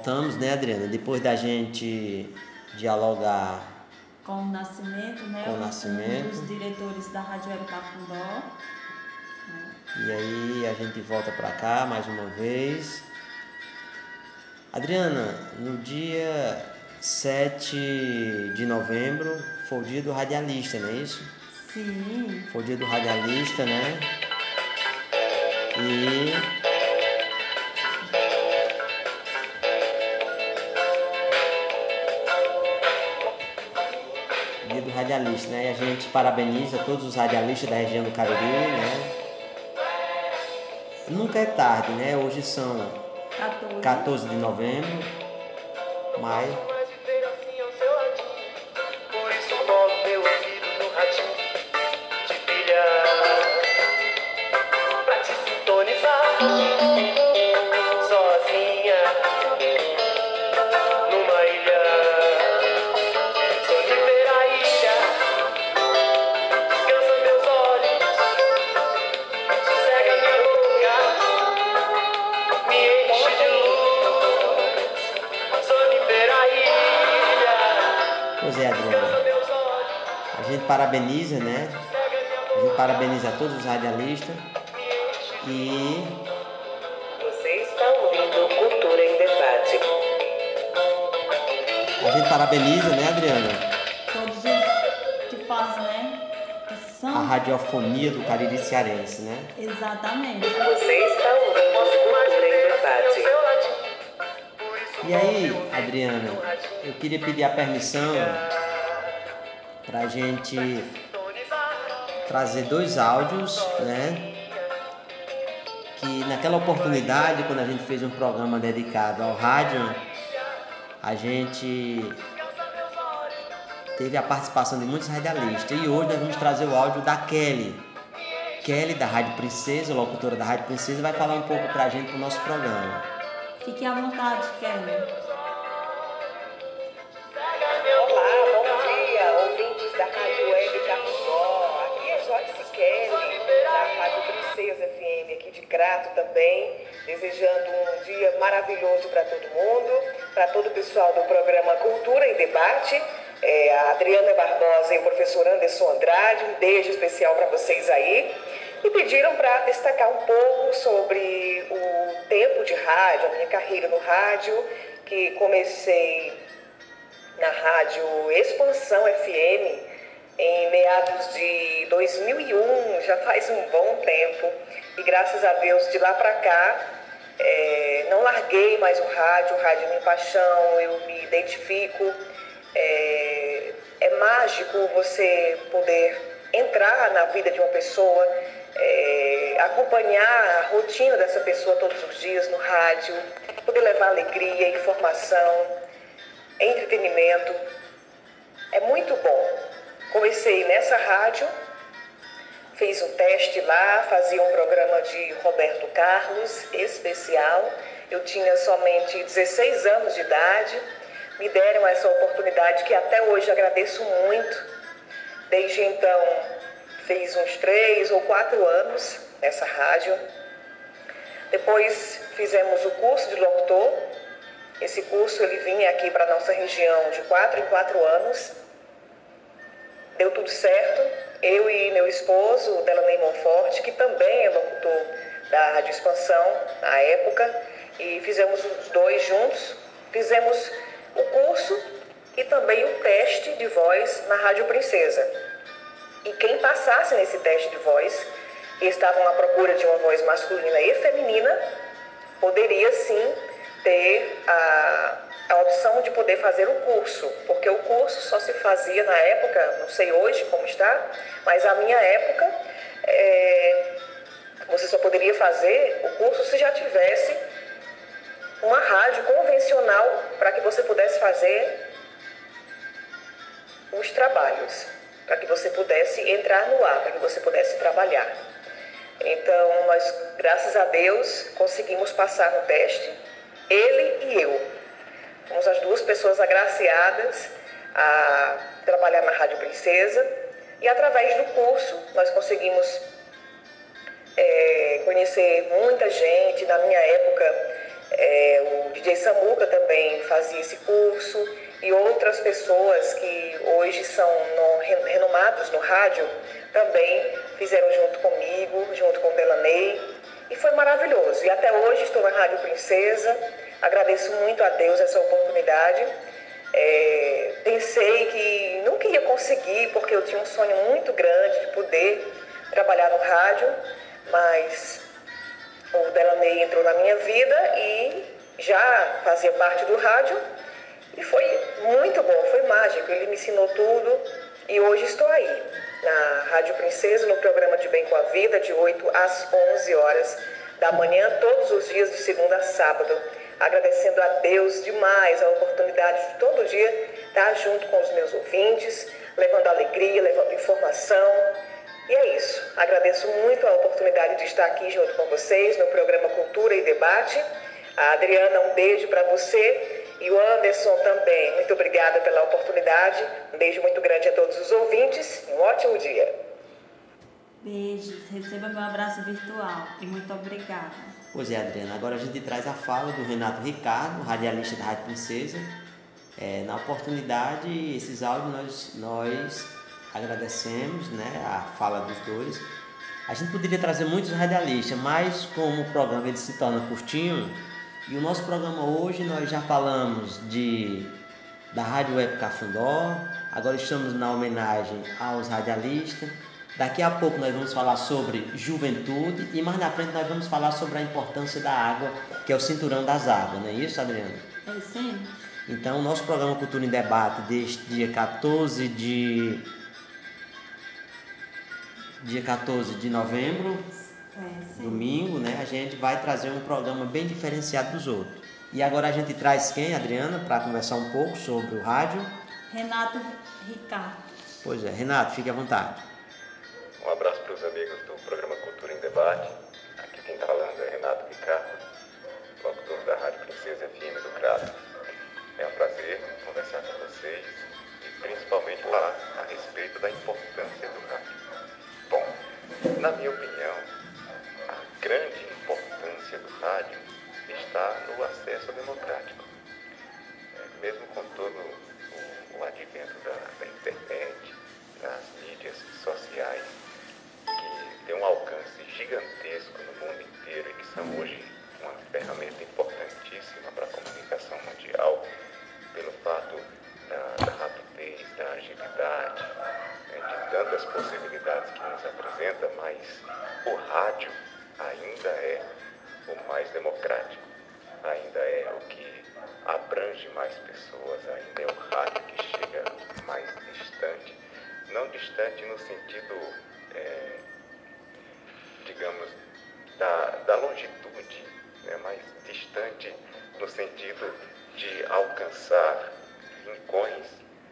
voltamos, né, Adriana? Depois da gente dialogar com o Nascimento, né? Com o Nascimento. Um dos diretores da Rádio Web Cafundó. E aí a gente volta para cá mais uma vez. Adriana, no dia 7 de novembro foi o dia do radialista, não é isso? Sim. Foi o dia do radialista, né? E dia do radialista, né? E a gente parabeniza todos os radialistas da região do Cariri, né? Nunca é tarde, né? Hoje são 14 de novembro, mas por isso colo meu ouvido no radinho de pilha pra te sintonizar sozinha numa ilha. Sonífera ilha, descansa meus olhos, sossega minha boca, me enche de luz. Sonífera ilha, pois é, Adriana. A gente parabeniza, né? A gente parabeniza todos os radialistas e você está ouvindo Cultura em Debate. a gente parabeniza, né, Adriana? Todos os que fazem, né? Que são... A radiofonia do Cariri cearense, né? Exatamente. Você está ouvindo Cultura em Debate. E aí, Adriana, eu queria pedir a permissão para a gente trazer 2 áudios, né? Que naquela oportunidade, quando a gente fez um programa dedicado ao rádio, a gente teve a participação de muitos radialistas. E hoje nós vamos trazer o áudio da Kelly. Kelly, da Rádio Princesa, locutora da Rádio Princesa, vai falar um pouco para a gente pro nosso programa. Fique à vontade, Kelly. Olá, bom dia, ouvintes da Rádio Web Cafundó. Aqui é Joyce Kelly, da Rádio Princesa FM, aqui de Crato também, desejando um dia maravilhoso para todo mundo, para todo o pessoal do programa Cultura em Debate, a Adriana Barbosa e o professor Anderson Andrade, um beijo especial para vocês aí. E pediram para destacar um pouco sobre o tempo de rádio, a minha carreira no rádio, que comecei na Rádio Expansão FM em meados de 2001, já faz um bom tempo. E graças a Deus, de lá para cá, não larguei mais o rádio é minha paixão, eu me identifico. É mágico você poder entrar na vida de uma pessoa, acompanhar a rotina dessa pessoa todos os dias no rádio, poder levar alegria, informação, entretenimento. É muito bom. Comecei nessa rádio, fiz um teste lá, fazia um programa de Roberto Carlos especial. Eu tinha somente 16 anos de idade. Me deram essa oportunidade que até hoje agradeço muito. Desde então, fiz uns 3 ou 4 anos nessa rádio. Depois fizemos o curso de locutor. Esse curso ele vinha aqui para a nossa região de 4 em 4 anos. Deu tudo certo. Eu e meu esposo, o Delaney Monforte, que também é locutor da Rádio Expansão na época, e fizemos os dois juntos. Fizemos o curso e também o teste de voz na Rádio Princesa. E quem passasse nesse teste de voz, e estavam à procura de uma voz masculina e feminina, poderia sim ter a opção de poder fazer o curso, porque o curso só se fazia na época, não sei hoje como está, mas a minha época, você só poderia fazer o curso se já tivesse uma rádio convencional para que você pudesse fazer os trabalhos, para que você pudesse entrar no ar, para que você pudesse trabalhar. Então, nós, graças a Deus, conseguimos passar no teste, ele e eu. Fomos as 2 pessoas agraciadas a trabalhar na Rádio Princesa, e através do curso nós conseguimos conhecer muita gente. Na minha época, O DJ Samuca também fazia esse curso e outras pessoas que hoje são renomados no rádio também fizeram junto comigo, junto com o Delaney, e foi maravilhoso. E até hoje estou na Rádio Princesa, agradeço muito a Deus essa oportunidade. Pensei que nunca ia conseguir, porque eu tinha um sonho muito grande de poder trabalhar no rádio, mas o Delaney entrou na minha vida e já fazia parte do rádio e foi muito bom, foi mágico. Ele me ensinou tudo e hoje estou aí na Rádio Princesa, no programa De Bem com a Vida, de 8 às 11 horas da manhã, todos os dias, de segunda a sábado. Agradecendo a Deus demais a oportunidade de todo dia estar junto com os meus ouvintes, levando alegria, levando informação. E é isso. Agradeço muito a oportunidade de estar aqui junto com vocês no programa Cultura e Debate. A Adriana, um beijo para você. E o Anderson também. Muito obrigada pela oportunidade. Um beijo muito grande a todos os ouvintes. Um ótimo dia. Beijos. Receba meu abraço virtual. E muito obrigada. Pois é, Adriana. Agora a gente traz a fala do Renato Ricardo, radialista da Rádio Princesa. Na oportunidade, esses áudios nós agradecemos, né, a fala dos dois. A gente poderia trazer muitos radialistas, mas como o programa ele se torna curtinho, e o nosso programa hoje nós já falamos da Rádio Web Cafundó, agora estamos na homenagem aos radialistas. Daqui a pouco nós vamos falar sobre juventude e mais na frente nós vamos falar sobre a importância da água, que é o cinturão das águas, não é isso, Adriana? É sim. Então, o nosso programa Cultura em Debate deste dia 14 de novembro, domingo, né? A gente vai trazer um programa bem diferenciado dos outros. E agora a gente traz quem, Adriana, para conversar um pouco sobre o rádio? Renato Ricardo. Pois é, Renato, fique à vontade. Um abraço para os amigos do programa Cultura em Debate. Aqui quem está falando é Renato Ricardo, locutor da Rádio Princesa FM do Crato. É um prazer conversar com vocês e principalmente falar a respeito da importância do rádio. Bom, na minha opinião, a grande importância do rádio está no acesso democrático. Mesmo com todo o advento da internet, das mídias sociais, que tem um alcance gigantesco no mundo inteiro e que são hoje uma ferramenta importantíssima para a comunicação mundial, pelo fato da rapidez, da agilidade, de tantas possibilidades que nos apresenta, mas o rádio ainda é o mais democrático, ainda é o que abrange mais pessoas, ainda é o rádio que chega mais distante, não distante no sentido, digamos, da longitude, né, mas distante no sentido de alcançar rincões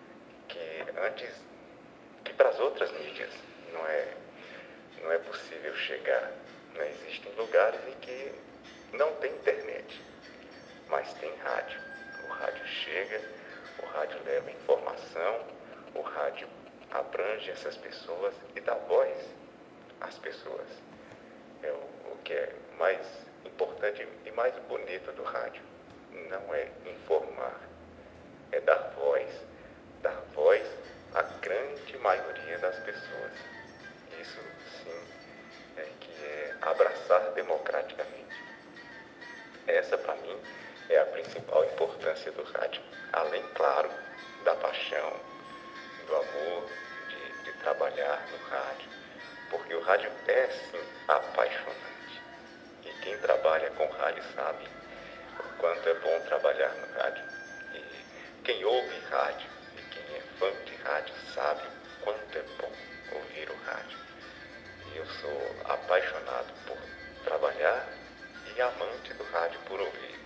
que para as outras mídias não é possível chegar. Né? Existem lugares em que não tem internet, mas tem rádio. O rádio chega, o rádio leva informação, o rádio abrange essas pessoas e dá voz às pessoas. É o que é mais importante e mais bonito do rádio. Não é informar, é dar voz à grande maioria das pessoas. Isso sim é que é abraçar democraticamente. Essa para mim é a principal importância do rádio. Além, claro, da paixão, do amor, de trabalhar no rádio. Porque o rádio é sim apaixonante. E quem trabalha com rádio sabe o quanto é bom trabalhar no rádio. E quem ouve rádio e quem é fã de rádio sabe o quanto é bom ouvir o rádio. E eu sou apaixonado por trabalhar e amante do rádio por ouvir.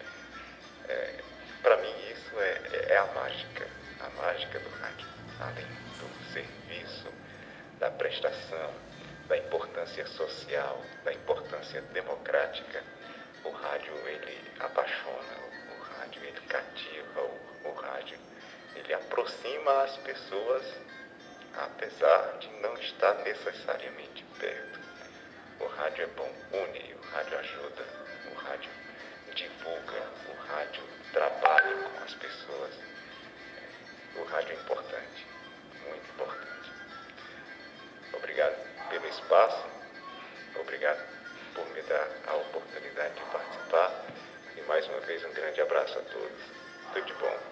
Para mim isso é a mágica do rádio. Além do serviço, da prestação, da importância social, da importância democrática, o rádio ele apaixona, o rádio ele cativa, o rádio ele aproxima as pessoas, apesar de não estar necessariamente perto. O rádio é bom, une, o rádio ajuda, o rádio divulga o rádio, trabalha com as pessoas. O rádio é importante, muito importante. Obrigado pelo espaço, obrigado por me dar a oportunidade de participar e mais uma vez um grande abraço a todos. Tudo de bom.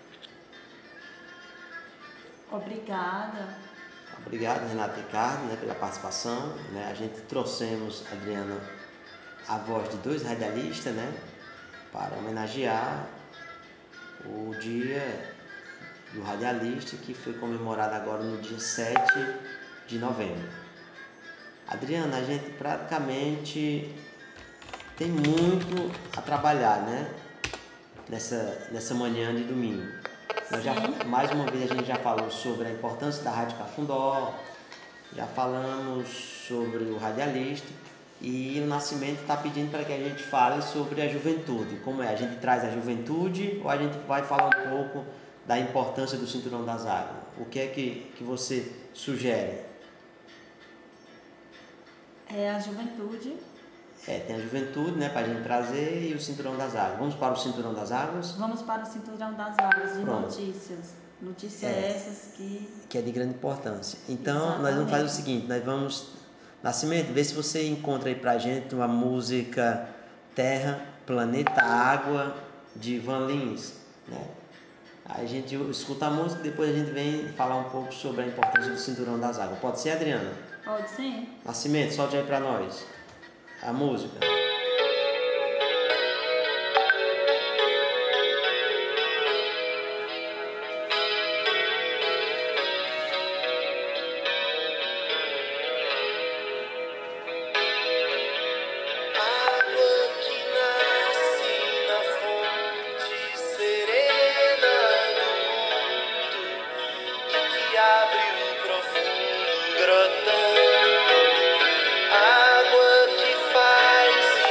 Obrigada. Obrigado, Renato Ricardo, né, pela participação. Né? A gente trouxemos, Adriana, a voz de 2 radialistas, né, para homenagear o dia do radialista, que foi comemorado agora no dia 7 de novembro. Adriana, a gente praticamente tem muito a trabalhar, né, nessa manhã de domingo. Nós já, mais uma vez a gente já falou sobre a importância da Rádio Cafundó, já falamos sobre o radialista e o Nascimento está pedindo para que a gente fale sobre a juventude. Como é? A gente traz a juventude ou a gente vai falar um pouco da importância do Cinturão das Águas? O que é que você sugere? É a juventude. Tem a juventude, né, para a gente trazer, e o Cinturão das Águas. Vamos para o Cinturão das Águas? Vamos para o Cinturão das Águas de Pronto. notícias. Notícias essas que é de grande importância. Então, Exatamente. nós vamos fazer o seguinte, nós vamos... Nascimento, vê se você encontra aí pra gente uma música Terra, Planeta, Água, de Ivan Lins, né? Aí a gente escuta a música e depois a gente vem falar um pouco sobre a importância do Cinturão das Águas. Pode ser, Adriana? Pode sim. Nascimento, solte aí pra nós a música. Água que nasce na fonte serena do mundo e que abre o profundo grotão. Água que faz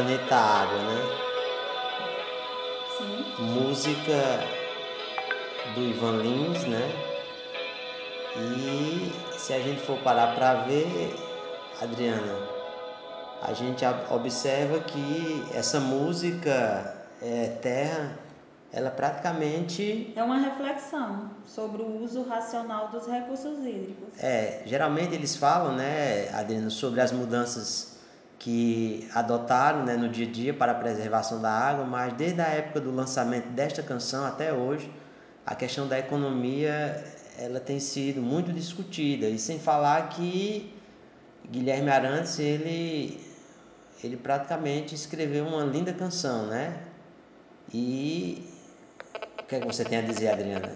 Planeta Água, né? Sim. Música do Ivan Lins, né? E se a gente for parar para ver, Adriana, a gente observa que essa música Terra, ela praticamente É uma reflexão sobre o uso racional dos recursos hídricos. geralmente eles falam, né, Adriana, sobre as mudanças que adotaram, né, no dia a dia para a preservação da água, mas desde a época do lançamento desta canção até hoje, a questão da economia ela tem sido muito discutida, e sem falar que Guilherme Arantes ele praticamente escreveu uma linda canção, né? E o que é que você tem a dizer, Adriana?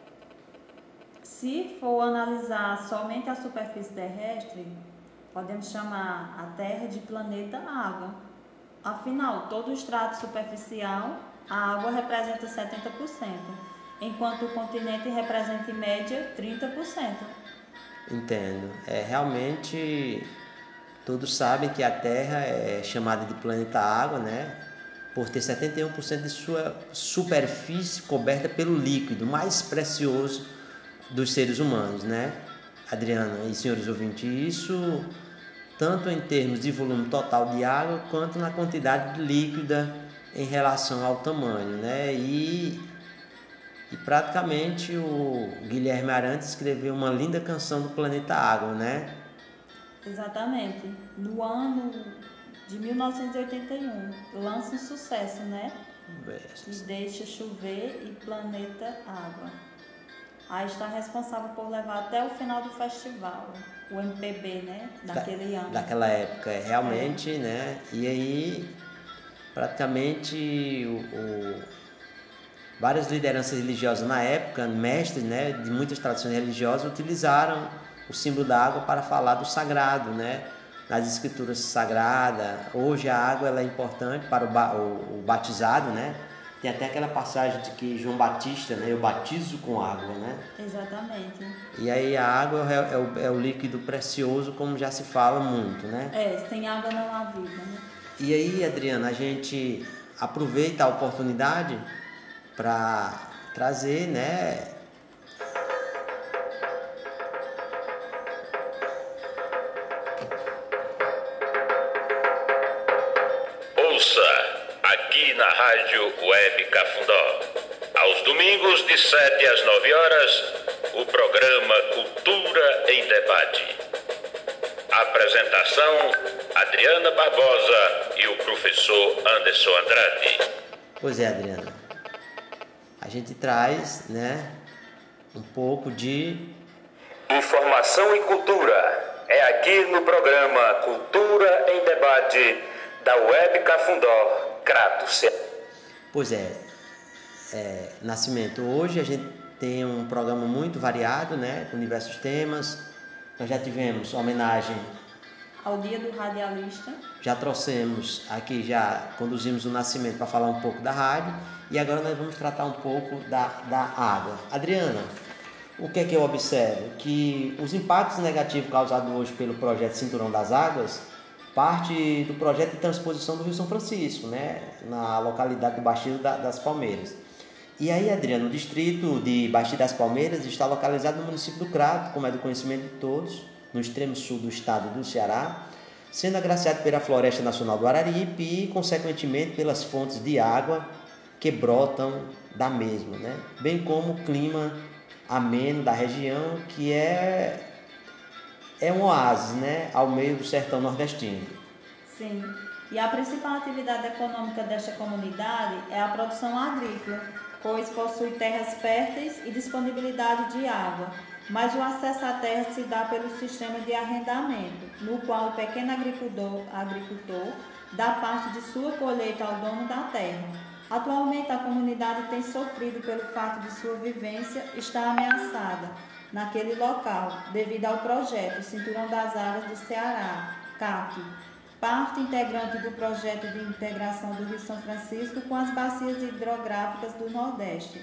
Se for analisar somente a superfície terrestre, podemos chamar a Terra de planeta água. Afinal, todo o extrato superficial, a água representa 70%, enquanto o continente representa em média 30%. Entendo. Realmente todos sabem que a Terra é chamada de planeta água, né? Por ter 71% de sua superfície coberta pelo líquido mais precioso dos seres humanos, né? Adriana e senhores ouvintes, isso tanto em termos de volume total de água quanto na quantidade líquida em relação ao tamanho, né? E praticamente o Guilherme Arantes escreveu uma linda canção do planeta Água, né? Exatamente. No ano de 1981, lança um sucesso, né? Que deixa chover e planeta água. Aí está responsável por levar até o final do festival, o MPB, né? Daquele ano. Daquela época, realmente, né? E aí, praticamente, várias lideranças religiosas na época, mestres, né, de muitas tradições religiosas, utilizaram o símbolo da água para falar do sagrado, né? Nas escrituras sagradas, hoje a água ela é importante para o batizado, né? Tem até aquela passagem de que João Batista, né, eu batizo com água, né? Exatamente. E aí a água é o líquido precioso, como já se fala muito, né? Sem água não há vida, né? E aí, Adriana, a gente aproveita a oportunidade para trazer, né? Ouça aqui na Rádio Web Cafundó, aos domingos de 7 às 9 horas, o programa Cultura em Debate. Apresentação: Adriana Barbosa e o professor Anderson Andrade. Pois é, Adriana. A gente traz, né, um pouco de Informação e cultura. É aqui no programa Cultura em Debate da Web Cafundó, Crato, Ceará. Pois Nascimento. Hoje a gente tem um programa muito variado, né, com diversos temas. Nós já tivemos homenagem ao Dia do Radialista. Já trouxemos aqui, já conduzimos o Nascimento para falar um pouco da rádio, e agora nós vamos tratar um pouco da água. Adriana, o que é que eu observo? Que os impactos negativos causados hoje pelo projeto Cinturão das Águas parte do projeto de transposição do Rio São Francisco, né, na localidade do Baixio das Palmeiras. E aí, Adriano, o distrito de Baixio das Palmeiras está localizado no município do Crato, como é do conhecimento de todos, no extremo sul do estado do Ceará, sendo agraciado pela Floresta Nacional do Araripe e, consequentemente, pelas fontes de água que brotam da mesma, né? Bem como o clima ameno da região, que é um oásis, né, ao meio do sertão nordestino. Sim, e a principal atividade econômica desta comunidade é a produção agrícola, pois possui terras férteis e disponibilidade de água, mas o acesso à terra se dá pelo sistema de arrendamento, no qual o pequeno agricultor dá parte de sua colheita ao dono da terra. Atualmente, a comunidade tem sofrido pelo fato de sua vivência estar ameaçada naquele local, devido ao projeto Cinturão das Águas do Ceará, CAC, parte integrante do projeto de integração do Rio São Francisco com as bacias hidrográficas do Nordeste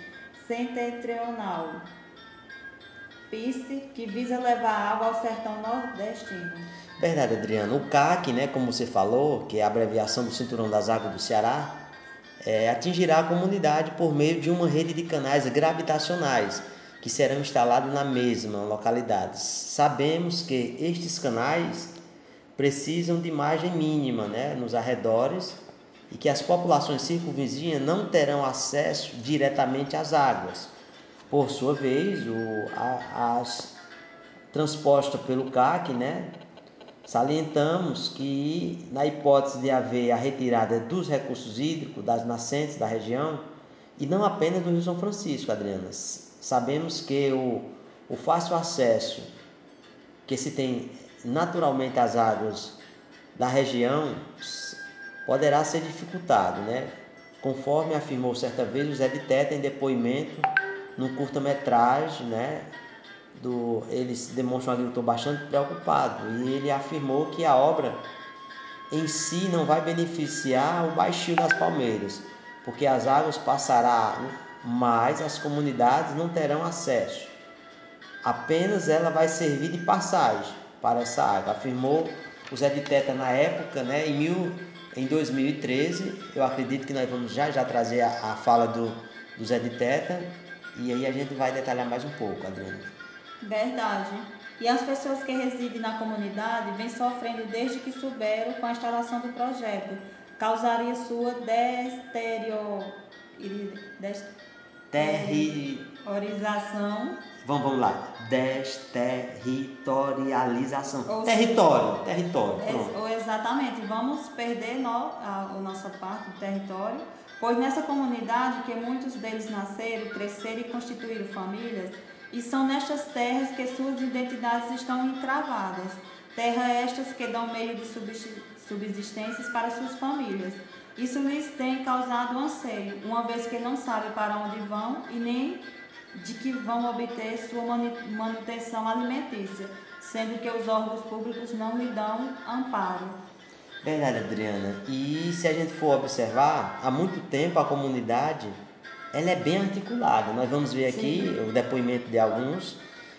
Setentrional, PICE, que visa levar água ao sertão nordestino. Verdade, Adriano. O CAC, né, como você falou, que é a abreviação do Cinturão das Águas do Ceará, atingirá a comunidade por meio de uma rede de canais gravitacionais que serão instalados na mesma localidade. Sabemos que estes canais precisam de margem mínima, né, nos arredores, e que as populações circunvizinhas não terão acesso diretamente às águas. Por sua vez, as transpostas pelo CAC, né, salientamos que, na hipótese de haver a retirada dos recursos hídricos das nascentes da região, e não apenas do Rio São Francisco, Adriana, sabemos que o fácil acesso que se tem naturalmente às águas da região poderá ser dificultado, né? Conforme afirmou certa vez o Zé de Teta em depoimento no curta-metragem, né? Ele demonstra um agricultor bastante preocupado, e ele afirmou que a obra em si não vai beneficiar o Baixio das Palmeiras, porque as águas passarão, mas as comunidades não terão acesso. Apenas ela vai servir de passagem para essa água, afirmou o Zé de Teta na época, né, em 2013. Eu acredito que nós vamos já trazer a fala do Zé de Teta, e aí a gente vai detalhar mais um pouco, Adriana. Verdade. E as pessoas que residem na comunidade vêm sofrendo desde que souberam com a instalação do projeto. Causaria sua desterritorialização. Vamos lá. Desterritorialização. Território. Exatamente. Vamos perder a nossa parte do território, pois nessa comunidade que muitos deles nasceram, cresceram e constituíram famílias, e são nestas terras que suas identidades estão encravadas. Terra estas que dão meio de subsistências para suas famílias. Isso lhes tem causado anseio, uma vez que não sabem para onde vão e nem de que vão obter sua manutenção alimentícia, sendo que os órgãos públicos não lhe dão amparo. Verdade, Adriana. E se a gente for observar, há muito tempo a comunidade ela é bem articulada. Nós vamos ver aqui o depoimento de alguns,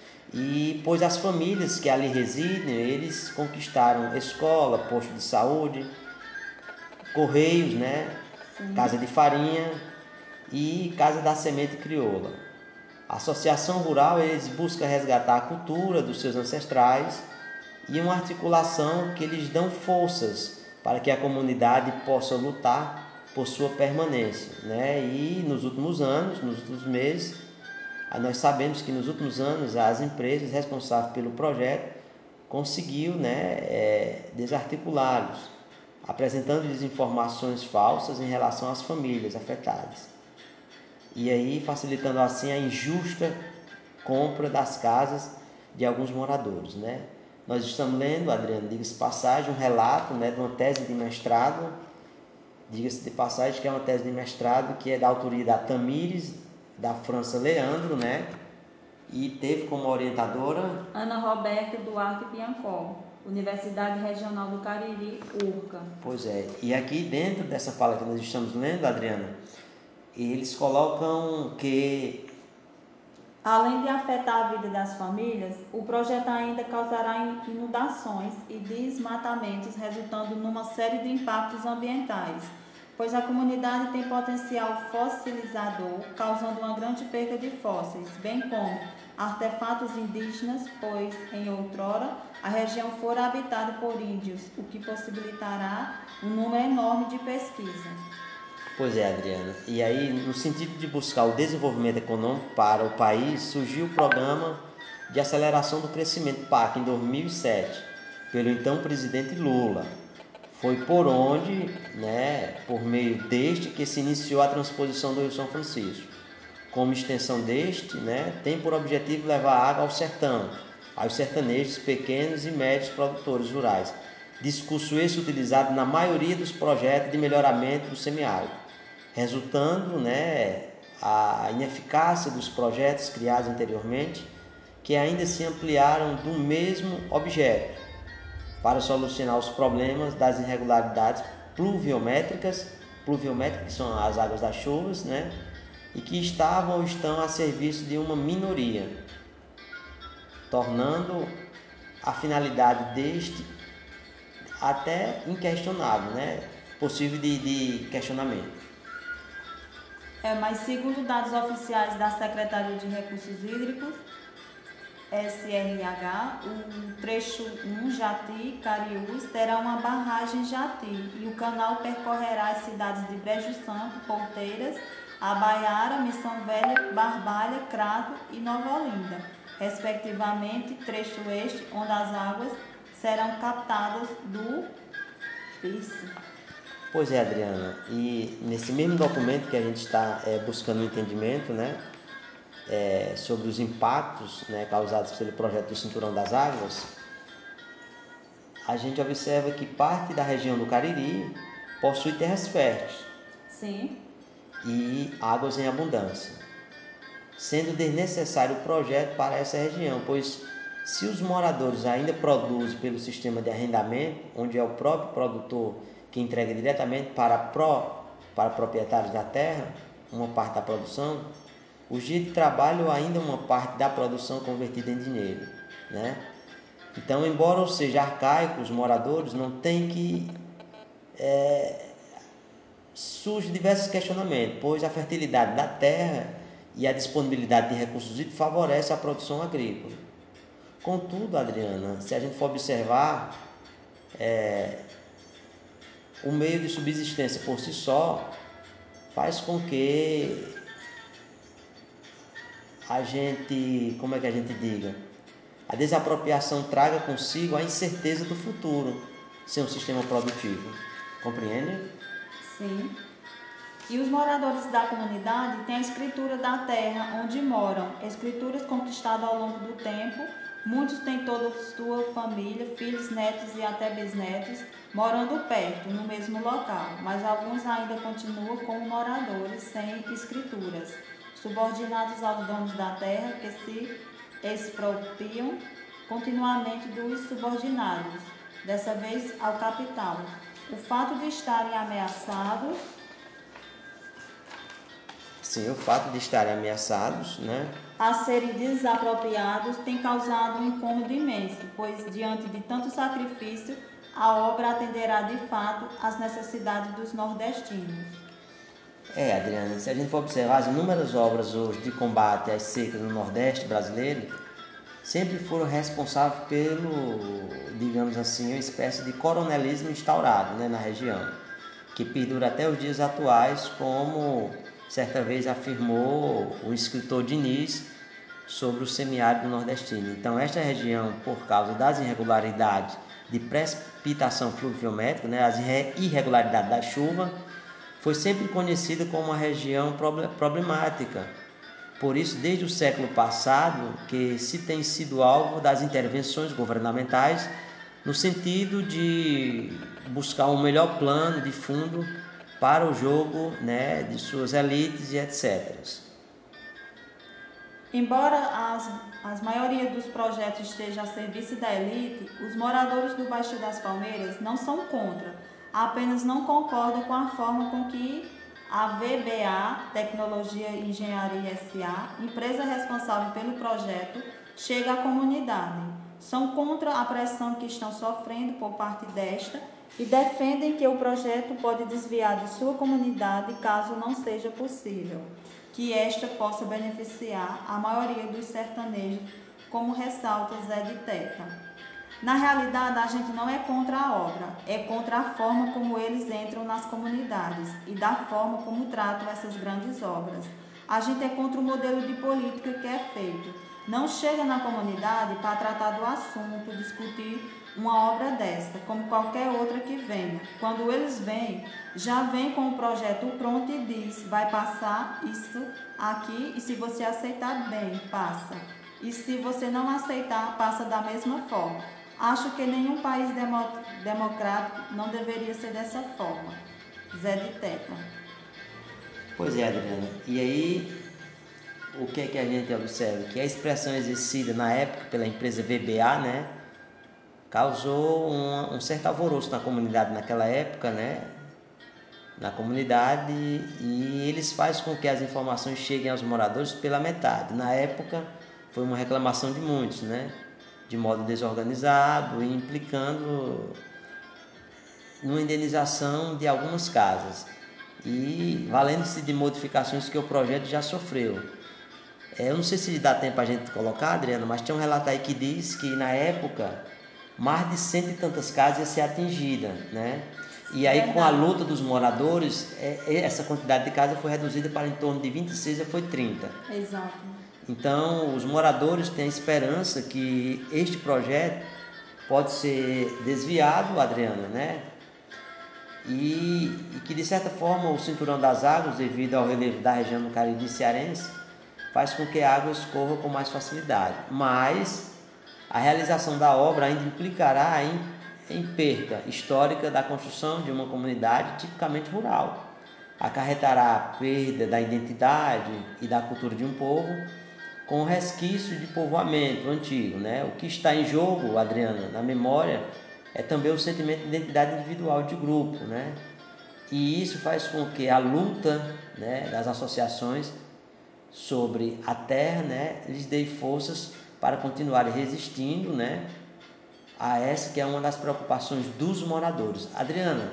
e pois as famílias que ali residem, eles conquistaram escola, posto de saúde, correios, né? Casa de farinha e casa da semente crioula. A associação rural, eles buscam resgatar a cultura dos seus ancestrais e uma articulação que eles dão forças para que a comunidade possa lutar por sua permanência, né? E nos últimos anos, nos últimos meses, nós sabemos que nos últimos anos as empresas responsáveis pelo projeto conseguiu, né, desarticulá-los, apresentando-lhes informações falsas em relação às famílias afetadas, e aí facilitando assim a injusta compra das casas de alguns moradores, né? Nós estamos lendo, Adriano, diga-se de passagem, um relato, né, de uma tese de mestrado, diga-se de passagem que é uma tese de mestrado que é da autoria da Tamires, da França Leandro, né? E teve como orientadora Ana Roberta Duarte Biancó, Universidade Regional do Cariri, URCA. Pois é, e aqui dentro dessa fala que nós estamos lendo, Adriana, eles colocam que, além de afetar a vida das famílias, o projeto ainda causará inundações e desmatamentos, resultando numa série de impactos ambientais, pois a comunidade tem potencial fossilizador, causando uma grande perda de fósseis, bem como artefatos indígenas, pois, em outrora, a região fora habitada por índios, o que possibilitará um número enorme de pesquisas. Pois é, Adriana. E aí, no sentido de buscar o desenvolvimento econômico para o país, surgiu o Programa de Aceleração do Crescimento, PAC, em 2007, pelo então presidente Lula. Foi por onde, né, por meio deste, que se iniciou a transposição do Rio São Francisco. Como extensão deste, né, tem por objetivo levar água ao sertão, aos sertanejos pequenos e médios produtores rurais. Discurso esse utilizado na maioria dos projetos de melhoramento do semiárido, resultando, né, a ineficácia dos projetos criados anteriormente, que ainda se ampliaram do mesmo objeto, para solucionar os problemas das irregularidades pluviométricas, que são as águas das chuvas, né, e que estavam ou estão a serviço de uma minoria, tornando a finalidade deste até inquestionável, né? Possível de questionamento. Mas segundo dados oficiais da Secretaria de Recursos Hídricos, SRH, o trecho 1, Jati-Cariús, terá uma barragem Jati e o canal percorrerá as cidades de Brejo Santo, Porteiras, Abaiara, Missão Velha, Barbalha, Crato e Nova Olinda, respectivamente, trecho este, onde as águas serão captadas do Pice. Pois é, Adriana, e nesse mesmo documento que a gente está buscando um entendimento, né, sobre os impactos, né, causados pelo projeto do Cinturão das Águas, a gente observa que parte da região do Cariri possui terras férteis. Sim. E águas em abundância, sendo desnecessário o projeto para essa região, pois se os moradores ainda produzem pelo sistema de arrendamento, onde é o próprio produtor que entrega diretamente para proprietários da terra uma parte da produção, os dias de trabalho ainda uma parte da produção convertida em dinheiro, né? Então, embora seja arcaico, os moradores não têm que surge diversos questionamentos, pois a fertilidade da terra e a disponibilidade de recursos hídricos favorece a produção agrícola. Contudo, Adriana, se a gente for observar, o meio de subsistência por si só faz com que a gente, como é que a gente diga, a desapropriação traga consigo a incerteza do futuro sem um sistema produtivo. Compreende? Sim. E os moradores da comunidade têm a escritura da terra onde moram, escrituras conquistadas ao longo do tempo. Muitos têm toda a sua família, filhos, netos e até bisnetos, morando perto, no mesmo local, mas alguns ainda continuam como moradores sem escrituras, subordinados aos donos da terra que se expropriam continuamente dos subordinados, dessa vez ao capital. O fato de estarem ameaçados. Sim, o fato de estarem ameaçados, né, a serem desapropriados tem causado um incômodo imenso, pois diante de tanto sacrifício, a obra atenderá de fato às necessidades dos nordestinos. Adriana, se a gente for observar as inúmeras obras hoje de combate às secas no Nordeste brasileiro, sempre foram responsáveis pelo, digamos assim, uma espécie de coronelismo instaurado, né, na região, que perdura até os dias atuais, como certa vez afirmou o escritor Diniz sobre o semiárido nordestino. Então, esta região, por causa das irregularidades de precipitação pluviométrica, né, as irregularidades da chuva, foi sempre conhecida como uma região problemática. Por isso, desde o século passado, que se tem sido alvo das intervenções governamentais no sentido de buscar um melhor plano de fundo para o jogo, né, de suas elites e etc. Embora as maioria dos projetos esteja a serviço da elite, os moradores do Baixo das Palmeiras não são contra, apenas não concordam com a forma com que a VBA, Tecnologia e Engenharia S.A., empresa responsável pelo projeto, chega à comunidade. São contra a pressão que estão sofrendo por parte desta e defendem que o projeto pode desviar de sua comunidade caso não seja possível que esta possa beneficiar a maioria dos sertanejos, como ressalta Zé de Teca. Na realidade, a gente não é contra a obra, é contra a forma como eles entram nas comunidades e da forma como tratam essas grandes obras. A gente é contra o modelo de política que é feito. Não chega na comunidade para tratar do assunto, discutir uma obra dessa, como qualquer outra que venha. Quando eles vêm, já vem com o projeto pronto e diz, vai passar isso aqui e se você aceitar, bem, passa. E se você não aceitar, passa da mesma forma. Acho que nenhum país democrático não deveria ser dessa forma. Zé de Teca. Pois é, Adriana. E aí, o que é que a gente observa? Que a expressão exercida na época pela empresa VBA, né, causou um certo alvoroço na comunidade naquela época, né, na comunidade, e eles fazem com que as informações cheguem aos moradores pela metade. Na época, foi uma reclamação de muitos, né, de modo desorganizado e implicando numa indenização de algumas casas e valendo-se de modificações que o projeto já sofreu. Eu não sei se dá tempo a gente colocar, Adriana, mas tem um relato aí que diz que na época mais de 100 e tantas casas ia ser atingida, né? E aí com a luta dos moradores, essa quantidade de casas foi reduzida para em torno de 26 e foi 30. Exato. Então os moradores têm a esperança que este projeto pode ser desviado, Adriana, né? E que de certa forma o cinturão das águas, devido ao relevo da região do Cariri cearense, faz com que a água escorra com mais facilidade. Mas a realização da obra ainda implicará em perda histórica da construção de uma comunidade tipicamente rural. Acarretará a perda da identidade e da cultura de um povo com resquício de povoamento antigo, né? O que está em jogo, Adriana, na memória, é também o sentimento de identidade individual de grupo, né? E isso faz com que a luta, né, das associações sobre a terra, né, lhes dê forças para continuarem resistindo, né, a essa que é uma das preocupações dos moradores. Adriana,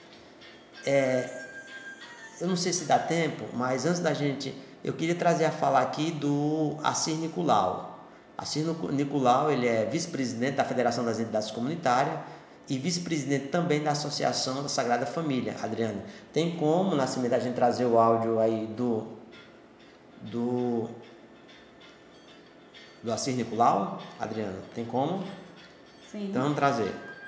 eu não sei se dá tempo, mas antes da gente, eu queria trazer a falar aqui do Assir Nicolau. Assir Nicolau, ele é vice-presidente da Federação das Entidades Comunitárias e vice-presidente também da Associação da Sagrada Família. Adriana, tem como, Nascimento, a gente trazer o áudio aí do Assir Nicolau? Adriana, tem como? Sim. Então vamos trazer.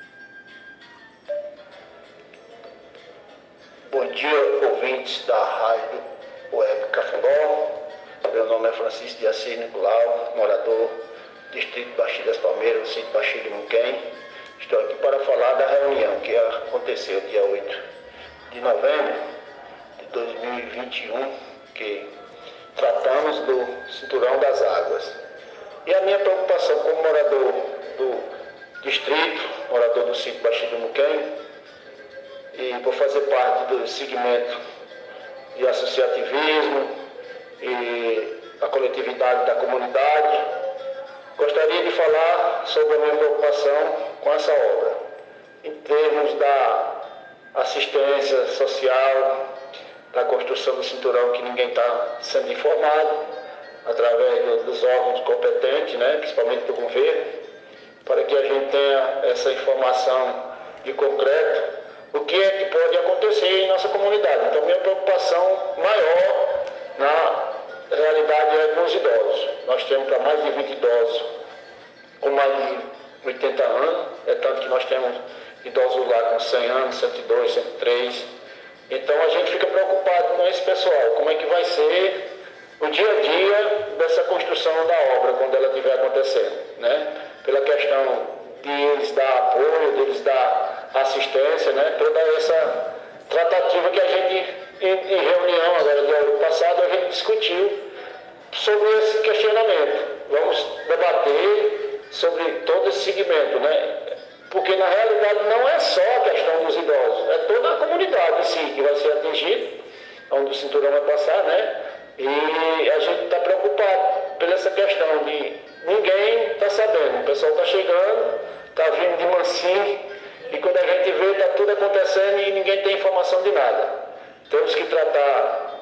Bom dia, ouvintes da Rádio Web Cafundó. Meu nome é Francisco de Assis Nicolau, morador do Distrito Baixio das Palmeiras, no sítio Baixio de Muquém. Estou aqui para falar da reunião que aconteceu dia 8 de novembro de 2021, que tratamos do Cinturão das Águas. E a minha preocupação como morador do distrito, morador do sítio Baixio de Muquém, e por fazer parte do segmento de associativismo e a coletividade da comunidade, gostaria de falar sobre a minha preocupação com essa obra, em termos da assistência social, da construção do cinturão que ninguém está sendo informado, através dos órgãos competentes, né, principalmente do governo, para que a gente tenha essa informação de concreto, o que é que pode acontecer em nossa comunidade. Então, minha preocupação maior na realidade é com os idosos. Nós temos para mais de 20 idosos com mais de 80 anos, é tanto que nós temos idosos lá com 100 anos, 102, 103. Então, a gente fica preocupado com esse pessoal, como é que vai ser o dia a dia dessa construção da obra, quando ela estiver acontecendo, né? Pela questão de eles dar apoio, deles dar assistência, né? Toda essa tratativa que a gente, em reunião agora do ano passado, a gente discutiu sobre esse questionamento. Vamos debater sobre todo esse segmento, né? Porque na realidade não é só a questão dos idosos, é toda a comunidade em si que vai ser atingida, onde o cinturão vai passar, né? E a gente está preocupado pela essa questão de ninguém está sabendo, o pessoal está chegando, está vindo de mansinho, e quando a gente vê está tudo acontecendo e ninguém tem informação de nada. Temos que tratar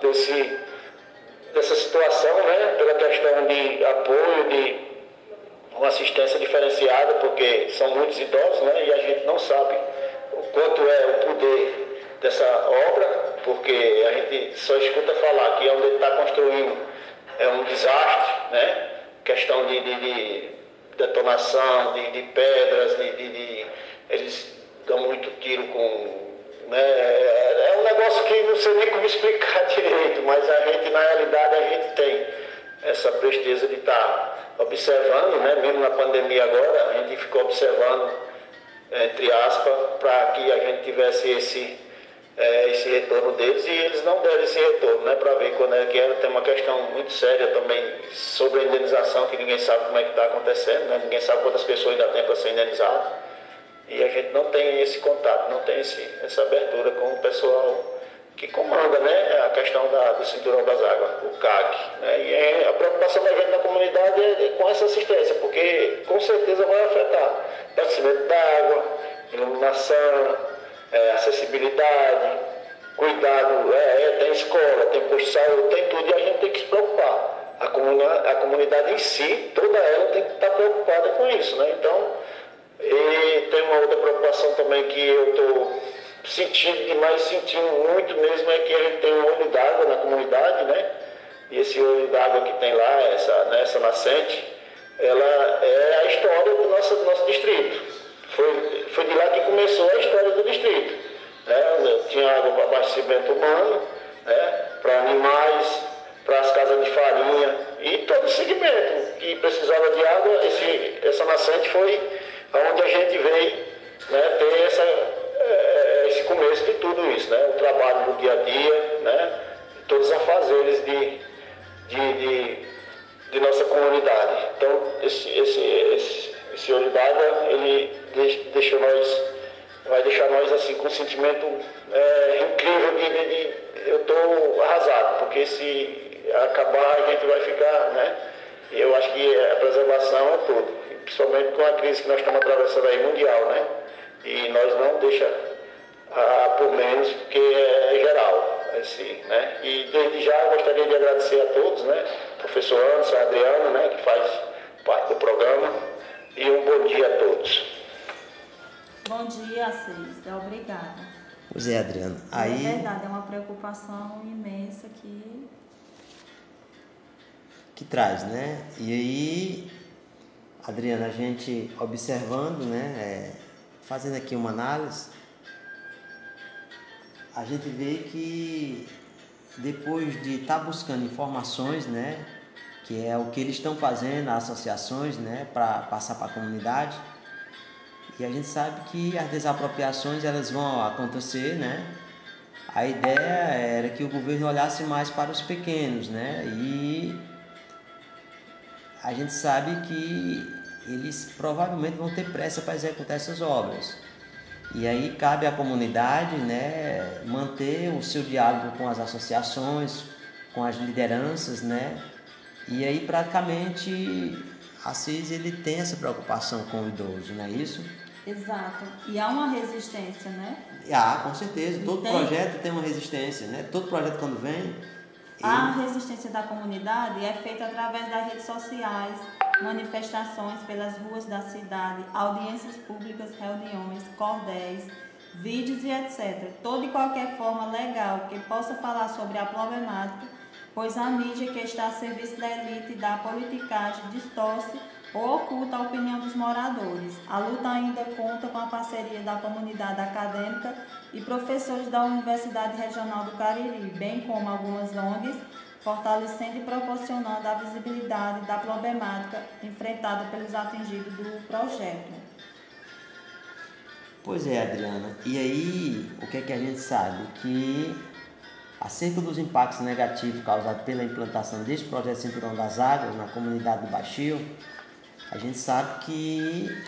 dessa situação, né, pela questão de apoio, de uma assistência diferenciada, porque são muitos idosos, né, e a gente não sabe o quanto é o poder dessa obra, porque a gente só escuta falar que onde ele está construindo é um desastre, né, questão de detonação, de pedras, eles dão muito tiro com... Né, é um negócio que não sei nem como explicar direito, mas a gente, na realidade, a gente tem essa presteza de estar observando, né, mesmo na pandemia agora, a gente ficou observando, entre aspas, para que a gente tivesse esse retorno deles, e eles não deram esse retorno, né, para ver quando é que era. Tem uma questão muito séria também sobre a indenização, que ninguém sabe como é que está acontecendo, né, ninguém sabe quantas pessoas ainda tem para ser indenizado. E a gente não tem esse contato, não tem essa abertura com o pessoal que comanda, né, a questão do Cinturão das Águas, o CAC. Né, e a preocupação da gente na comunidade é com essa assistência, porque com certeza vai afetar abastecimento da água, iluminação, acessibilidade, cuidado, tem escola, tem posto de saúde, tem tudo, e a gente tem que se preocupar. A comunidade em si, toda ela tem que estar preocupada com isso, né? Então, e tem uma outra preocupação também que eu estou sentindo muito mesmo, é que a gente tem um olho d'água na comunidade, né? E esse olho d'água que tem lá, essa nascente, ela é a história do nosso distrito. Foi de lá que começou a história do distrito. Né? Tinha água para abastecimento humano, né? Para animais, para as casas de farinha e todo o segmento que precisava de água. Essa nascente foi onde a gente veio, né, ter esse começo de tudo isso, né? O trabalho do dia a dia, né? Todos os afazeres de nossa comunidade. Então, esse olho d'água, ele vai deixar nós assim com um sentimento incrível eu estou arrasado, porque se acabar a gente vai ficar, né? E eu acho que a preservação é tudo, principalmente com a crise que nós estamos atravessando aí mundial, né? E nós não deixa por menos, porque é geral. Né? E desde já eu gostaria de agradecer a todos, né? Professor Anderson, Adriano, né? Que faz parte do programa. E um bom dia a todos. Bom dia, Assis. Obrigada. Pois é, Adriano. Aí... É verdade, é uma preocupação imensa que traz, né? E aí, Adriano, a gente observando, né? Fazendo aqui uma análise, a gente vê que depois de estar buscando informações, né? Que é o que eles estão fazendo, as associações, né? Para passar para a comunidade. E a gente sabe que as desapropriações elas vão acontecer, né? A ideia era que o governo olhasse mais para os pequenos, né? E a gente sabe que eles provavelmente vão ter pressa para executar essas obras. E aí cabe à comunidade, né, manter o seu diálogo com as associações, com as lideranças, né? E aí praticamente Assis ele tem essa preocupação com o idoso, não é isso? Exato. E há uma resistência, né? Com certeza. Todo projeto tem uma resistência, né? Todo projeto quando vem... A resistência da comunidade é feita através das redes sociais, manifestações pelas ruas da cidade, audiências públicas, reuniões, cordéis, vídeos e etc. Toda e qualquer forma legal que possa falar sobre a problemática, pois a mídia que está a serviço da elite e da politicagem distorce ou oculta a opinião dos moradores. A luta ainda conta com a parceria da comunidade acadêmica e professores da Universidade Regional do Cariri, bem como algumas ONGs, fortalecendo e proporcionando a visibilidade da problemática enfrentada pelos atingidos do projeto. Pois é, Adriana. E aí, o que é que a gente sabe? Que acerca dos impactos negativos causados pela implantação deste projeto Cinturão das Águas na comunidade do Baixio, a gente sabe que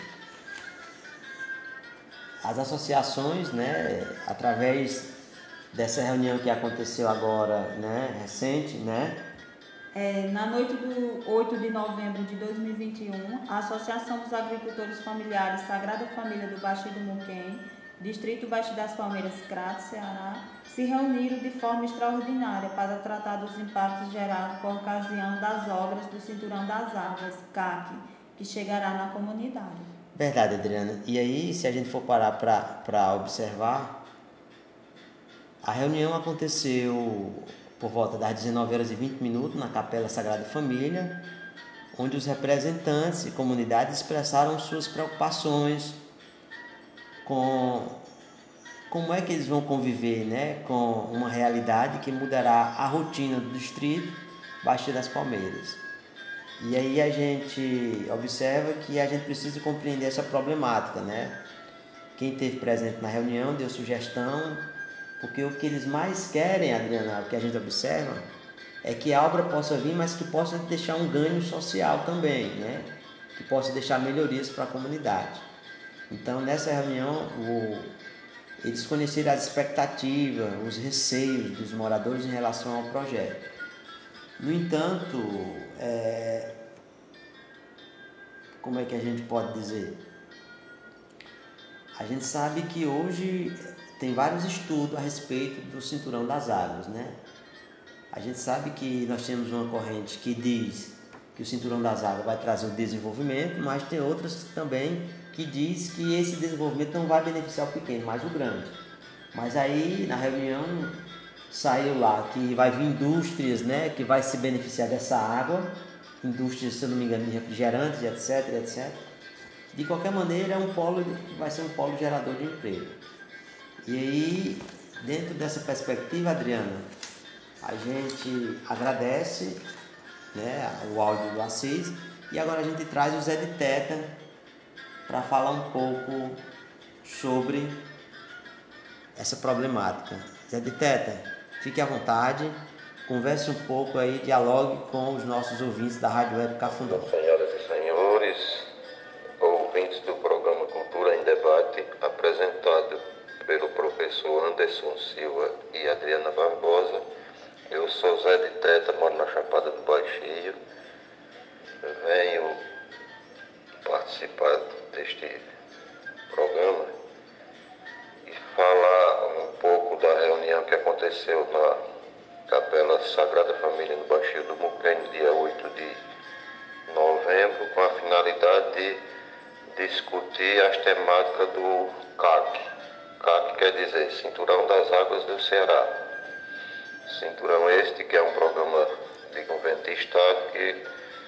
as associações, né, através dessa reunião que aconteceu agora, né, recente, né? Na noite do 8 de novembro de 2021, a Associação dos Agricultores Familiares Sagrada Família do Baixio do Muquem, Distrito Baixo das Palmeiras, Crato, Ceará, se reuniram de forma extraordinária para tratar dos impactos gerados por ocasião das obras do Cinturão das Águas, CAC, que chegará na comunidade. Verdade, Adriana. E aí, se a gente for parar para observar, a reunião aconteceu por volta das 19h20 na Capela Sagrada Família, onde os representantes e comunidades expressaram suas preocupações com como é que eles vão conviver, né, com uma realidade que mudará a rotina do distrito Baixio das Palmeiras. E aí a gente observa que a gente precisa compreender essa problemática, né? Quem esteve presente na reunião deu sugestão, porque o que eles mais querem, Adriana, o que a gente observa, é que a obra possa vir, mas que possa deixar um ganho social também, né? Que possa deixar melhorias para a comunidade. Então, nessa reunião, eles conheceram as expectativas, os receios dos moradores em relação ao projeto. No entanto, como é que a gente pode dizer? A gente sabe que hoje tem vários estudos a respeito do cinturão das águas, né? A gente sabe que nós temos uma corrente que diz que o cinturão das águas vai trazer o desenvolvimento, mas tem outras também que diz que esse desenvolvimento não vai beneficiar o pequeno, mas o grande. Mas aí na reunião saiu lá que vai vir indústrias, né, que vai se beneficiar dessa água, indústrias, se eu não me engano, de refrigerantes, etc, etc. De qualquer maneira, vai ser um polo gerador de emprego. E aí, dentro dessa perspectiva, Adriana, a gente agradece, né, o áudio do Assis, e agora a gente traz o Zé de Teta para falar um pouco sobre essa problemática. Zé de Teta, fique à vontade, converse um pouco aí, dialogue com os nossos ouvintes da Rádio Web Cafundó. Senhoras e senhores, ouvintes do programa Cultura em Debate, apresentado pelo professor Anderson Silva e Adriana Barbosa. Eu sou Zé de Teta, moro na Chapada do Baixio. Venho participar deste programa e falar um pouco da reunião que aconteceu na Capela Sagrada Família no Baixio do Muquém, no dia 8 de novembro, com a finalidade de discutir as temáticas do CAC. CAC quer dizer Cinturão das Águas do Ceará. Cinturão este que é um programa de governo de estado que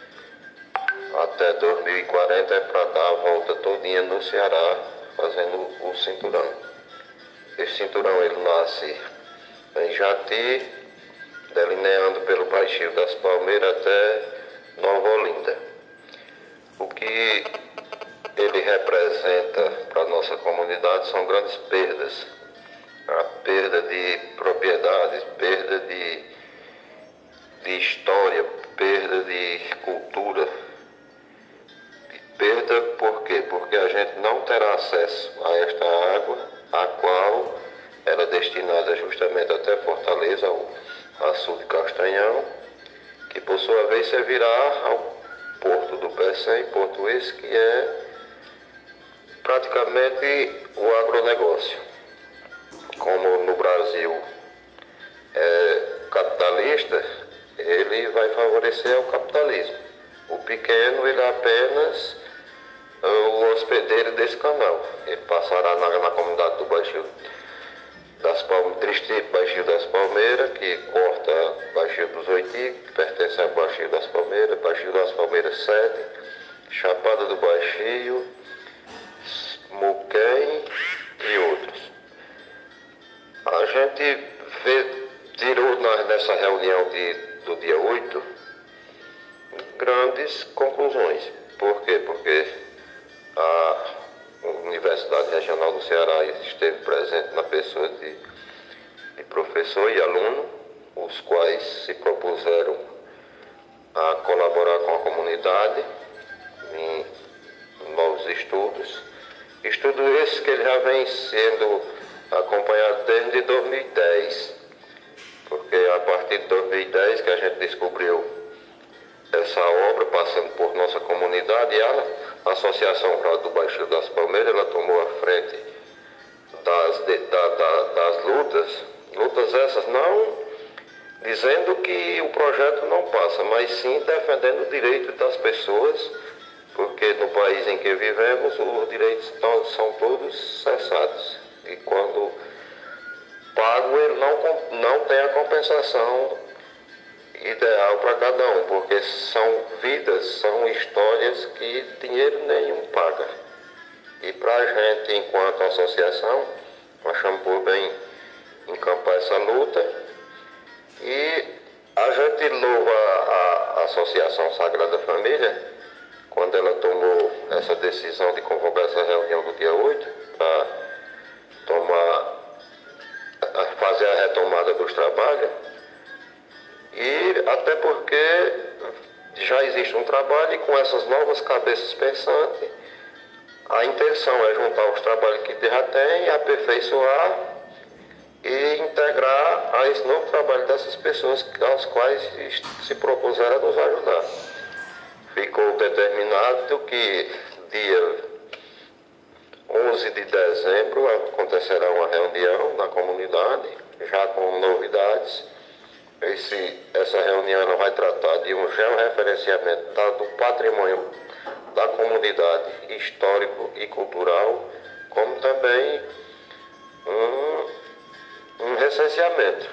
até 2040 é para dar a volta todinha no Ceará, fazendo o cinturão. Esse cinturão ele nasce em Jati, delineando pelo Baixio das Palmeiras até Nova Olinda. O que ele representa para a nossa comunidade são grandes perdas. A perda de propriedades, perda de história, perda de cultura. Perda por quê? Porque a gente não terá acesso a esta água, a qual era destinada justamente até Fortaleza, ao açude Castanhão, que por sua vez servirá ao Porto do Pecém, porto esse que é praticamente o agronegócio. Como no Brasil é capitalista, ele vai favorecer o capitalismo. O pequeno, ele é apenas o hospedeiro desse canal. Ele passará na comunidade do Baixio das Palmeiras, distrito Baixio das Palmeiras, que corta Baixio dos Oiticos, que pertence ao Baixio das Palmeiras, Baixio das Palmeiras 7, Chapada do Baixio, Muquém e outros. A gente tirou nessa reunião do dia 8 grandes conclusões. Por quê? Porque a Universidade Regional do Ceará esteve presente na pessoa de professor e aluno, os quais se propuseram a colaborar com a comunidade em novos estudos. Estudo esse que ele já vem sendo acompanhado desde 2010, porque a partir de 2010 que a gente descobriu essa obra passando por nossa comunidade, e a Associação Rural do Baixio das Palmeiras, ela tomou a frente das lutas essas não dizendo que o projeto não passa, mas sim defendendo o direito das pessoas, porque no país em que vivemos os direitos são todos cessados, e quando pago ele não tem a compensação ideal para cada um, porque são vidas, são histórias que dinheiro nenhum paga. E para a gente, enquanto associação, nós achamos por bem encampar essa luta, e a gente louva a Associação Sagrada Família quando ela tomou essa decisão de convocar essa reunião do dia 8 para fazer a retomada dos trabalhos. E até porque já existe um trabalho e com essas novas cabeças pensantes, a intenção é juntar os trabalhos que já tem, aperfeiçoar e integrar a esse novo trabalho dessas pessoas às quais se propuseram a nos ajudar. Ficou determinado que dia 11 de dezembro acontecerá uma reunião na comunidade, já com novidades. Essa reunião ela vai tratar de um georreferenciamento do patrimônio da comunidade histórico e cultural, como também um recenseamento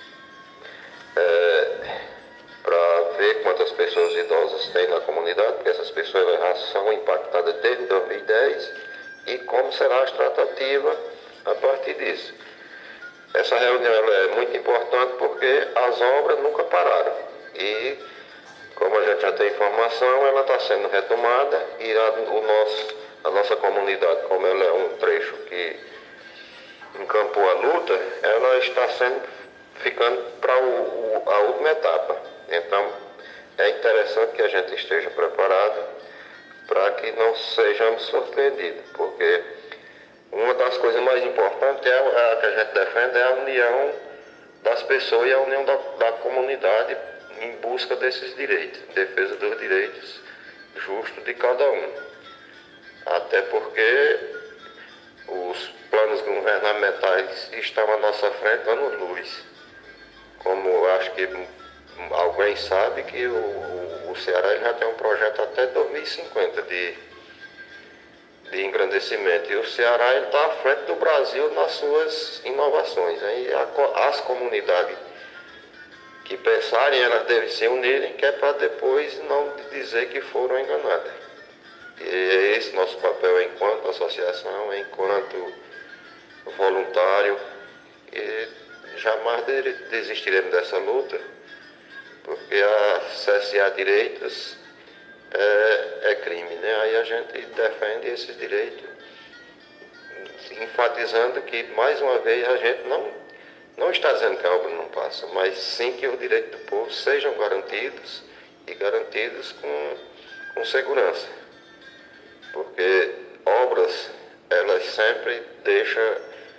para ver quantas pessoas idosas tem na comunidade, porque essas pessoas já são impactadas desde 2010 e como será a tratativa a partir disso. Essa reunião ela é muito importante porque as obras nunca pararam e, como a gente já tem informação, ela está sendo retomada e a nossa comunidade, como ela é um trecho que encampou a luta, ela está ficando para a última etapa. Então, é interessante que a gente esteja preparado para que não sejamos surpreendidos, porque uma das coisas mais importantes a que a gente defende é a união das pessoas e a união da comunidade em busca desses direitos, em defesa dos direitos justos de cada um. Até porque os planos governamentais estão à nossa frente anos-luz. Como acho que alguém sabe que o Ceará já tem um projeto até 2050 de engrandecimento. E o Ceará está à frente do Brasil nas suas inovações. Aí as comunidades que pensarem, elas devem se unirem, que é para depois não dizer que foram enganadas. E é esse nosso papel enquanto associação, enquanto voluntário. E jamais desistiremos dessa luta, porque a cessear direitos é crime, né? Aí a gente defende esses direitos, enfatizando que, mais uma vez, a gente não está dizendo que a obra não passa, mas sim que os direitos do povo sejam garantidos e garantidos com segurança. Porque obras, elas sempre deixam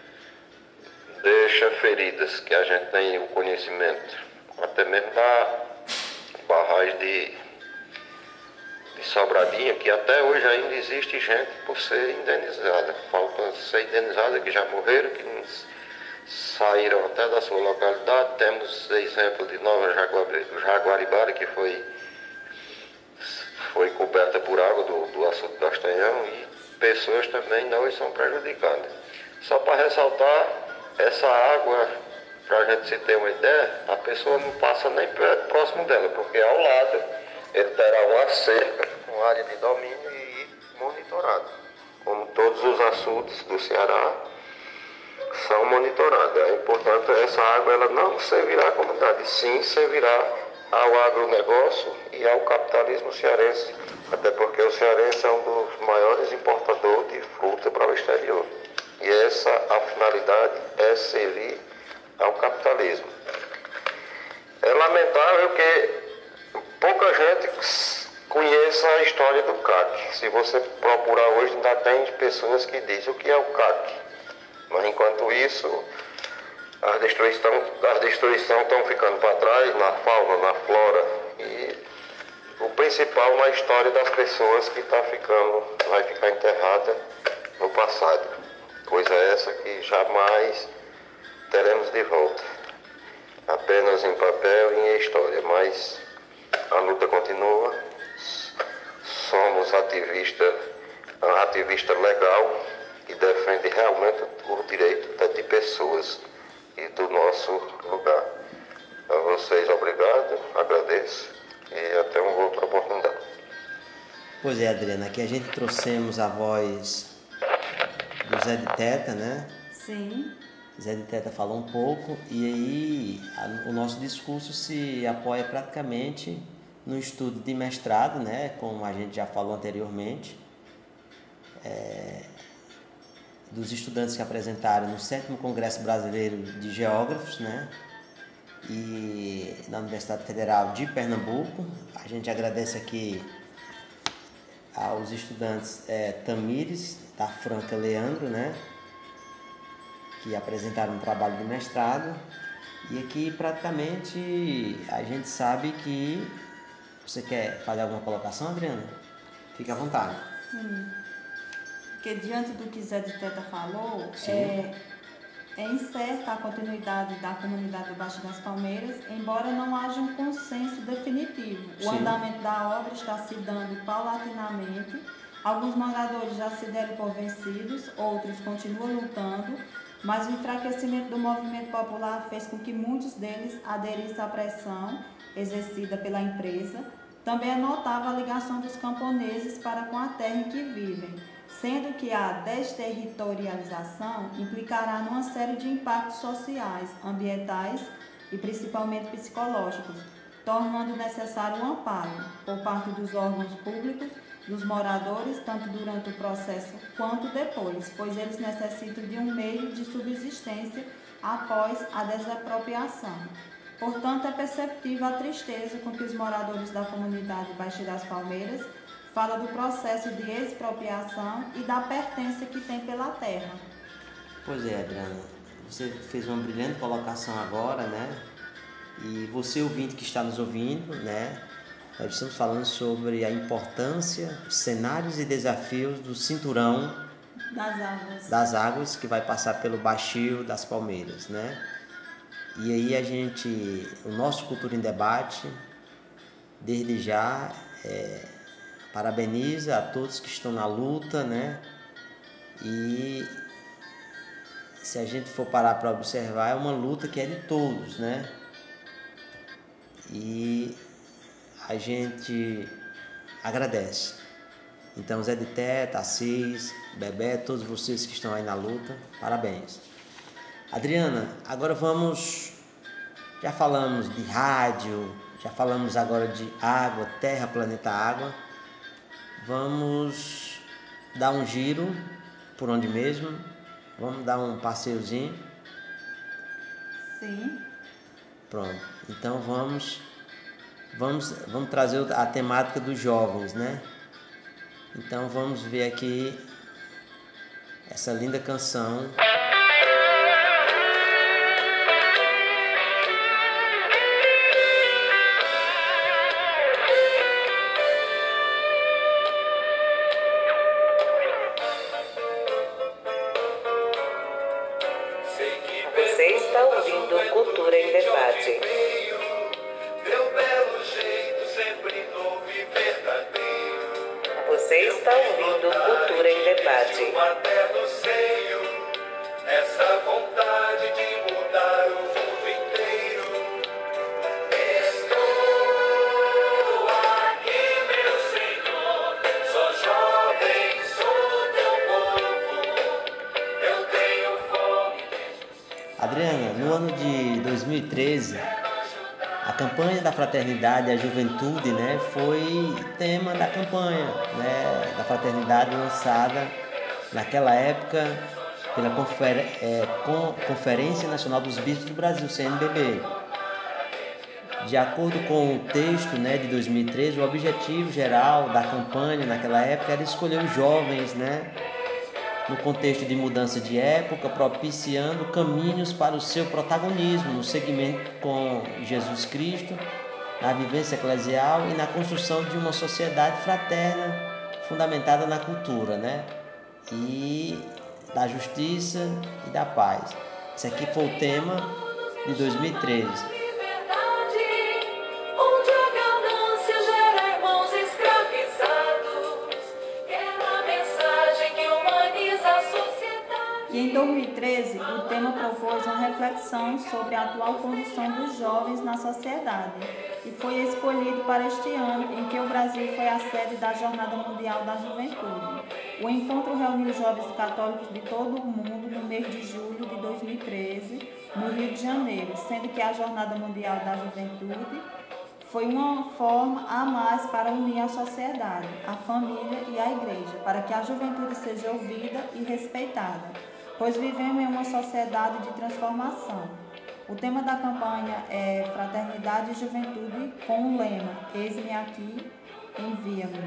feridas, que a gente tem o conhecimento, até mesmo da barragem de Sobradinho, que até hoje ainda existe gente por ser indenizada, falta ser indenizada, que já morreram, que saíram até da sua localidade. Temos exemplo de Nova Jaguaribara, que foi coberta por água do açude Castanhão, e pessoas também não são prejudicadas. Só para ressaltar, essa água, para a gente se ter uma ideia, a pessoa não passa nem próximo dela, porque ao lado ele terá uma cerca com área de domínio e monitorado. Como todos os açudes do Ceará são monitorados. E, portanto, essa água ela não servirá à comunidade, sim servirá ao agronegócio e ao capitalismo cearense, até porque o cearense é um dos maiores importadores de fruta para o exterior. E essa, a finalidade é servir ao capitalismo. É lamentável que pouca gente conheça a história do CAC. Se você procurar hoje, ainda tem pessoas que dizem o que é o CAC. Mas enquanto isso, as destruições estão ficando para trás, na fauna, na flora. E o principal na história das pessoas que vai ficar enterrada no passado. Coisa essa que jamais teremos de volta. Apenas em papel e em história, mas a luta continua. Somos ativista legal que defende realmente o direito de pessoas e do nosso lugar. A vocês, obrigado, agradeço e até uma outra oportunidade. Pois é, Adriana, aqui a gente trouxemos a voz do Zé de Teta, né? Sim. Zé de Teta falou um pouco e aí o nosso discurso se apoia praticamente no estudo de mestrado, né? Como a gente já falou anteriormente, dos estudantes que apresentaram no 7º Congresso Brasileiro de Geógrafos, né? E na Universidade Federal de Pernambuco. A gente agradece aqui aos estudantes Tamires, da Franca Leandro, né? Que apresentaram um trabalho de mestrado. E aqui praticamente a gente sabe que... Você quer fazer alguma colocação, Adriana? Fique à vontade. porque diante do que Zé de Teta falou, Sim. é incerta a continuidade da comunidade do Baixo das Palmeiras, embora não haja um consenso definitivo. O Sim. andamento da obra está se dando paulatinamente. Alguns moradores já se deram por vencidos, outros continuam lutando, mas o enfraquecimento do movimento popular fez com que muitos deles aderissem à pressão exercida pela empresa. Também é notável a ligação dos camponeses para com a terra em que vivem, sendo que a desterritorialização implicará numa série de impactos sociais, ambientais e principalmente psicológicos, tornando necessário um amparo por parte dos órgãos públicos, dos moradores, tanto durante o processo quanto depois, pois eles necessitam de um meio de subsistência após a desapropriação. Portanto, é perceptível a tristeza com que os moradores da comunidade Baixo das Palmeiras fala do processo de expropriação e da pertença que tem pela terra. Pois é, Adriana, você fez uma brilhante colocação agora, né? E você, ouvinte que está nos ouvindo, né? Nós estamos falando sobre a importância, cenários e desafios do cinturão das águas que vai passar pelo Baixio das Palmeiras, né? E aí o nosso Cultura em Debate, desde já, parabeniza a todos que estão na luta, né? E se a gente for parar para observar, é uma luta que é de todos, né? E a gente agradece. Então, Zé de Teta, Assis, Bebé, todos vocês que estão aí na luta, parabéns. Adriana, agora já falamos de rádio, já falamos agora de água, terra, planeta água. Vamos dar um giro por onde mesmo? Vamos dar um passeiozinho? Sim. Pronto. Então vamos trazer a temática dos jovens, né? Então vamos ver aqui essa linda canção. Você está ouvindo Cultura em Debate. Você está ouvindo Cultura em Debate. Essa vontade de mudar o mundo inteiro. Estou aqui, meu Senhor. Sou jovem, sou teu povo. Eu tenho fome. Adriana, no ano de 2013, a campanha da fraternidade e a juventude, né, foi tema da campanha, né, da fraternidade lançada naquela época pela Conferência Nacional dos Bispos do Brasil, CNBB. De acordo com o texto, né, de 2013, o objetivo geral da campanha naquela época era escolher os jovens, né, no contexto de mudança de época, propiciando caminhos para o seu protagonismo no segmento com Jesus Cristo, na vivência eclesial e na construção de uma sociedade fraterna fundamentada na cultura, né? E da justiça e da paz. Esse aqui foi o tema de 2013. E em 2013, o tema propôs uma reflexão sobre a atual condição dos jovens na sociedade e foi escolhido para este ano em que o Brasil foi a sede da Jornada Mundial da Juventude. O encontro reuniu jovens católicos de todo o mundo no mês de julho de 2013, no Rio de Janeiro, sendo que a Jornada Mundial da Juventude foi uma forma a mais para unir a sociedade, a família e a igreja, para que a juventude seja ouvida e respeitada, pois vivemos em uma sociedade de transformação. O tema da campanha é Fraternidade e Juventude, com o lema Eis-me aqui, envia-me.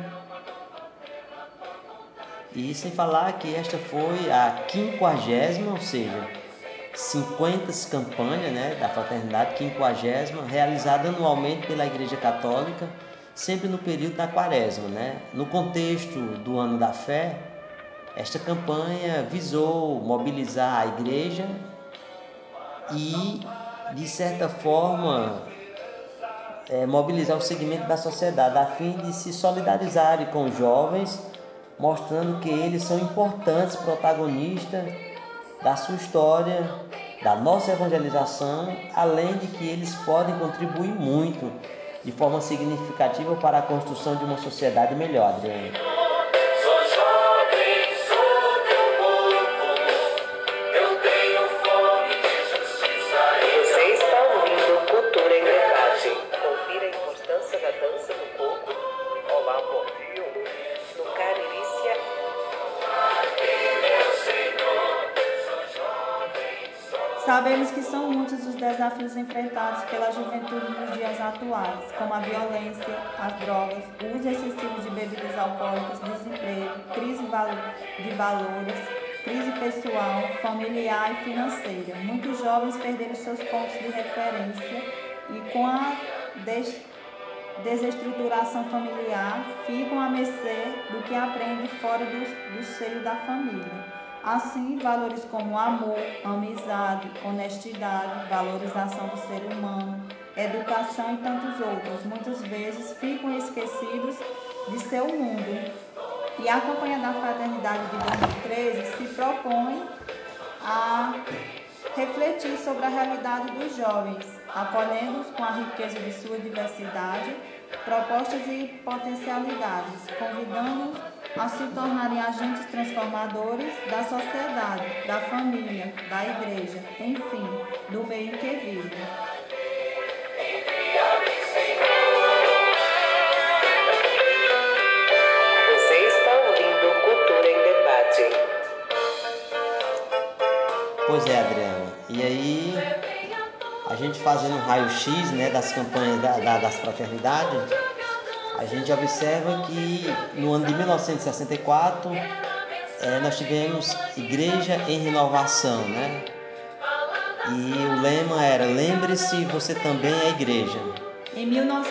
E sem falar que esta foi a 50ª, ou seja, 50 campanha, né, da Fraternidade, 50ª, realizada anualmente pela Igreja Católica, sempre no período da Quaresma, né? No contexto do Ano da Fé, Esta campanha visou mobilizar a igreja e, de certa forma, mobilizar o segmento da sociedade a fim de se solidarizarem com os jovens, mostrando que eles são importantes protagonistas da sua história, da nossa evangelização, além de que eles podem contribuir muito de forma significativa para a construção de uma sociedade melhor, Adriana. Sou jovem, sou teu povo, eu tenho fome de justiça. Você está ouvindo Cultura em Debate. Confira a importância da dança do coco. Olá, bom dia, ouvintes. No Carirícia. Sabemos que são muitos os desafios enfrentados pela juventude nos dias atuais, como a violência, as drogas, o uso excessivo de bebidas alcoólicas, desemprego, crise de valores, crise pessoal, familiar e financeira. Muitos jovens perderam seus pontos de referência e, com a desestruturação familiar, ficam à mercê do que aprendem fora do seio da família. Assim, valores como amor, amizade, honestidade, valorização do ser humano, educação e tantos outros, muitas vezes ficam esquecidos de seu mundo. E a campanha da Fraternidade de 2013 se propõe a refletir sobre a realidade dos jovens, acolhendo-os com a riqueza de sua diversidade, propostas e potencialidades, convidando-os a se tornarem agentes transformadores da sociedade, da família, da igreja, enfim, do meio em que vivem. Você está ouvindo Cultura em Debate. Pois é, Adriana. E aí, a gente fazendo um raio-x, né, das campanhas das fraternidades, a gente observa que no ano de 1964 nós tivemos Igreja em Renovação, né? E o lema era: lembre-se, você também é igreja. Em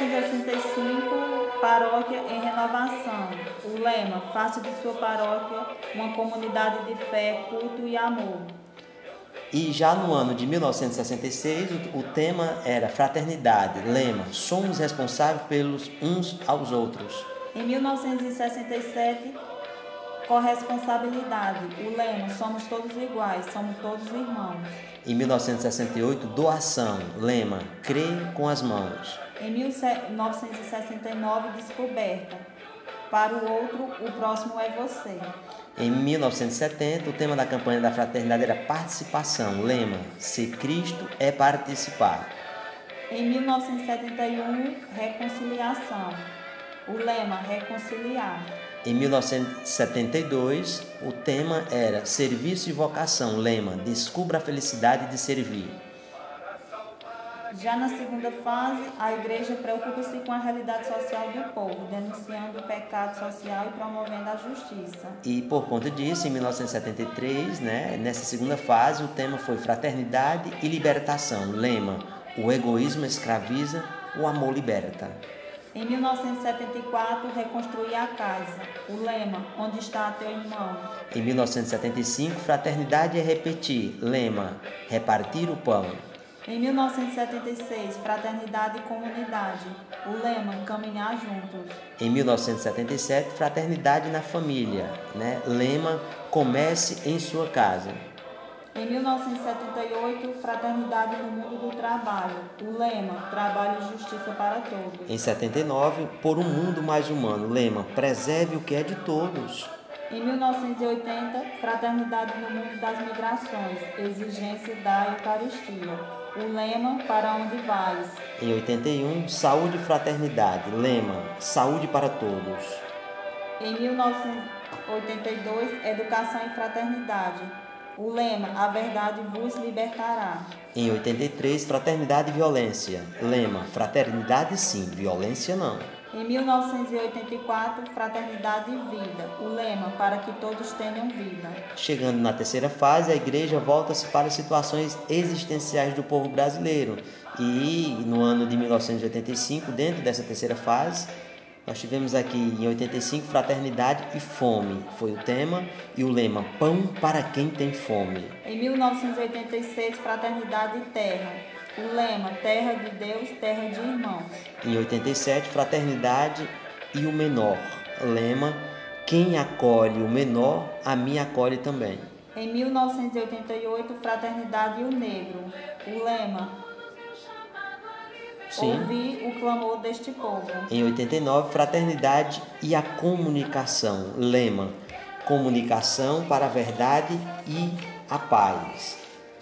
1965, Paróquia em Renovação. O lema: faça de sua paróquia uma comunidade de fé, culto e amor. E já no ano de 1966, o tema era Fraternidade. Lema: somos responsáveis pelos uns aos outros. Em 1967, Corresponsabilidade. O lema: somos todos iguais, somos todos irmãos. Em 1968, Doação. Lema: crer com as mãos. Em 1969, Descoberta. Para o outro, o próximo é você. Em 1970, o tema da campanha da fraternidade era participação. Lema: ser Cristo é participar. Em 1971, reconciliação. O lema: reconciliar. Em 1972, o tema era serviço e vocação. Lema: descubra a felicidade de servir. Já na segunda fase, a igreja preocupa-se com a realidade social do povo, denunciando o pecado social e promovendo a justiça. E por conta disso, em 1973, nessa segunda fase, o tema foi fraternidade e libertação. Lema: o egoísmo escraviza, o amor liberta. Em 1974, reconstruir a casa. O lema: onde está teu irmão? Em 1975, fraternidade é repetir. Lema: repartir o pão. Em 1976, fraternidade e comunidade. O lema: caminhar juntos. Em 1977, fraternidade na família. Lema: comece em sua casa. Em 1978, fraternidade no mundo do trabalho. O lema: trabalho e justiça para todos. Em 79, por um mundo mais humano. Lema: preserve o que é de todos. Em 1980, fraternidade no mundo das migrações. Exigência da Eucaristia. O lema: para onde vais? Em 81, saúde e fraternidade. Lema: saúde para todos. Em 1982, educação e fraternidade. O lema: a verdade vos libertará. Em 83, fraternidade e violência. Lema: fraternidade sim, violência não. Em 1984, fraternidade e vida. O lema: para que todos tenham vida. Chegando na terceira fase, a igreja volta-se para as situações existenciais do povo brasileiro. E no ano de 1985, dentro dessa terceira fase, Nós tivemos aqui em 85 Fraternidade e Fome, foi o tema, e o lema Pão para quem tem fome. Em 1986, Fraternidade e Terra, o lema Terra de Deus, Terra de Irmãos. Em 87 Fraternidade e o Menor, lema Quem acolhe o menor, a mim acolhe também. Em 1988, Fraternidade e o Negro, o lema Ouvir o clamor deste povo. Em 89, Fraternidade e a Comunicação, lema Comunicação para a Verdade e a Paz.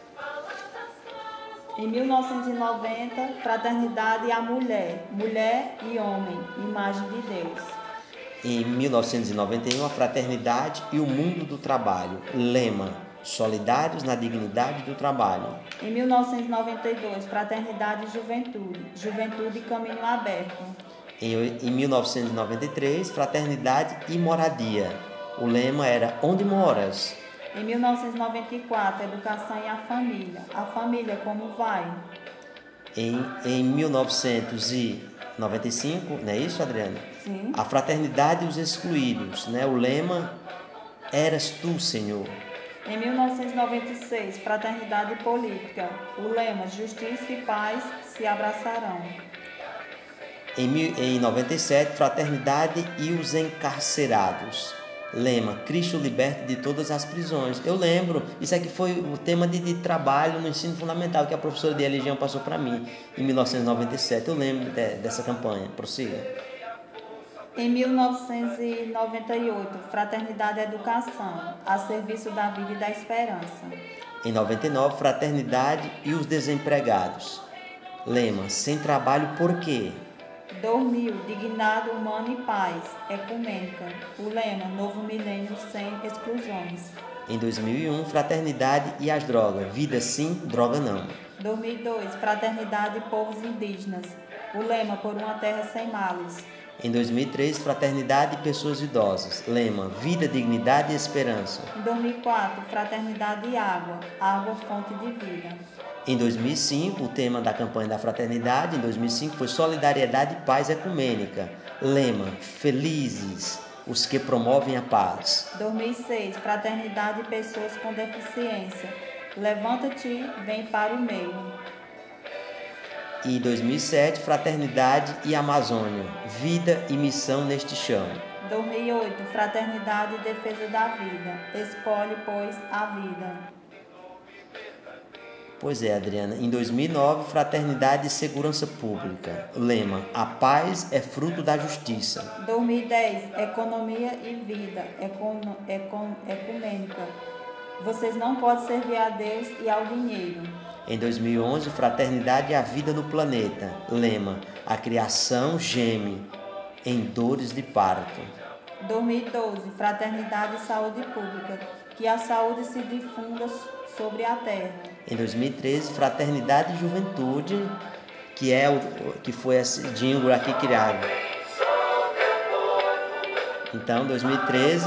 Em 1990, Fraternidade e a Mulher, Mulher e Homem, Imagem de Deus. Em 1991, a Fraternidade e o Mundo do Trabalho, lema Solidários na Dignidade do Trabalho. Em 1992, Fraternidade e Juventude, Juventude e Caminho Aberto. Em 1993, Fraternidade e Moradia, o lema era Onde Moras? Em 1994, Educação e a família como vai? Em 1995, não é isso, Adriana? Sim. A Fraternidade e os Excluídos, né? O lema Eras Tu, Senhor. Em 1996, Fraternidade e Política, o lema Justiça e Paz se abraçarão. Em 97, Fraternidade e os Encarcerados, lema Cristo liberta de todas as prisões. Eu lembro, isso aqui foi o tema de trabalho no ensino fundamental que a professora de religião passou para mim em 1997. Eu lembro dessa campanha. Prossiga. Em 1998, Fraternidade e Educação, a serviço da vida e da esperança. Em 99, Fraternidade e os Desempregados, lema Sem trabalho por quê? 2000, Dignidade Humana e Paz, Ecumênica, o lema Novo Milênio sem exclusões. Em 2001, Fraternidade e as drogas, vida sim, droga não. 2002, Fraternidade e Povos Indígenas, o lema Por uma Terra Sem Males. Em 2003, Fraternidade e Pessoas Idosas, lema Vida, Dignidade e Esperança. Em 2004, Fraternidade e Água, Água Fonte de Vida. Em 2005, o tema da campanha da Fraternidade, em 2005, foi Solidariedade e Paz Ecumênica, lema Felizes os que promovem a paz. 2006, Fraternidade e Pessoas com Deficiência, Levanta-te, vem para o meio. E 2007, Fraternidade e Amazônia, Vida e Missão neste chão. 2008, Fraternidade e Defesa da Vida, Escolhe, pois, a vida. Pois é, Adriana. Em 2009, Fraternidade e Segurança Pública, lema A paz é fruto da justiça. 2010, Economia e Vida, Ecumênica. Vocês não podem servir a Deus e ao dinheiro. Em 2011, Fraternidade e a Vida no Planeta, lema A criação geme em dores de parto. 2012, Fraternidade e Saúde Pública, que a saúde se difunda sobre a terra. Em 2013, Fraternidade e Juventude, que foi esse jingle aqui criado. Então, 2013,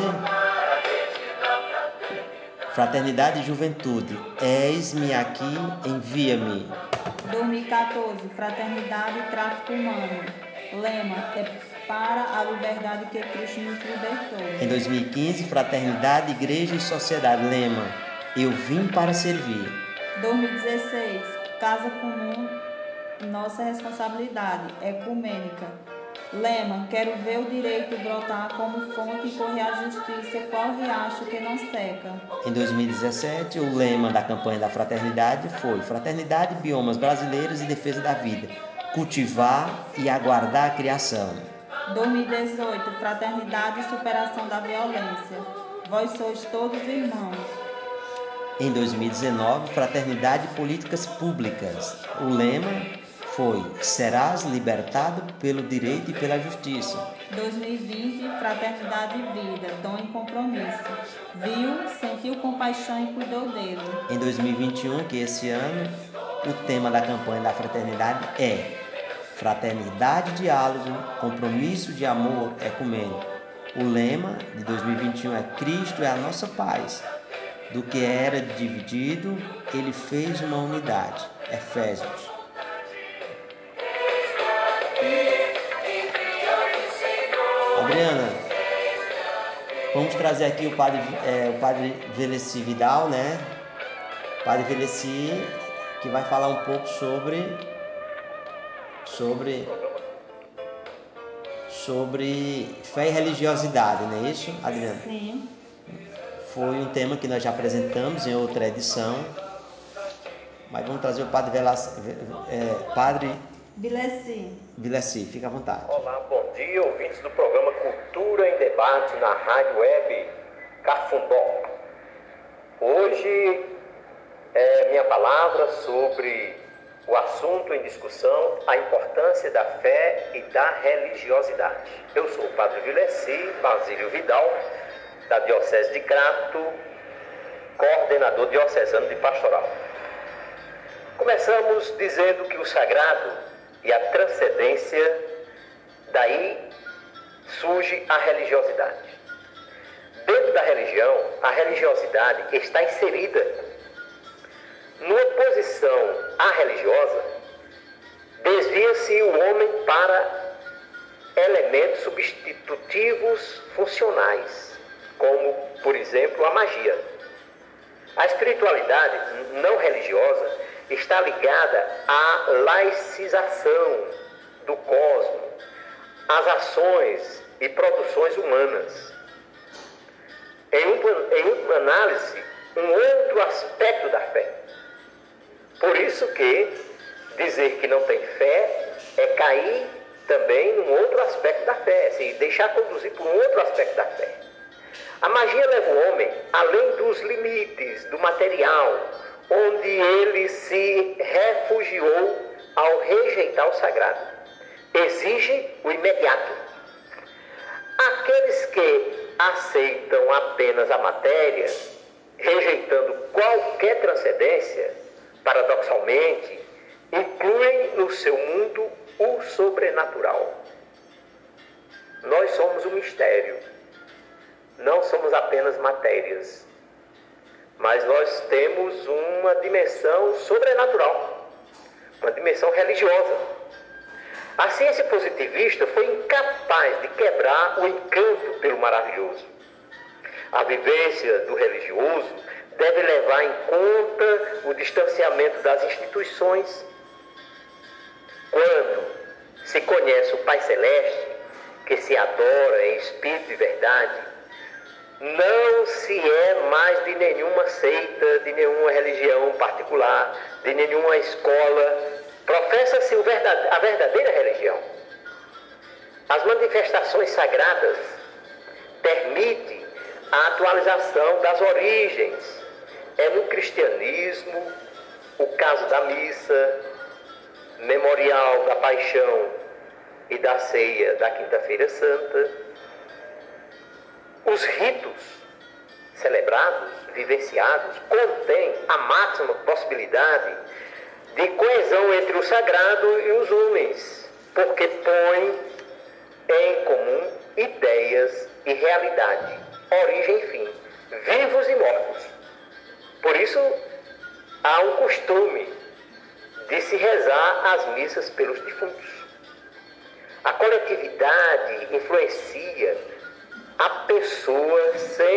Fraternidade e Juventude, eis-me aqui, envia-me. 2014, Fraternidade e Tráfico Humano, lema é para a liberdade que Cristo nos libertou. Em 2015, Fraternidade, Igreja e Sociedade, lema eu vim para servir. 2016, Casa Comum, nossa responsabilidade, Ecumênica, lema quero ver o direito brotar como fonte e correr a justiça qual riacho que não seca. Em 2017, o lema da campanha da Fraternidade foi Fraternidade, Biomas Brasileiros e Defesa da Vida, cultivar e aguardar a criação. 2018, Fraternidade e Superação da Violência, vós sois todos irmãos. Em 2019, Fraternidade e Políticas Públicas, o lema foi serás libertado pelo direito e pela justiça. 2020, Fraternidade e Vida, dom e compromisso. Viu, sentiu compaixão e cuidou dele. Em 2021, que esse ano, o tema da campanha da Fraternidade é Fraternidade, Diálogo, Compromisso de Amor Ecumênico. O lema de 2021 é Cristo é a nossa paz. Do que era dividido, ele fez uma unidade. Efésios. vamos trazer aqui o padre Veleci Vidal, né? Padre Veleci, que vai falar um pouco sobre fé e religiosidade, não é isso, Adriana? Sim. Foi um tema que nós já apresentamos em outra edição, mas vamos trazer o padre Vileci, fica à vontade. Olá, bom dia, ouvintes do programa Cultura em Debate na Rádio Web Cafundó. Hoje minha palavra sobre o assunto em discussão, a importância da fé e da religiosidade. Eu sou o padre Vileci Basílio Vidal, da Diocese de Crato, coordenador diocesano de pastoral. Começamos dizendo que o sagrado e a transcendência, daí surge a religiosidade. Dentro da religião, a religiosidade está inserida. Numa oposição à religiosa, desvia-se o homem para elementos substitutivos funcionais, como, por exemplo, a magia. A espiritualidade não religiosa está ligada à laicização do cosmos, às ações e produções humanas. Em última análise, um outro aspecto da fé. Por isso que dizer que não tem fé é cair também num outro aspecto da fé, se deixar conduzir por um outro aspecto da fé. A magia leva o homem além dos limites do material, onde ele se refugiou ao rejeitar o sagrado. Exige o imediato. Aqueles que aceitam apenas a matéria, rejeitando qualquer transcendência, paradoxalmente, incluem no seu mundo o sobrenatural. Nós somos um mistério. Não somos apenas matérias, mas nós temos uma dimensão sobrenatural, uma dimensão religiosa. A ciência positivista foi incapaz de quebrar o encanto pelo maravilhoso. A vivência do religioso deve levar em conta o distanciamento das instituições. Quando se conhece o Pai Celeste, que se adora em espírito e verdade, não se é mais de nenhuma seita, de nenhuma religião particular, de nenhuma escola. Professa-se a verdadeira religião. As manifestações sagradas permitem a atualização das origens. É no cristianismo o caso da missa, memorial da paixão e da ceia da Quinta-feira Santa. Os ritos celebrados, vivenciados, contêm a máxima possibilidade de coesão entre o sagrado e os homens, porque põem em comum ideias e realidade, origem e fim, vivos e mortos. Por isso, há um costume de se rezar as missas pelos defuntos. A coletividade influencia a pessoa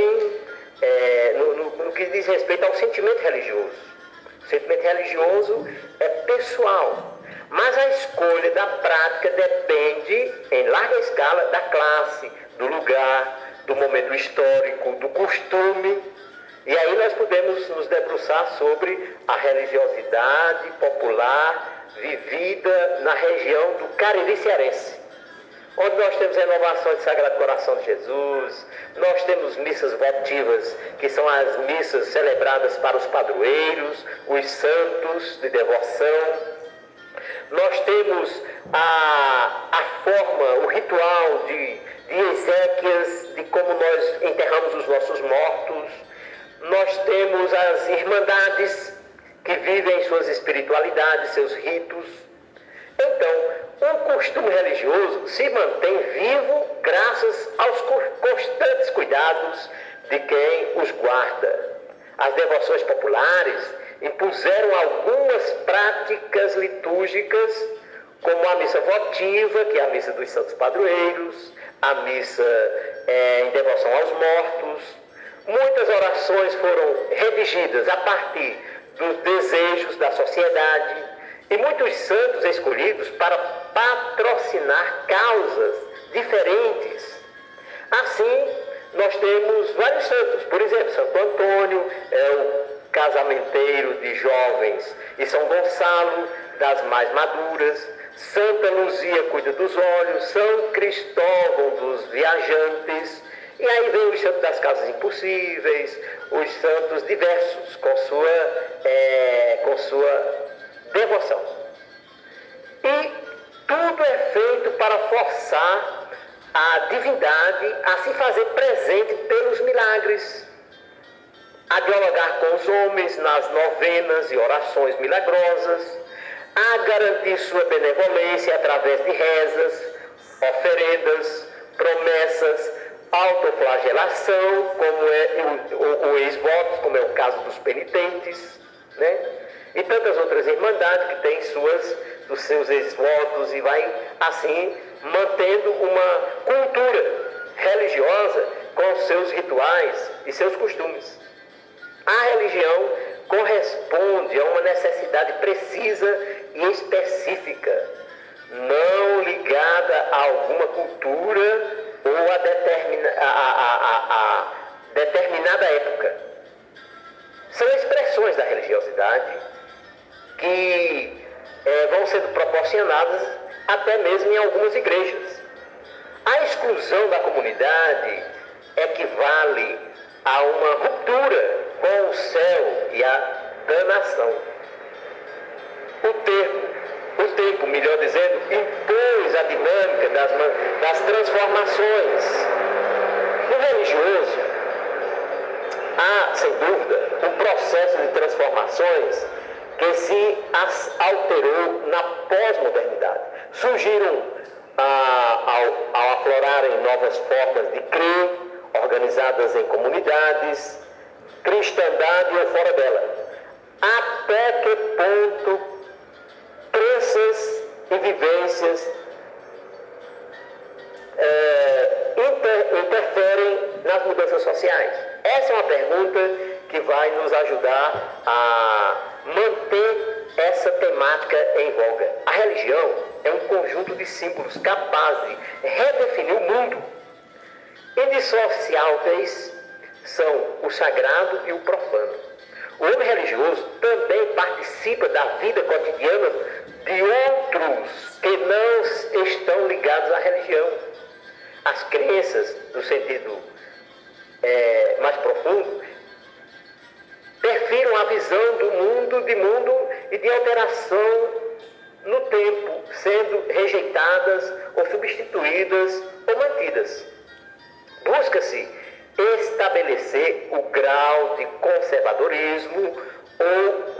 no que diz respeito ao sentimento religioso. O sentimento religioso é pessoal, mas a escolha da prática depende, em larga escala, da classe, do lugar, do momento histórico, do costume. E aí nós podemos nos debruçar sobre a religiosidade popular vivida na região do Cariri cearense, onde nós temos renovações de Sagrado Coração de Jesus, nós temos missas votivas, que são as missas celebradas para os padroeiros, os santos de devoção. Nós temos a forma, o ritual de exéquias, de como nós enterramos os nossos mortos. Nós temos as irmandades que vivem suas espiritualidades, seus ritos. Então, um costume religioso se mantém vivo graças aos constantes cuidados de quem os guarda. As devoções populares impuseram algumas práticas litúrgicas como a missa votiva, que é a missa dos santos padroeiros, a missa em devoção aos mortos. Muitas orações foram redigidas a partir dos desejos da sociedade e muitos santos escolhidos para patrocinar causas diferentes. Assim, nós temos vários santos. Por exemplo, Santo Antônio é o casamenteiro de jovens e São Gonçalo das mais maduras. Santa Luzia cuida dos olhos, São Cristóvão dos viajantes. E aí vem os santos das casas impossíveis, os santos diversos com sua devoção. E tudo é feito para forçar a divindade a se fazer presente pelos milagres, a dialogar com os homens nas novenas e orações milagrosas, a garantir sua benevolência através de rezas, oferendas, promessas, autoflagelação, como é o ex-votos, como é o caso dos penitentes, né? E tantas outras irmandades que têm dos seus ex-votos e vai assim mantendo uma cultura religiosa com seus rituais e seus costumes. A religião corresponde a uma necessidade precisa e específica, não ligada a alguma cultura ou a determinada época. São expressões da religiosidade que vão sendo proporcionadas até mesmo em algumas igrejas. A exclusão da comunidade equivale a uma ruptura com o céu e a danação. O tempo, melhor dizendo, impôs a dinâmica das transformações. No religioso, há, sem dúvida, um processo de transformações que se alterou na pós-modernidade. Surgiram, ao aflorarem novas formas de crer, organizadas em comunidades, cristandade ou fora dela. Até que ponto crenças e vivências interferem nas mudanças sociais? Essa é uma pergunta que vai nos ajudar a manter essa temática em voga. A religião é um conjunto de símbolos capazes de redefinir o mundo. Indissociáveis são o sagrado e o profano. O homem religioso também participa da vida cotidiana de outros que não estão ligados à religião. As crenças, no sentido mais profundo, perfiram a visão do mundo e de alteração no tempo, sendo rejeitadas ou substituídas ou mantidas. Busca-se estabelecer o grau de conservadorismo ou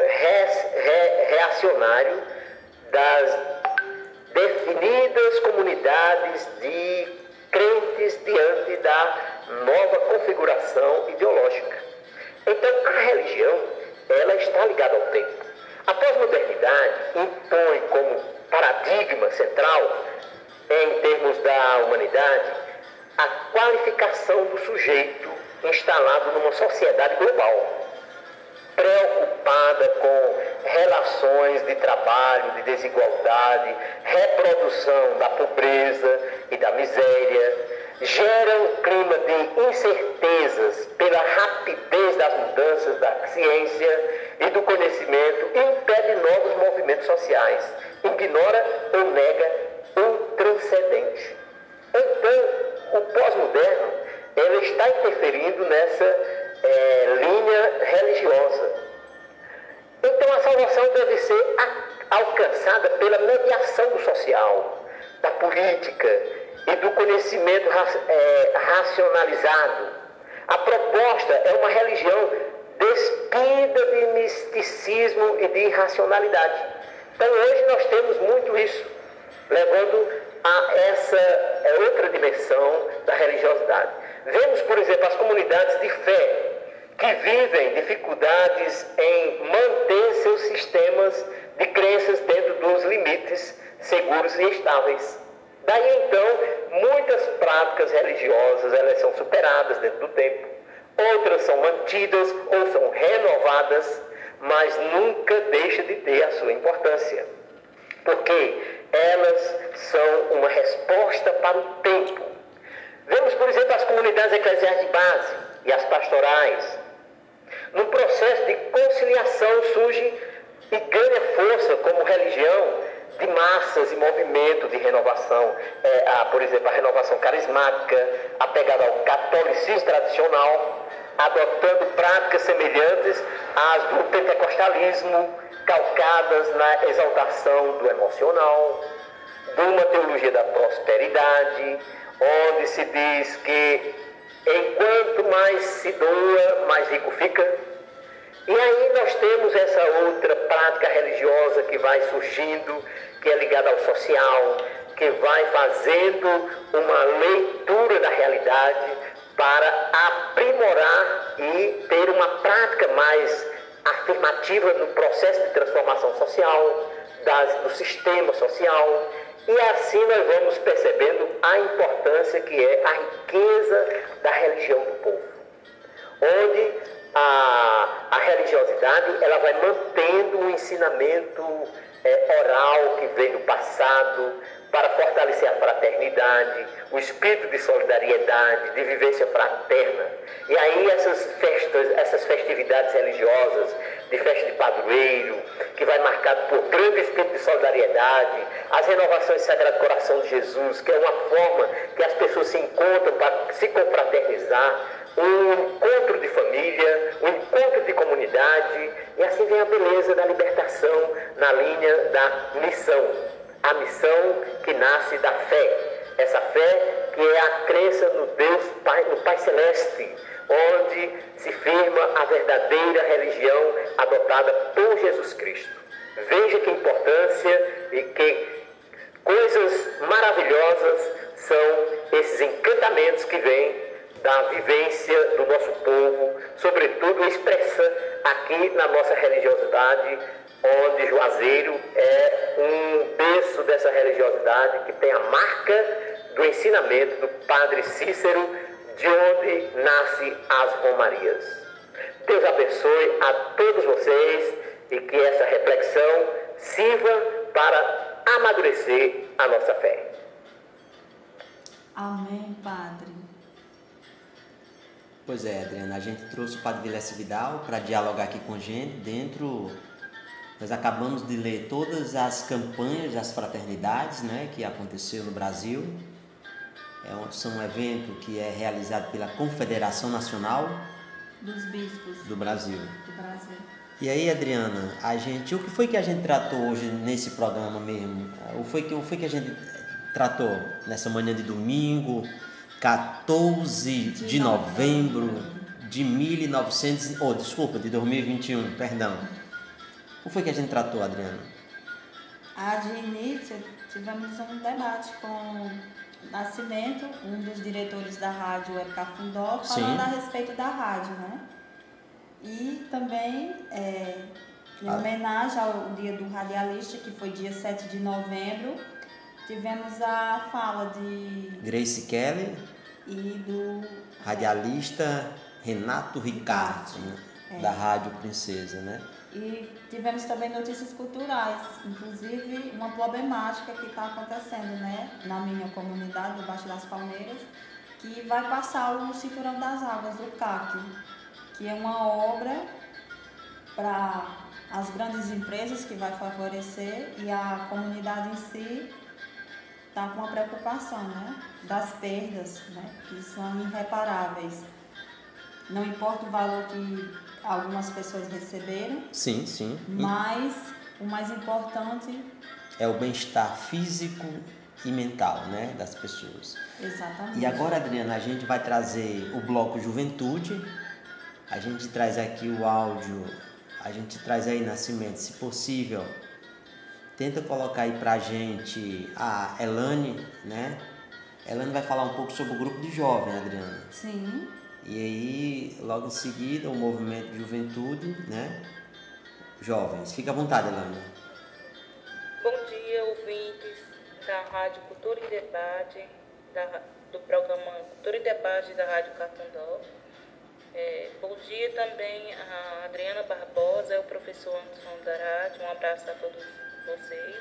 reacionário das definidas comunidades de crentes diante da nova configuração ideológica. Então, a religião, ela está ligada ao tempo. A pós-modernidade impõe como paradigma central, em termos da humanidade, a qualificação do sujeito instalado numa sociedade global, preocupada com relações de trabalho, de desigualdade, reprodução da pobreza e da miséria, gera um clima de incertezas pela rapidez das mudanças da ciência e do conhecimento e impede novos movimentos sociais, ignora ou nega o transcendente. Então, o pós-moderno, ele está interferindo nessa linha religiosa. Então, a salvação deve ser alcançada pela mediação do social, da política e do conhecimento racionalizado. A proposta é uma religião despida de misticismo e de irracionalidade. Então, hoje nós temos muito isso, levando a essa outra dimensão da religiosidade. Vemos, por exemplo, as comunidades de fé que vivem dificuldades em manter seus sistemas de crenças dentro dos limites seguros e estáveis. Daí então, muitas práticas religiosas elas são superadas dentro do tempo, outras são mantidas ou são renovadas, mas nunca deixa de ter a sua importância, porque elas são uma resposta para o tempo. Vemos, por exemplo, as comunidades eclesiais de base e as pastorais. No processo de conciliação surge e ganha força como religião de massas e movimento de renovação. Por exemplo, a renovação carismática, apegada ao catolicismo tradicional, adotando práticas semelhantes às do pentecostalismo, calcadas na exaltação do emocional, de uma teologia da prosperidade, onde se diz que enquanto mais se doa, mais rico fica. E aí nós temos essa outra prática religiosa que vai surgindo, que é ligada ao social, que vai fazendo uma leitura da realidade para aprimorar e ter uma prática mais afirmativa no processo de transformação social, do sistema social. E assim nós vamos percebendo a importância que é a riqueza da religião do povo, onde a religiosidade ela vai mantendo o ensinamento oral que vem do passado para fortalecer a fraternidade, o espírito de solidariedade, de vivência fraterna. E aí essas festas, essas festividades religiosas, de festa de padroeiro, que vai marcado por grande espírito de solidariedade, as renovações do Sagrado Coração de Jesus, que é uma forma que as pessoas se encontram para se confraternizar, um encontro de família, um encontro de comunidade, e assim vem a beleza da libertação na linha da missão. A missão que nasce da fé. Essa fé que é a crença no Deus Pai, no Pai Celeste, onde se firma a verdadeira religião adotada por Jesus Cristo. Veja que importância e que coisas maravilhosas são esses encantamentos que vêm da vivência do nosso povo, sobretudo expressa aqui na nossa religiosidade, onde Juazeiro é um berço dessa religiosidade que tem a marca do ensinamento do Padre Cícero, de onde nasce as romarias. Deus abençoe a todos vocês e que essa reflexão sirva para amadurecer a nossa fé. Amém, Padre. Pois é, Adriana, a gente trouxe o Padre Vilécio Vidal para dialogar aqui com a gente Nós acabamos de ler todas as campanhas das fraternidades, né, que aconteceu no Brasil. São um evento que é realizado pela Confederação Nacional dos Bispos do Brasil. E aí, Adriana, o que foi que a gente tratou hoje nesse programa mesmo? O que foi que a gente tratou nessa manhã de domingo, 14 de novembro de 2021, perdão. O que foi que a gente tratou, Adriana? De início, tivemos um debate com Nascimento, um dos diretores da rádio Web Cafundó, falando a respeito da rádio, né? E também, em homenagem ao Dia do Radialista, que foi dia 7 de novembro, tivemos a fala de Grace Kelly e do radialista Renato Ricardo, da Rádio Princesa, né? E tivemos também notícias culturais, inclusive uma problemática que está acontecendo, né, na minha comunidade, do Baixo das Palmeiras, que vai passar o Cinturão das Águas, o CAC, que é uma obra para as grandes empresas que vai favorecer, e a comunidade em si está com uma preocupação, né, das perdas, né, que são irreparáveis. Não importa o valor que algumas pessoas receberam. Sim. Mas o mais importante é o bem-estar físico e mental, né, das pessoas. Exatamente. E agora, Adriana, a gente vai trazer o bloco Juventude. A gente traz aqui o áudio, a gente traz aí, Nascimento, se possível, tenta colocar aí pra gente a Elane, né? Elane vai falar um pouco sobre o grupo de jovens, Adriana. Sim. E aí, logo em seguida, o movimento de juventude, né? Jovens. Fica à vontade, Elane. Bom dia, ouvintes da Rádio Cultura em Debate, do programa Cultura em Debate da Rádio Cafundó. Bom dia também a Adriana Barbosa, o professor Anderson Darati, um abraço a todos vocês.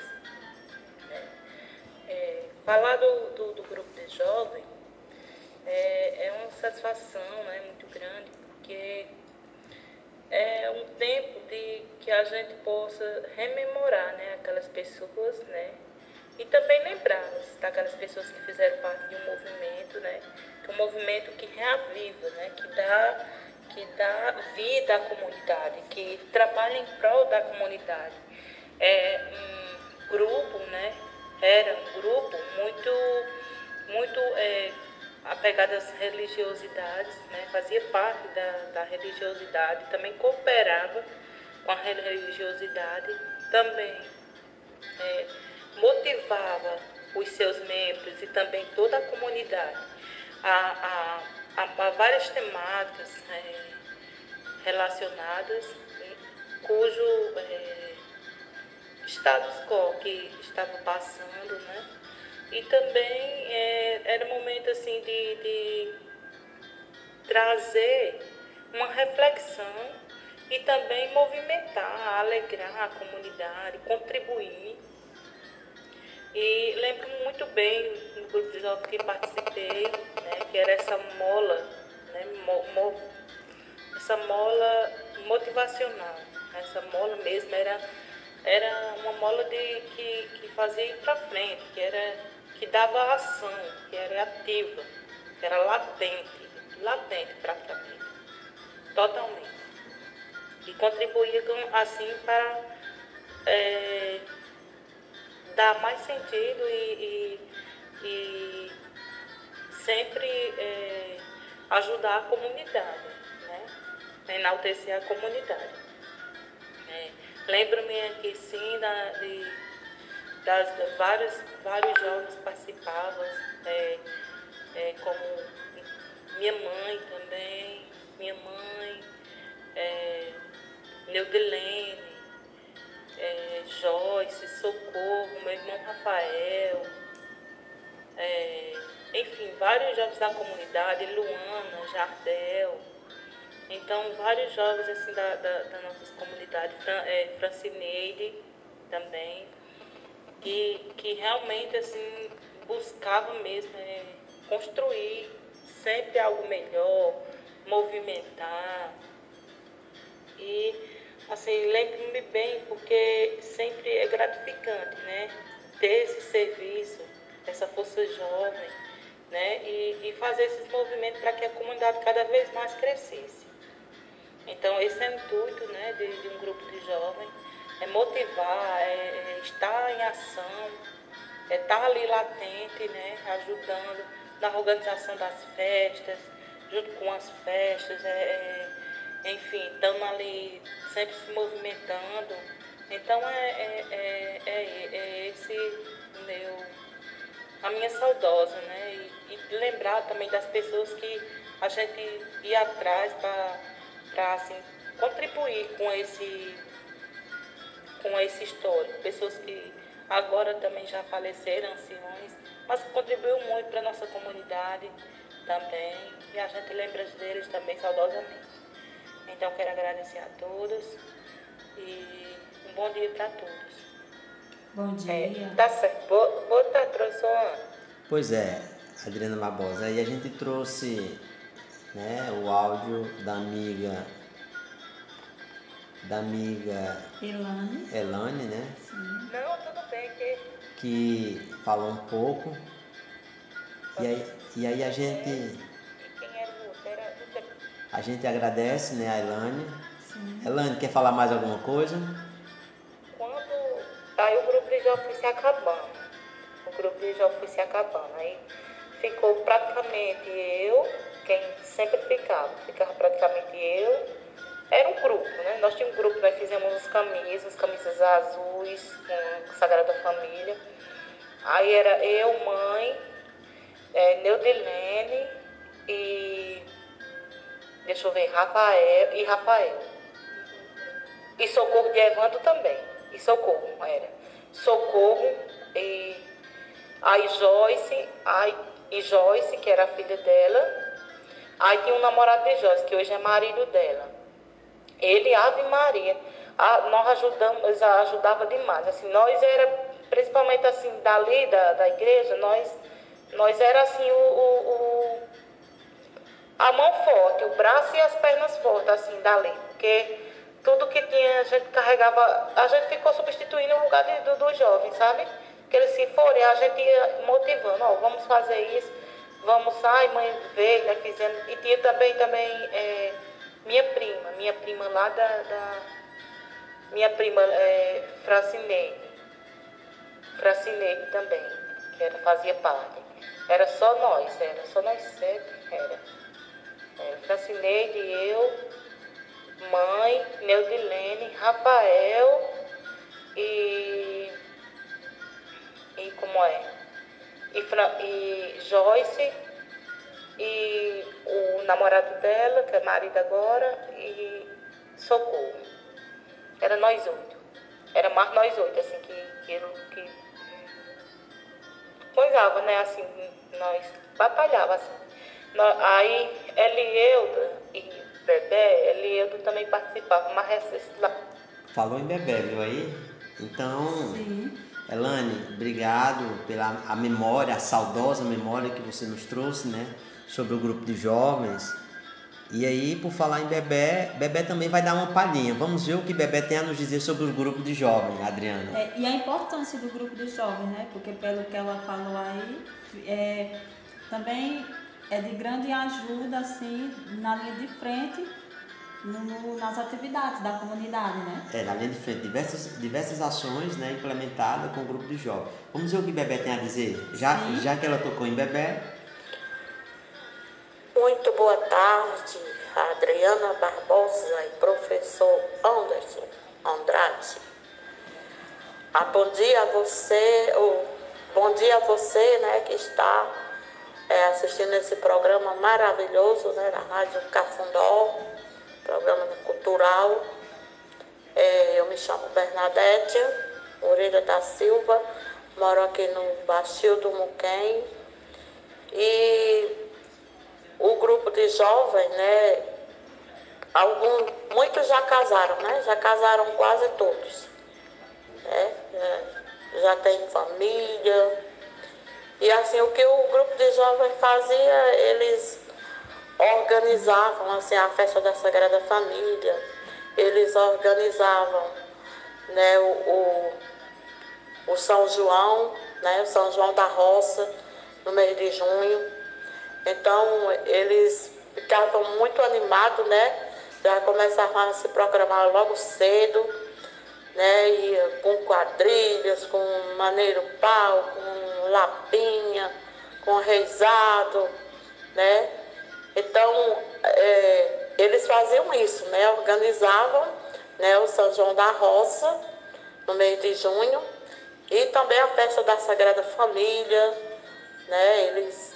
Falar do grupo de jovens é uma satisfação, né, muito grande, porque é um tempo de que a gente possa rememorar, né, aquelas pessoas, né, e também lembrarmos daquelas pessoas que fizeram parte de um movimento, né, que é um movimento que reaviva, né, que dá vida à comunidade, que trabalha em prol da comunidade. É um grupo, né, era um grupo muito apegado às religiosidades, né, fazia parte da religiosidade, também cooperava com a religiosidade, também motivava os seus membros e também toda a comunidade a várias temáticas relacionadas, cujo status quo que estava passando, né? E também era um momento assim de trazer uma reflexão e também movimentar, alegrar a comunidade, contribuir. E lembro muito bem no grupo de jovens que participei, né, que era essa mola, né, essa mola motivacional. Essa mola mesmo era uma mola que fazia ir para frente, que dava ação, que era ativa, que era latente praticamente, totalmente. E contribuía assim para dar mais sentido e sempre ajudar a comunidade, né? Enaltecer a comunidade. Lembro-me aqui sim das vários jovens participavam, como minha mãe também, Neudilene, Joyce, Socorro, meu irmão Rafael, enfim, vários jovens da comunidade, Luana, Jardel. Então, vários jovens assim, da nossa comunidade, Francineide também, que realmente assim, buscava mesmo construir sempre algo melhor, movimentar. E assim, lembro-me bem porque sempre é gratificante, né? Ter esse serviço, essa força jovem, né? E fazer esses movimentos para que a comunidade cada vez mais crescesse. Então, esse é o intuito, né, de um grupo de jovens, é motivar, estar em ação, estar ali latente, né, ajudando na organização das festas, junto com as festas, enfim, estamos ali sempre se movimentando. Então, esse a minha saudosa, né, e lembrar também das pessoas que a gente ia atrás para assim, contribuir com esse histórico. Pessoas que agora também já faleceram, anciões, mas que contribuíram muito para a nossa comunidade também. E a gente lembra deles também saudosamente. Então, quero agradecer a todos e um bom dia para todos. Bom dia. Tá certo. Boa tarde, professor. Pois é, Adriana Barbosa. Aí a gente trouxe, né, o áudio da amiga Elane, né? Sim. Não, tudo bem. Que falou um pouco. E aí a gente... E quem era o outro? A gente agradece, né, a Elane. Sim. Elane, quer falar mais alguma coisa? Aí o grupo de jovens foi se acabando. Aí ficou praticamente eu, quem sempre ficava praticamente eu. Era um grupo, né? Nós tínhamos um grupo, nós fizemos camisas azuis com Sagrada Família. Aí era eu, mãe, Neudilene e deixa eu ver, Rafael. E Socorro de Evandro também. E Socorro, era. Socorro e aí Joyce, que era a filha dela, aí tinha um namorado de Joyce, que hoje é marido dela. Ele, Ave Maria, nós ajudava demais. Assim, nós era, principalmente assim, dali da igreja, nós era assim a mão forte, o braço e as pernas fortes, assim, dali. Porque tudo que tinha, a gente carregava, a gente ficou substituindo o lugar dos jovens, sabe? Que eles se forem, a gente ia motivando, ó, vamos fazer isso, vamos, ai, mãe veio, né, fizemos. E tinha também minha prima lá minha prima Francineide também, fazia parte. Era só nós 7, Francineide, eu, mãe, Neudilene, Rafael e como é? E Joyce e o namorado dela, que é marido agora, e Socorro. Era nós 8. Era mais nós 8, assim, que coisava, né? Assim, nós batalhava, assim. Aí Elieuda e Bebé, Elieuda também participava, mas lá. Falou em Bebé, viu aí? Então, sim. Elane, obrigado pela a memória, a saudosa memória que você nos trouxe, né? Sobre o grupo de jovens. E aí, por falar em Bebé, Bebé também vai dar uma palhinha. Vamos ver o que Bebé tem a nos dizer sobre o grupo de jovens, Adriana. E a importância do grupo de jovens, né? Porque pelo que ela falou aí, também é de grande ajuda, assim, na linha de frente, nas atividades da comunidade, né? Na linha de frente, diversas ações, né, implementadas com o grupo de jovens. Vamos ver o que Bebé tem a dizer? Já que ela tocou em Bebé. Muito boa tarde, Adriana Barbosa e professor Anderson Andrade. Bom dia a você, né, que está assistindo esse programa maravilhoso, né, na Rádio Cafundó, programa cultural. Eu me chamo Bernadette Moreira da Silva, moro aqui no Baixio do Muquem e o grupo de jovens, né, muitos já casaram, né, já casaram quase todos, né, já tem família. E assim, o que o grupo de jovens fazia, eles organizavam assim, a festa da Sagrada Família, eles organizavam, né, o São João, né, o São João da Roça, no mês de junho. Então, eles ficavam muito animados, né, já começavam a se programar logo cedo, né, e com quadrilhas, com maneiro pau, com lapinha, com reizado, né. Então, eles faziam isso, né, organizavam, né, o São João da Roça, no mês de junho, e também a festa da Sagrada Família, né, eles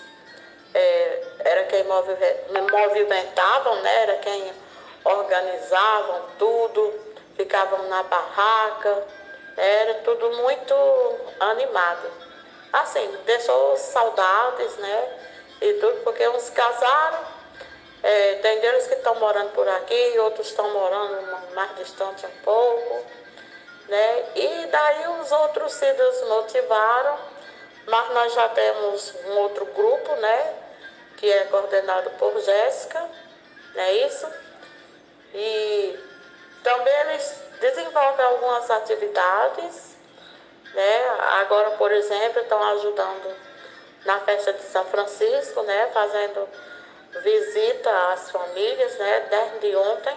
era quem movimentavam, né, era quem organizavam tudo, ficavam na barraca, era tudo muito animado. Assim, deixou saudades, né, e tudo, porque uns casaram, tem deles que estão morando por aqui, outros estão morando mais distante um pouco, né, e daí os outros se desmotivaram, mas nós já temos um outro grupo, né, que é coordenado por Jéssica, não é isso? E também eles desenvolvem algumas atividades, né? Agora, por exemplo, estão ajudando na festa de São Francisco, né? Fazendo visita às famílias, né? Desde ontem,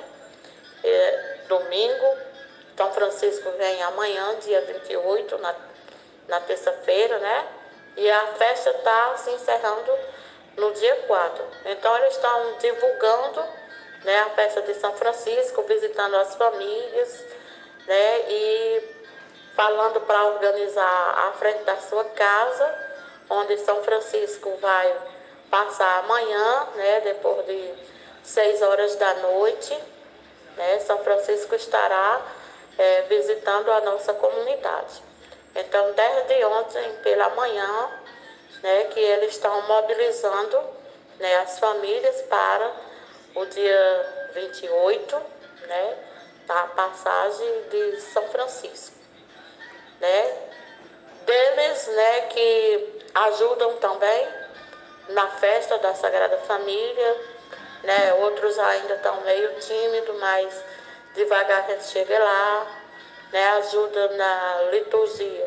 domingo. São Francisco vem amanhã, dia 28, na terça-feira, né? E a festa está se encerrando no dia 4. Então, eles estão divulgando, né, a festa de São Francisco, visitando as famílias, né, e falando para organizar à frente da sua casa, onde São Francisco vai passar amanhã, né, depois de 6 horas da noite, né, São Francisco estará visitando a nossa comunidade. Então, desde ontem pela manhã, né, que eles estão mobilizando, né, as famílias para o dia 28, né, da passagem de São Francisco, né, deles, né, que ajudam também na festa da Sagrada Família, né, outros ainda estão meio tímidos, mas devagar a gente chega lá, né, ajuda na liturgia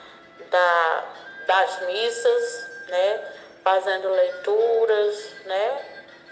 das missas, né, fazendo leituras, né,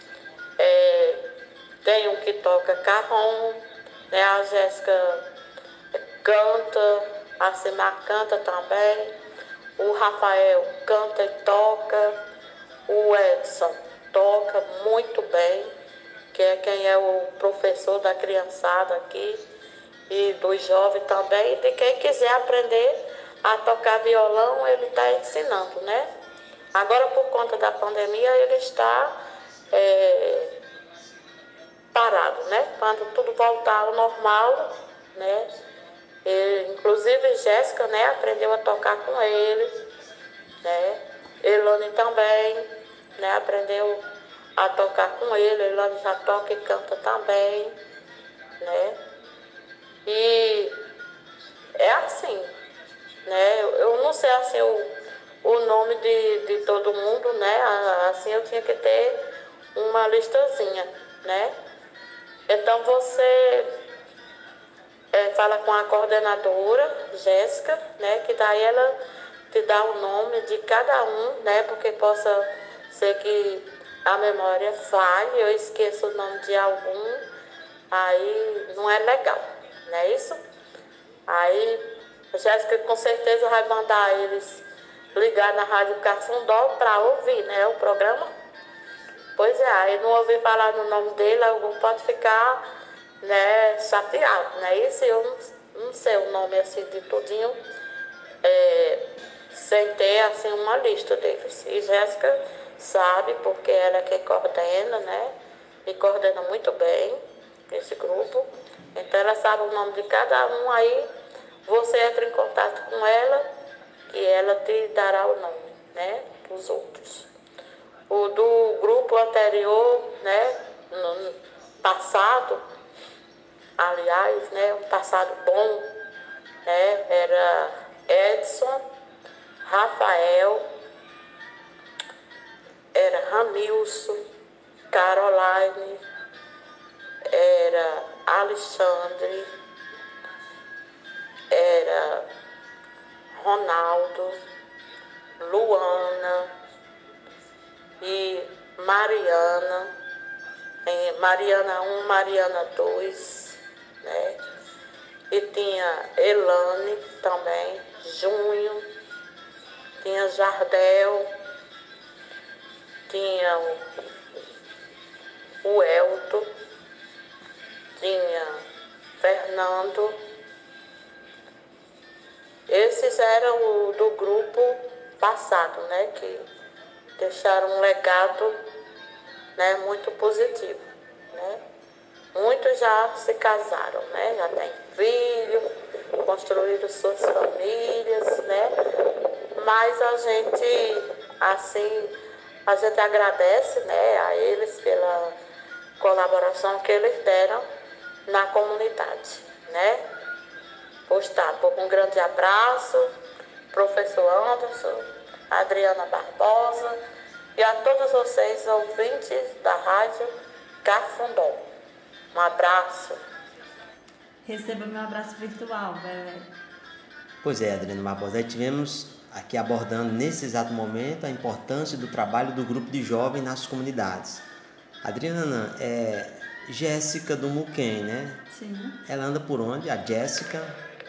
tem um que toca carrom, né, a Jéssica canta, a Simar canta também, o Rafael canta e toca, o Edson toca muito bem, que é quem é o professor da criançada aqui e dos jovens também, e de quem quiser aprender a tocar violão, ele está ensinando, né? Agora, por conta da pandemia, ele está parado, né? Quando tudo voltar ao normal, né? Inclusive Jéssica, né, aprendeu a tocar com ele, né? Elane também, né, aprendeu a tocar com ele. Elane já toca e canta também, né? E é assim, né? Eu não sei assim o nome de todo mundo, né? Assim eu tinha que ter uma listazinha, né? Então você fala com a coordenadora, Jéssica, né? Que daí ela te dá o nome de cada um, né? Porque possa ser que a memória falhe, eu esqueço o nome de algum, aí não é legal, não é isso? Aí a Jéssica com certeza vai mandar eles ligar na Rádio Cafundó para ouvir, né, o programa. Pois é, aí não ouvir falar no nome dele, algum pode ficar, né, chateado, né? Isso eu não sei o nome assim de tudinho, sem ter assim uma lista deles. E Jéssica sabe, porque ela é quem coordena, né? E coordena muito bem esse grupo. Então ela sabe o nome de cada um, aí você entra em contato com ela e ela te dará o nome, né? Dos outros. O do grupo anterior, né? No passado, aliás, né? Um passado bom, né? Era Edson, Rafael, era Ramilson, Caroline, era Alexandre, era Ronaldo, Luana e Mariana. Tem Mariana 1, Mariana 2, né? E tinha Elane também, Junho, tinha Jardel, tinha o Elton, tinha Fernando. Esses eram do grupo passado, né? Que deixaram um legado, né, muito positivo, né? Muitos já se casaram, né? Já têm filho, construíram suas famílias, né? Mas a gente, assim, a gente agradece, né, a eles pela colaboração que eles deram na comunidade, né? Pois tá, um grande abraço, professor Anderson, Adriana Barbosa e a todos vocês ouvintes da Rádio Cafundó. Um abraço. Receba meu abraço virtual, Bebê. Pois é, Adriana Barbosa, aí tivemos aqui abordando nesse exato momento a importância do trabalho do grupo de jovens nas comunidades. Adriana, Jéssica do Muquem, né? Sim. Ela anda por onde? A Jéssica,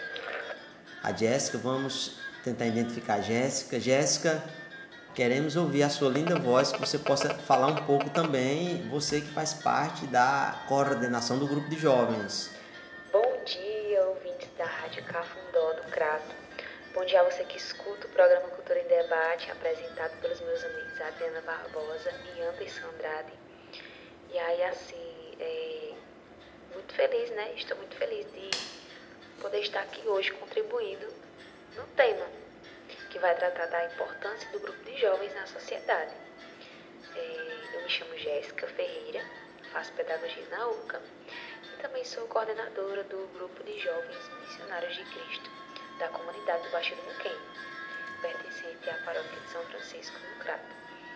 vamos tentar identificar a Jéssica. Jéssica, queremos ouvir a sua linda voz, que você possa falar um pouco também, você que faz parte da coordenação do grupo de jovens. Bom dia, ouvintes da Rádio Cafundó do Crato. Bom dia a você que escuta o programa Cultura em Debate, apresentado pelos meus amigos Adriana Barbosa e Anderson Andrade. E aí, assim, muito feliz, né? Estou muito feliz de poder estar aqui hoje contribuindo no tema, que vai tratar da importância do grupo de jovens na sociedade. Eu me chamo Jéssica Ferreira, faço pedagogia na UCA e também sou coordenadora do grupo de jovens missionários de Cristo da comunidade do Baixio do Muquem, pertencente à paróquia de São Francisco, no Crato.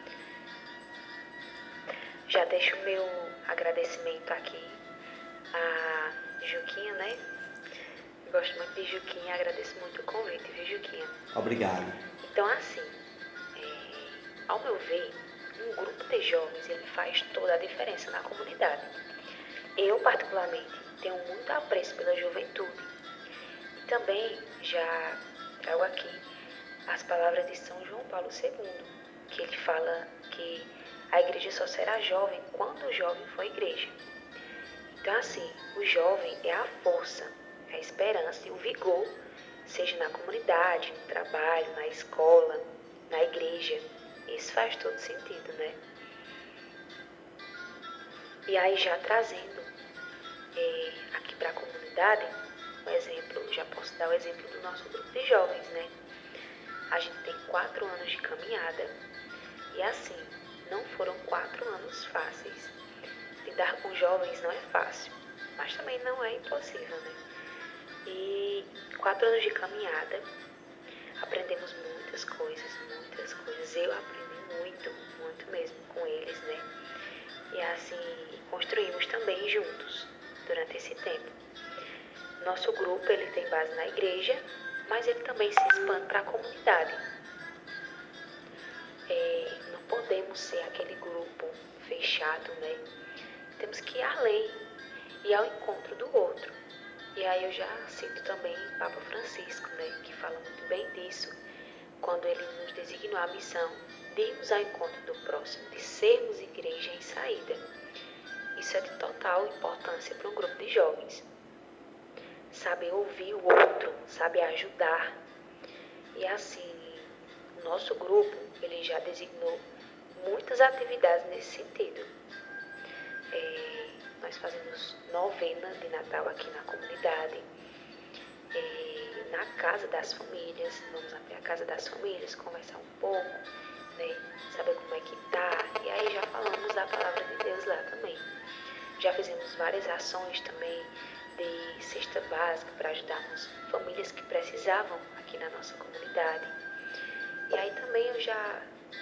Já deixo o meu agradecimento aqui a Juquinha, né? Eu gosto muito de Juquinha, agradeço muito o convite, viu, Juquinha? Obrigado. Então, assim, ao meu ver, um grupo de jovens, ele faz toda a diferença na comunidade. Eu, particularmente, tenho muito apreço pela juventude. E também já trago aqui as palavras de São João Paulo II, que ele fala que a igreja só será jovem quando o jovem for igreja. Então, assim, o jovem é a força, a esperança e o vigor, seja na comunidade, no trabalho, na escola, na igreja. Isso faz todo sentido, né? E aí, já trazendo aqui para a comunidade, um exemplo, já posso dar o exemplo do nosso grupo de jovens, né? A gente tem 4 anos de caminhada e, assim, não foram 4 anos fáceis. Lidar com jovens não é fácil, mas também não é impossível, né? E 4 anos de caminhada, aprendemos muitas coisas, muitas coisas. Eu aprendi muito, muito mesmo com eles, né? E assim, construímos também juntos durante esse tempo. Nosso grupo, ele tem base na igreja, mas ele também se expande para a comunidade. Não podemos ser aquele grupo fechado, né? Temos que ir além e ao encontro do outro. E aí eu já cito também Papa Francisco, né, que fala muito bem disso, quando ele nos designou a missão de irmos ao encontro do próximo, de sermos igreja em saída. Isso é de total importância para um grupo de jovens. Saber ouvir o outro, saber ajudar. E assim, o nosso grupo, ele já designou muitas atividades nesse sentido. Nós fazemos novena de Natal aqui na comunidade, na casa das famílias, vamos até a casa das famílias, conversar um pouco, né, saber como é que tá, e aí já falamos da palavra de Deus lá também. Já fizemos várias ações também de cesta básica para ajudarmos famílias que precisavam aqui na nossa comunidade. E aí também eu já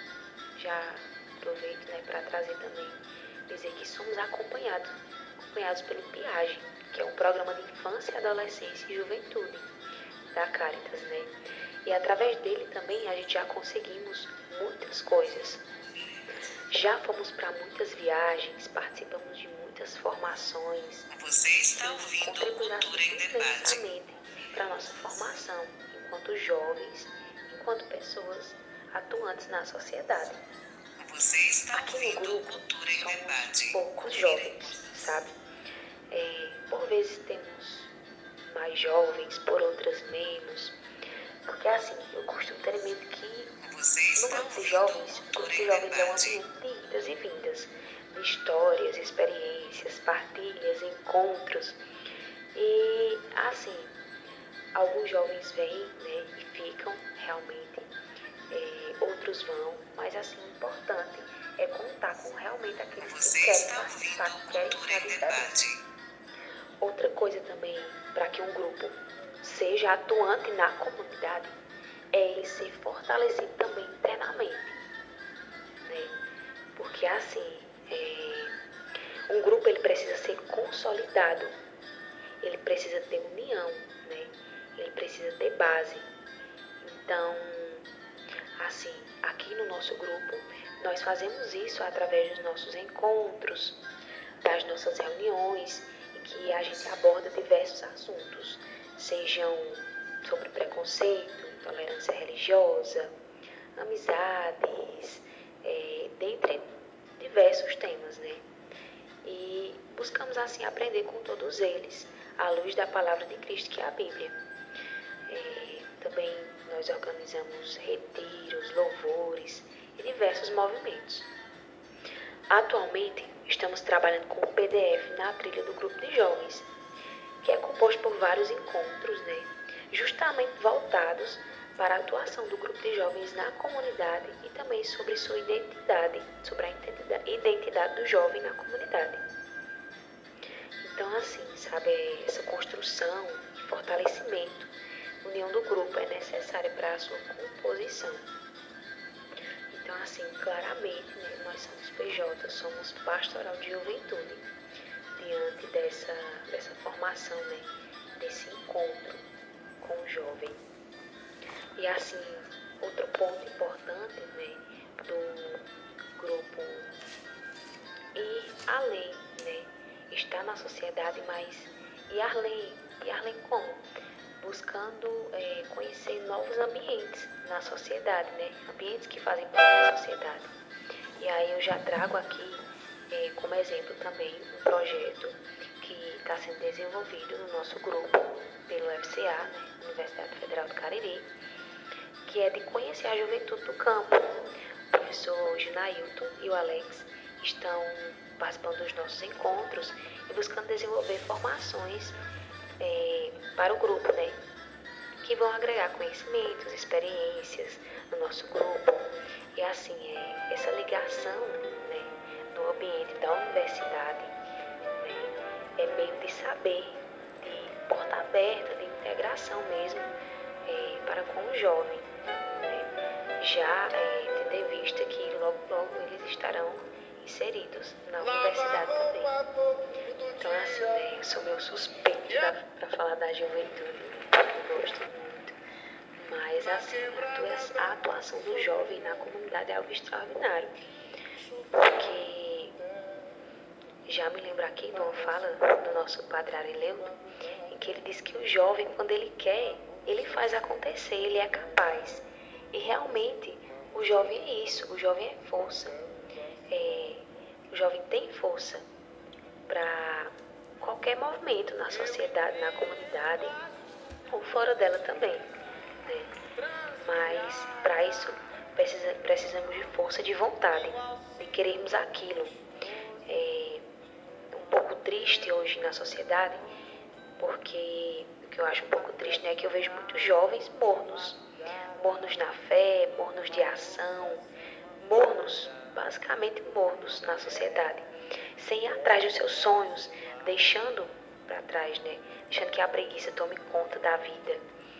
aproveito, né, para trazer também, dizer que somos acompanhados pelo PIAGE, que é um programa de infância, adolescência e juventude da Caritas, né? E através dele também a gente já conseguimos muitas coisas. Já fomos para muitas viagens, participamos de muitas formações. Você está ouvindo Contribuir Cultura em Debate imensamente para a nossa formação enquanto jovens, enquanto pessoas atuantes na sociedade. Você está Aqui no ouvindo grupo Cultura em somos Debate. poucos jovens, sabe? Por vezes temos mais jovens, por outras menos. Porque assim, eu costumo ter em mente que no grupo de jovens, o grupo de jovens é um ambiente de idas e vindas, de histórias, experiências, partilhas, encontros. E assim, alguns jovens vêm, né, e ficam realmente, outros vão, mas assim, o importante é contar com realmente aqueles que querem participar, que querem estar diferentes. Outra coisa também, para que um grupo seja atuante na comunidade, é ele ser fortalecido também internamente, né? Porque assim, um grupo ele precisa ser consolidado, ele precisa ter união, né? Ele precisa ter base. Então, assim, aqui no nosso grupo, nós fazemos isso através dos nossos encontros, das nossas reuniões, em que a gente aborda diversos assuntos, sejam sobre preconceito, intolerância religiosa, amizades, dentre diversos temas, né? E buscamos assim aprender com todos eles, à luz da palavra de Cristo, que é a Bíblia. Também nós organizamos retiros, louvores e diversos movimentos. Atualmente, estamos trabalhando com o PDF na trilha do grupo de jovens, que é composto por vários encontros, né? justamente voltados para a atuação do grupo de jovens na comunidade e também sobre sua identidade, sobre a identidade do jovem na comunidade. Então, assim, sabe, essa construção e fortalecimento, união do grupo é necessária para a sua composição. Então, assim, claramente, né, nós somos PJ, somos pastoral de juventude, diante dessa formação, né, desse encontro com o jovem. E, assim, outro ponto importante, né, do grupo ir além, né, estar na sociedade, mas ir além como? Buscando conhecer novos ambientes na sociedade, né? Ambientes que fazem parte da sociedade. E aí eu já trago aqui como exemplo também um projeto que está sendo desenvolvido no nosso grupo pelo FCA, né? Universidade Federal do Cariri, que é de conhecer a juventude do campo. O professor Ginailton e o Alex estão participando dos nossos encontros e buscando desenvolver formações para o grupo, né? Que vão agregar conhecimentos, experiências no nosso grupo. E assim, essa ligação, né, no ambiente da universidade, né, é meio de saber, de porta aberta, de integração mesmo para com o jovem. Né? Já tendo em vista que logo eles estarão inseridos na universidade também. Então, assim, né, eu sou meio suspeita para falar da juventude, eu gosto muito, mas, assim, a atuação do jovem na comunidade é algo extraordinário, porque já me lembro aqui de uma fala do nosso padre Areleudo, em que ele diz que o jovem, quando ele quer, ele faz acontecer, ele é capaz. E realmente, o jovem é isso, o jovem é força. O jovem tem força para qualquer movimento na sociedade, na comunidade ou fora dela também, né? Mas para isso precisamos de força de vontade, de querermos aquilo. É um pouco triste hoje na sociedade, porque o que eu acho um pouco triste, né, é que eu vejo muitos jovens mornos na fé, mornos de ação, basicamente mornos na sociedade, sem ir atrás dos seus sonhos, deixando para trás, né? Deixando que a preguiça tome conta da vida.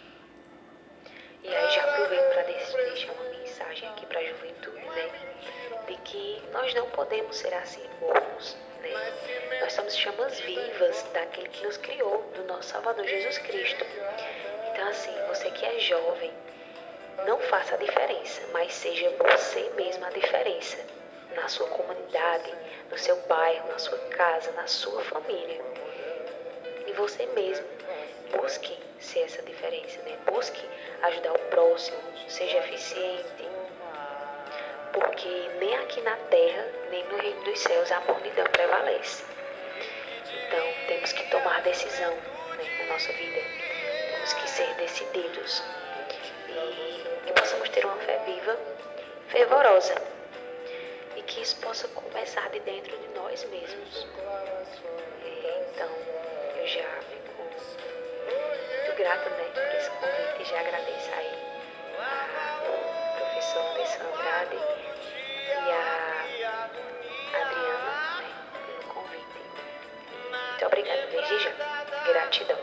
E aí já aproveito para deixar uma mensagem aqui para a juventude, né? De que nós não podemos ser assim mornos, né? Nós somos chamas vivas daquele que nos criou, do nosso Salvador Jesus Cristo. Então, assim, você que é jovem, não faça a diferença, mas seja você mesmo a diferença na sua comunidade, no seu bairro, na sua casa, na sua família. E você mesmo busque ser essa diferença, né? Busque ajudar o próximo, seja eficiente, porque nem aqui na terra, nem no reino dos céus a mornidão prevalece. Então temos que tomar decisão, né, na nossa vida, temos que ser decididos e que possamos ter uma fé viva, fervorosa, e que isso possa começar de dentro de nós mesmos. Então, eu já fico muito grata, né, por esse convite e já agradeço aí ao professor Anderson Andrade e a Adriana, né, pelo convite. Muito obrigada desde já. Gratidão.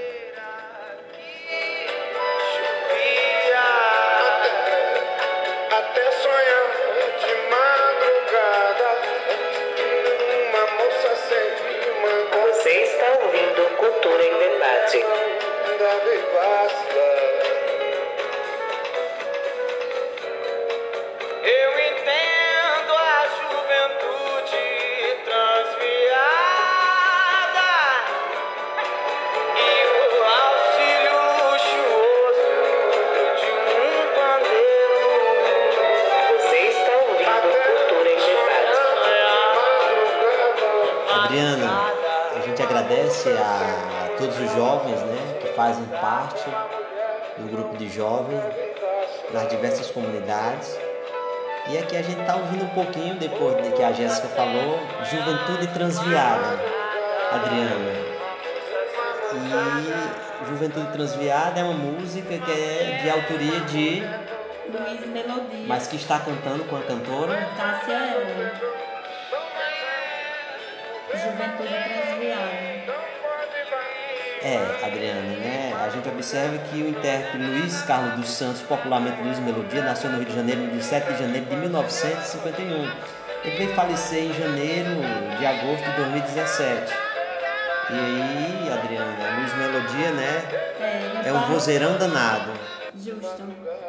Até sonhar de madrugada, uma moça sempre manda. Você está ouvindo Cultura em Debate. Da devassa. Eu entendo a juventude transviada e o auxílio luxuoso de um pandeiro. Você está ouvindo Cultura em Debate. Adriana, a gente agradece a todos os jovens, né, que fazem parte do grupo de jovens nas diversas comunidades. E aqui a gente está ouvindo um pouquinho, depois de que a Jéssica falou, Juventude Transviada, Adriana. Juventude Transviada é uma música que é de autoria de Luiz Melodia. Mas que está cantando com a cantora Cássia Eller. Juventude Transviada. Adriana, né? A gente observa que o intérprete Luiz Carlos dos Santos, popularmente Luiz Melodia, nasceu no Rio de Janeiro no dia 7 de janeiro de 1951. Ele veio falecer em janeiro de agosto de 2017. E aí, Adriana, Luiz Melodia, né? É um vozeirão danado. Justo.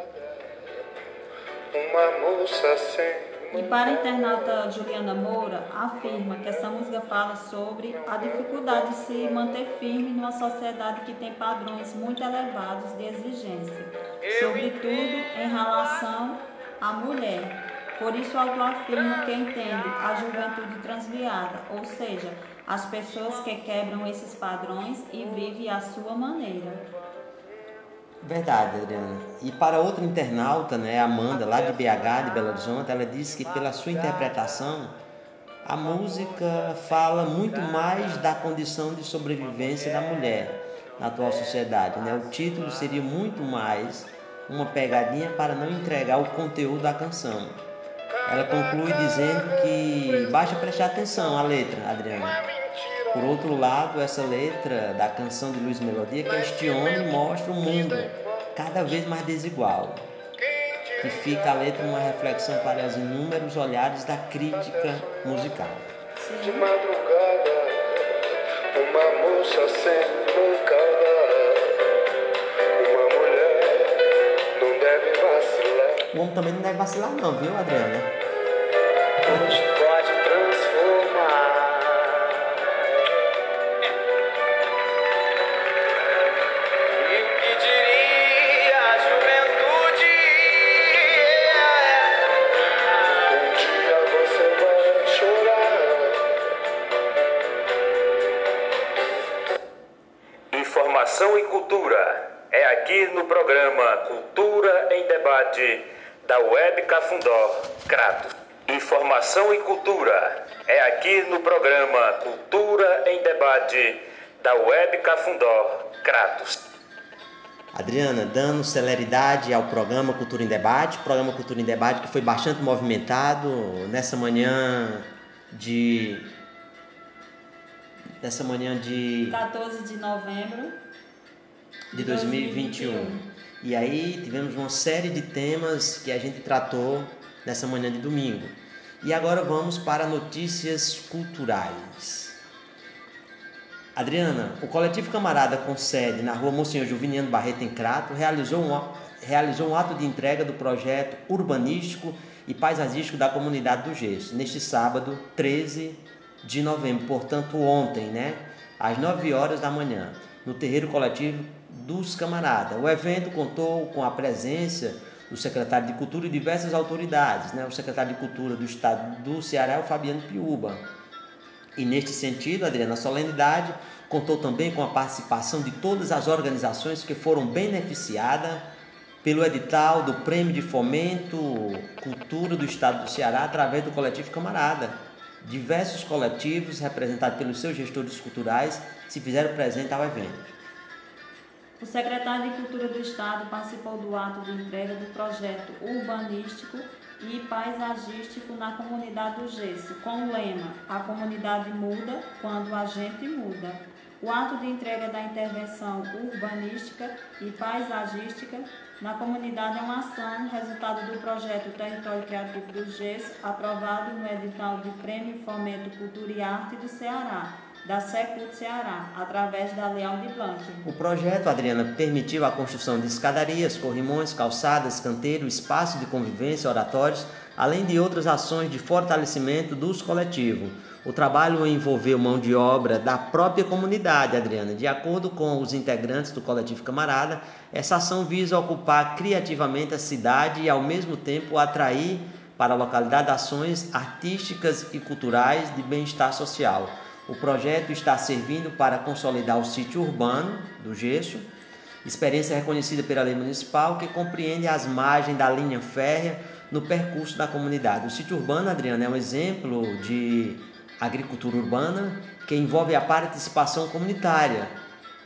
Uma moça sem... E para a internauta Juliana Moura, afirma que essa música fala sobre a dificuldade de se manter firme numa sociedade que tem padrões muito elevados de exigência, sobretudo em relação à mulher. Por isso, o autor afirma que entende a juventude transviada, ou seja, as pessoas que quebram esses padrões e vivem à sua maneira. Verdade, Adriana. E para outra internauta, né, Amanda, lá de BH, de Belo Horizonte, ela disse que pela sua interpretação, a música fala muito mais da condição de sobrevivência da mulher na atual sociedade, né? O título seria muito mais uma pegadinha para não entregar o conteúdo da canção. Ela conclui dizendo que basta prestar atenção à letra, Adriana. Por outro lado, essa letra da canção de Luiz Melodia questiona e mostra um mundo cada vez mais desigual. E fica a letra uma reflexão para os inúmeros olhares da crítica musical. De madrugada, uma moça sem nunca uma mulher não deve vacilar. O homem também não deve vacilar não, viu, Adriana? Hoje pode transformar. Informação e cultura é aqui no programa Cultura em Debate da Web Cafundó Cratos. Informação e cultura é aqui no programa Cultura em Debate da Web Cafundó Cratos. Adriana, dando celeridade ao programa Cultura em Debate que foi bastante movimentado nessa manhã de 14 de novembro de 2021. E aí tivemos uma série de temas que a gente tratou nessa manhã de domingo. E agora vamos para notícias culturais. Adriana, o Coletivo Camarada com sede na rua Monsenhor Juviniano Barreto, em Crato, realizou um ato de entrega do projeto urbanístico e paisagístico da comunidade do Gesso, neste sábado, 13 de novembro, portanto ontem, né, às 9 horas da manhã, no terreiro coletivo dos Camaradas. O evento contou com a presença do secretário de Cultura e diversas autoridades, né, o secretário de Cultura do Estado do Ceará, o Fabiano Piúba. E neste sentido, Adriana, a solenidade contou também com a participação de todas as organizações que foram beneficiadas pelo edital do Prêmio de Fomento Cultura do Estado do Ceará através do Coletivo Camarada. Diversos coletivos, representados pelos seus gestores culturais, se fizeram presente ao evento. O secretário de Cultura do Estado participou do ato de entrega do projeto urbanístico e paisagístico na comunidade do Gesso, com o lema "A comunidade muda quando a gente muda". O ato de entrega da intervenção urbanística e paisagística na comunidade é uma ação resultado do projeto Território Criativo do Gesso, aprovado no edital de Prêmio Fomento Cultura e Arte do Ceará, da Secult Ceará, através da Lei Aldir Blanc. O projeto, Adriana, permitiu a construção de escadarias, corrimões, calçadas, canteiros, espaços de convivência, oratórios, além de outras ações de fortalecimento dos coletivos. O trabalho envolveu mão de obra da própria comunidade, Adriana. De acordo com os integrantes do Coletivo Camarada, essa ação visa ocupar criativamente a cidade e, ao mesmo tempo, atrair para a localidade ações artísticas e culturais de bem-estar social. O projeto está servindo para consolidar o sítio urbano do Gesso, experiência reconhecida pela lei municipal, que compreende as margens da linha férrea no percurso da comunidade. O sítio urbano, Adriana, é um exemplo de agricultura urbana que envolve a participação comunitária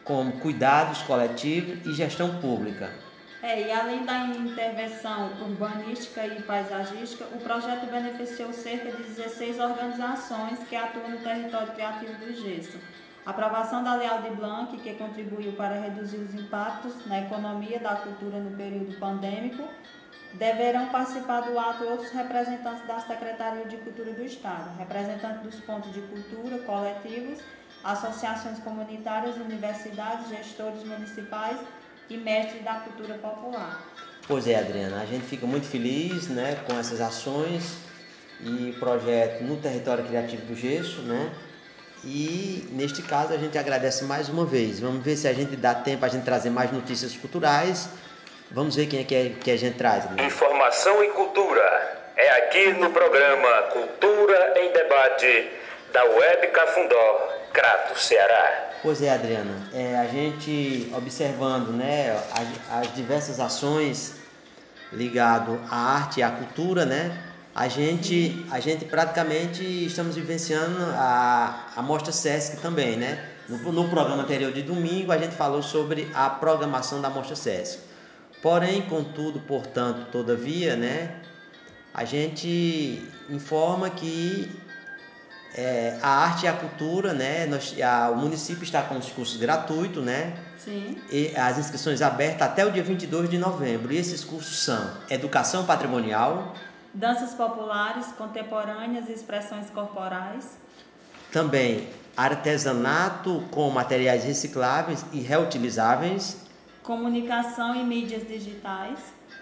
como cuidados coletivos e gestão pública. E além da intervenção urbanística e paisagística, o projeto beneficiou cerca de 16 organizações que atuam no território criativo do Gesso. A aprovação da Lei Aldir Blanc, que contribuiu para reduzir os impactos na economia da cultura no período pandêmico, deverão participar do ato outros representantes da Secretaria de Cultura do Estado, representantes dos pontos de cultura, coletivos, associações comunitárias, universidades, gestores municipais e mestres da cultura popular. Pois é, Adriana, a gente fica muito feliz, né, com essas ações e projeto no território criativo do Gesso, né? E neste caso a gente agradece mais uma vez. Vamos ver se a gente dá tempo a gente trazer mais notícias culturais. Vamos ver quem é que a gente traz, Adriana. Informação e cultura é aqui no programa Cultura em Debate da Web Cafundó, Crato, Ceará. Pois é, Adriana, a gente observando, né, as diversas ações ligado à arte e à cultura, né, a gente praticamente estamos vivenciando a Mostra Sesc também, né. No programa anterior de domingo a gente falou sobre a programação da Mostra Sesc. Porém, contudo, portanto, todavia, né, a gente informa que a arte e a cultura, né? O município está com os cursos gratuitos, né? Sim. E as inscrições abertas até o dia 22 de novembro. E esses cursos são Educação Patrimonial, Danças Populares, Contemporâneas e Expressões Corporais. Também Artesanato com materiais recicláveis e reutilizáveis, Comunicação e Mídias Digitais,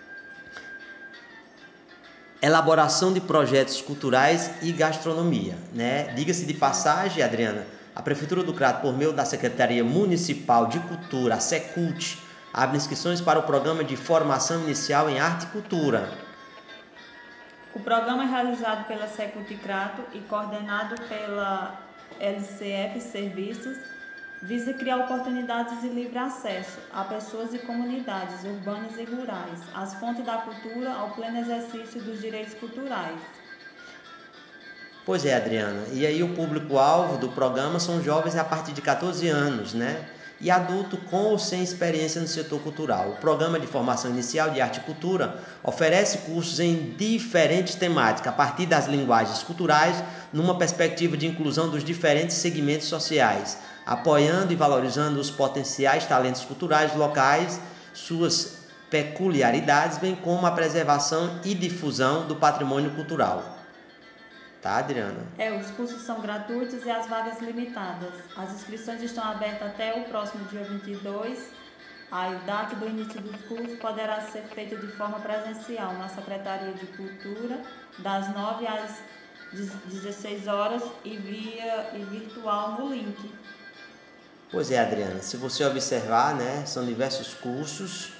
Elaboração de projetos culturais e gastronomia, né? Diga-se de passagem, Adriana, a Prefeitura do Crato, por meio da Secretaria Municipal de Cultura, a Secult, abre inscrições para o Programa de Formação Inicial em Arte e Cultura. O programa é realizado pela Secult Crato e coordenado pela LCF Serviços, visa criar oportunidades de livre acesso a pessoas e comunidades urbanas e rurais, às fontes da cultura, ao pleno exercício dos direitos culturais. Pois é, Adriana. E aí o público-alvo do programa são jovens a partir de 14 anos, né? E adulto com ou sem experiência no setor cultural. O programa de formação inicial de arte e cultura oferece cursos em diferentes temáticas, a partir das linguagens culturais, numa perspectiva de inclusão dos diferentes segmentos sociais, apoiando e valorizando os potenciais talentos culturais locais, suas peculiaridades, bem como a preservação e difusão do patrimônio cultural. Tá, Adriana? Os cursos são gratuitos e as vagas limitadas. As inscrições estão abertas até o próximo dia 22. A data do início dos cursos poderá ser feita de forma presencial na Secretaria de Cultura, das 9 às 16 horas e virtual no link. Pois é, Adriana, se você observar, né, são diversos cursos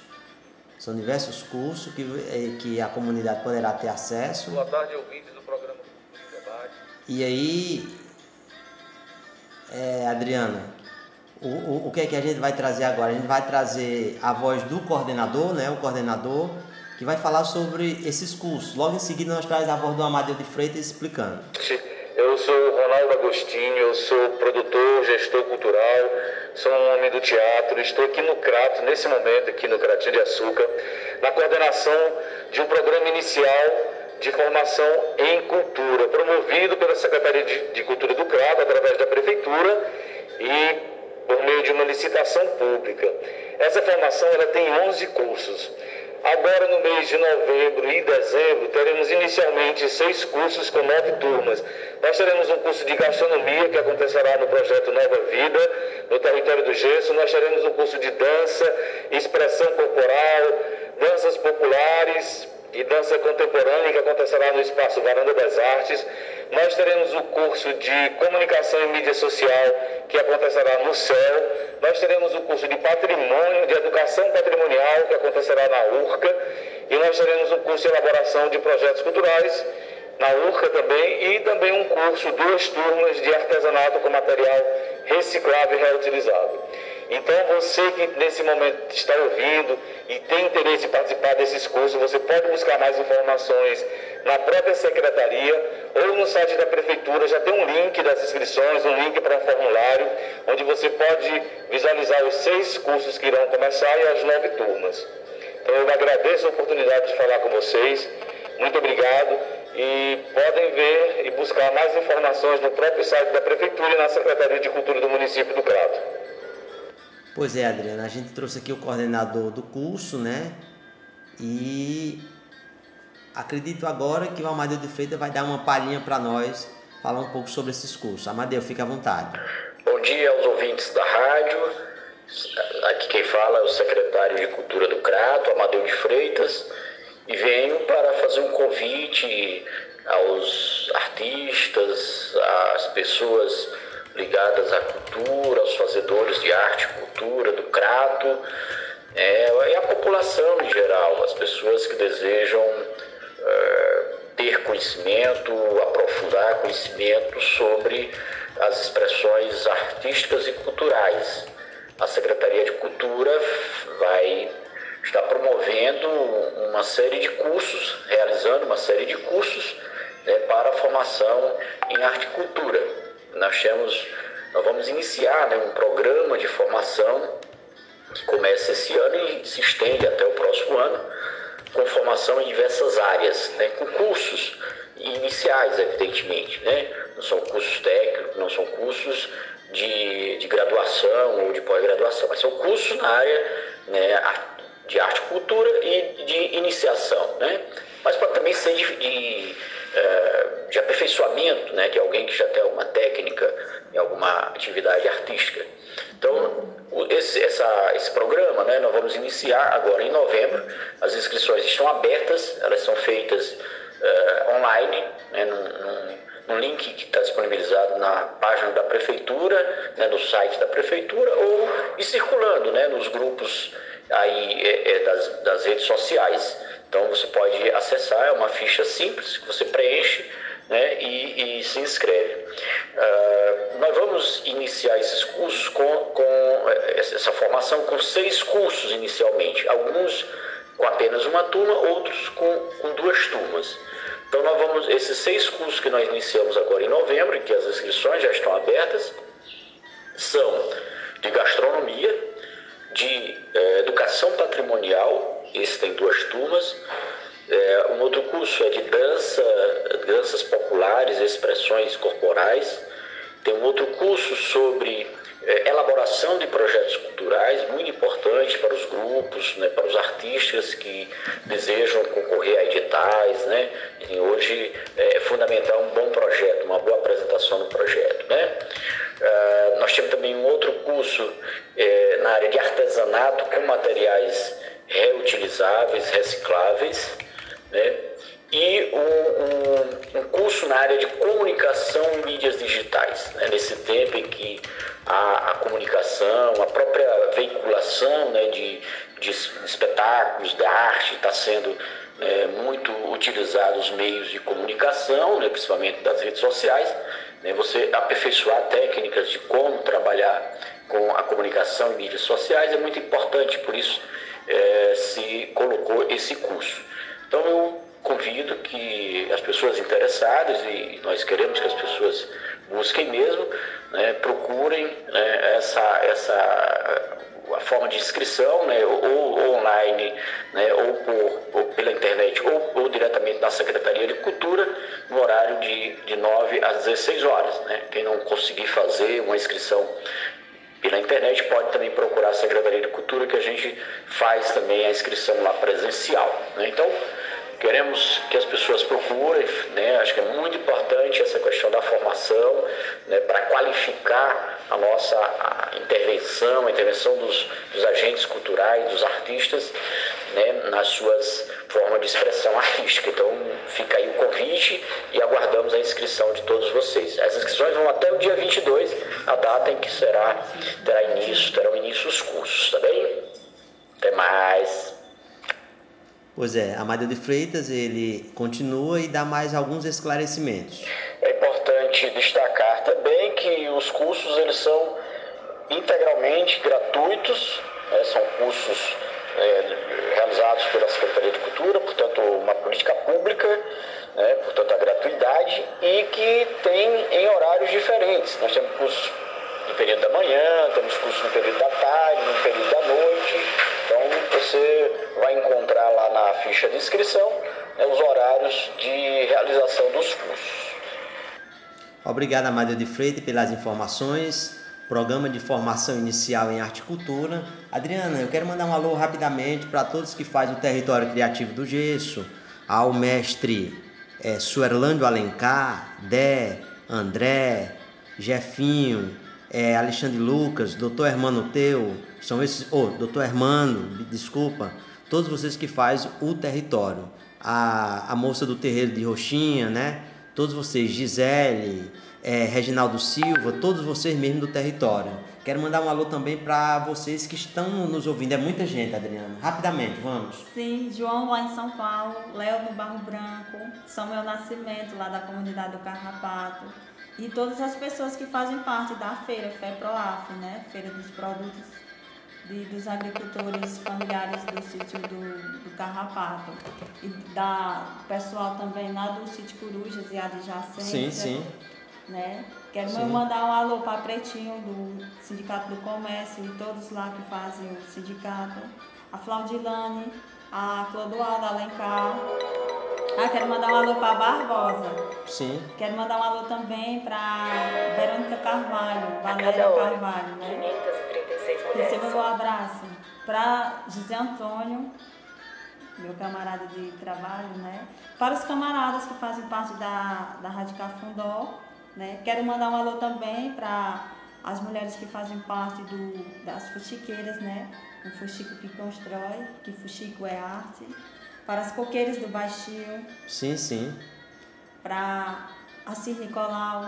que a comunidade poderá ter acesso. Boa tarde, ouvintes do programa Cultura em Debate. E aí, Adriana, o que é que a gente vai trazer agora? A gente vai trazer a voz do coordenador, né, o coordenador, que vai falar sobre esses cursos. Logo em seguida nós trazemos a voz do Amadeu de Freitas explicando. Eu sou o Ronaldo Agostinho, eu sou produtor, gestor cultural, sou um homem do teatro, estou aqui no Crato, nesse momento aqui no Cratinho de Açúcar, na coordenação de um programa inicial de formação em cultura, promovido pela Secretaria de Cultura do Crato, através da Prefeitura e por meio de uma licitação pública. Essa formação ela tem 11 cursos. Agora, no mês de novembro e dezembro, teremos inicialmente 6 cursos com 9 turmas. Nós teremos um curso de gastronomia, que acontecerá no projeto Nova Vida, no território do Gesso. Nós teremos um curso de dança, expressão corporal, danças populares e dança contemporânea, que acontecerá no espaço Varanda das Artes. Nós teremos o curso de comunicação e mídia social, que acontecerá no CEL. Nós teremos o curso de patrimônio, de educação patrimonial, que acontecerá na URCA. E nós teremos o curso de elaboração de projetos culturais, na URCA também, e também um curso, 2 turmas de artesanato com material reciclável e reutilizável. Então, você que nesse momento está ouvindo e tem interesse em participar desses cursos, você pode buscar mais informações na própria secretaria ou no site da Prefeitura já tem um link das inscrições, um link para um formulário, onde você pode visualizar os 6 cursos que irão começar e as 9 turmas. Então eu agradeço a oportunidade de falar com vocês, muito obrigado, e podem ver e buscar mais informações no próprio site da Prefeitura e na Secretaria de Cultura do município do Crato. Pois é, Adriana, a gente trouxe aqui o coordenador do curso, né? E acredito agora que o Amadeu de Freitas vai dar uma palhinha para nós, falar um pouco sobre esses cursos. Amadeu, fica à vontade. Bom dia aos ouvintes da rádio. Aqui quem fala é o secretário de Cultura do Crato, Amadeu de Freitas, e venho para fazer um convite aos artistas, às pessoas ligadas à cultura, aos fazedores de arte e cultura do Crato, e a população em geral, as pessoas que desejam ter conhecimento, aprofundar conhecimento sobre as expressões artísticas e culturais. A Secretaria de Cultura vai estar promovendo uma série de cursos, realizando uma série de cursos para a formação em arte e cultura. Nós vamos iniciar um programa de formação que começa esse ano e se estende até o próximo ano, com formação em diversas áreas, com cursos iniciais, evidentemente, não são cursos técnicos, não são cursos de graduação ou de pós-graduação, mas são cursos na área de arte e cultura e de iniciação, mas pode também ser de aperfeiçoamento, de alguém que já tem alguma técnica em alguma atividade artística. Então, esse programa, nós vamos iniciar agora em novembro. As inscrições estão abertas, elas são feitas online, no link que está disponibilizado na página da Prefeitura, no site da Prefeitura, e circulando nos grupos aí, das redes sociais. Então você pode acessar, é uma ficha simples que você preenche e se inscreve. Nós vamos iniciar esses cursos com essa formação com 6 cursos inicialmente, alguns com apenas uma turma, outros com 2 turmas. Então esses 6 cursos que nós iniciamos agora em novembro, que as inscrições já estão abertas, são de gastronomia, de educação patrimonial, esse tem 2 turmas. Um outro curso é de danças populares, expressões corporais. Tem um outro curso sobre elaboração de projetos culturais, muito importante para os grupos, para os artistas que desejam concorrer a editais, E hoje é fundamental um bom projeto, uma boa apresentação do projeto, Nós temos também um outro curso na área de artesanato com materiais reutilizáveis, recicláveis, e um curso na área de comunicação e mídias digitais, nesse tempo em que a comunicação, a própria veiculação de espetáculos, da arte, está sendo muito utilizado os meios de comunicação, principalmente das redes sociais, você aperfeiçoar técnicas de como trabalhar com a comunicação e mídias sociais é muito importante, por isso se colocou esse curso. Então eu convido que as pessoas interessadas, e nós queremos que as pessoas busquem mesmo, procurem a forma de inscrição, ou online, ou pela internet, ou diretamente na Secretaria de Cultura, no horário de 9 às 16 horas. Quem não conseguir fazer uma inscrição pela internet pode também procurar a Secretaria de Cultura, que a gente faz também a inscrição lá presencial. Então, queremos que as pessoas procurem, acho que é muito importante essa questão da formação, para qualificar a nossa intervenção, a intervenção dos agentes culturais, dos artistas, nas suas formas de expressão artística. Então, fica aí o convite e aguardamos a inscrição de todos vocês. As inscrições vão até o dia 22, a data em que terão início os cursos, tá bem? Até mais. Pois é, Amadeu de Freitas, ele continua e dá mais alguns esclarecimentos. É importante destacar também que os cursos eles são integralmente gratuitos, são cursos realizados pela Secretaria de Cultura, portanto, uma política pública, né, portanto, a gratuidade, e que tem em horários diferentes. Nós temos cursos no período da manhã, temos cursos no período da tarde, no período da noite. Então, você vai encontrar lá na ficha de inscrição, né, os horários de realização dos cursos. Obrigado, Amadeu de Freitas, pelas informações. Programa de formação inicial em arte e cultura. Adriana, eu quero mandar um alô rapidamente para todos que fazem o território criativo do gesso, ao mestre Suerlândio Alencar, Dé, André, Jefinho, Alexandre Lucas, Dr. Hermano Teu, são esses, Dr. Hermano, desculpa, todos vocês que fazem o território. A moça do terreiro de Roxinha, né? Todos vocês, Gisele, Reginaldo Silva, todos vocês mesmo do território. Quero mandar um alô também para vocês que estão nos ouvindo. É muita gente, Adriana. Rapidamente, vamos. Sim, João lá em São Paulo, Léo no Barro Branco, Samuel Nascimento lá da comunidade do Carrapato e todas as pessoas que fazem parte da feira FEPROAF, né? Feira dos produtos dos agricultores familiares do sítio do Carrapato e da pessoal também lá do sítio Corujas e Adjacência. Sim, sim. Né? Quero mandar um alô para Pretinho do Sindicato do Comércio e todos lá que fazem o sindicato, a Flaudilane, a Clodoalda Alencar. Quero mandar um alô para Barbosa. Sim. Quero mandar um alô também para Verônica Carvalho, Valéria Carvalho, né? 536 mulheres. Receba meu abraço. Para José Antônio, meu camarada de trabalho, né? Para os camaradas que fazem parte da Rádio Cafundó, né? Quero mandar um alô também para as mulheres que fazem parte das fuxiqueiras, né? O fuxico que constrói, que fuxico é arte. Para as coqueiras do Baixio. Sim, sim. Para a Cir Nicolau.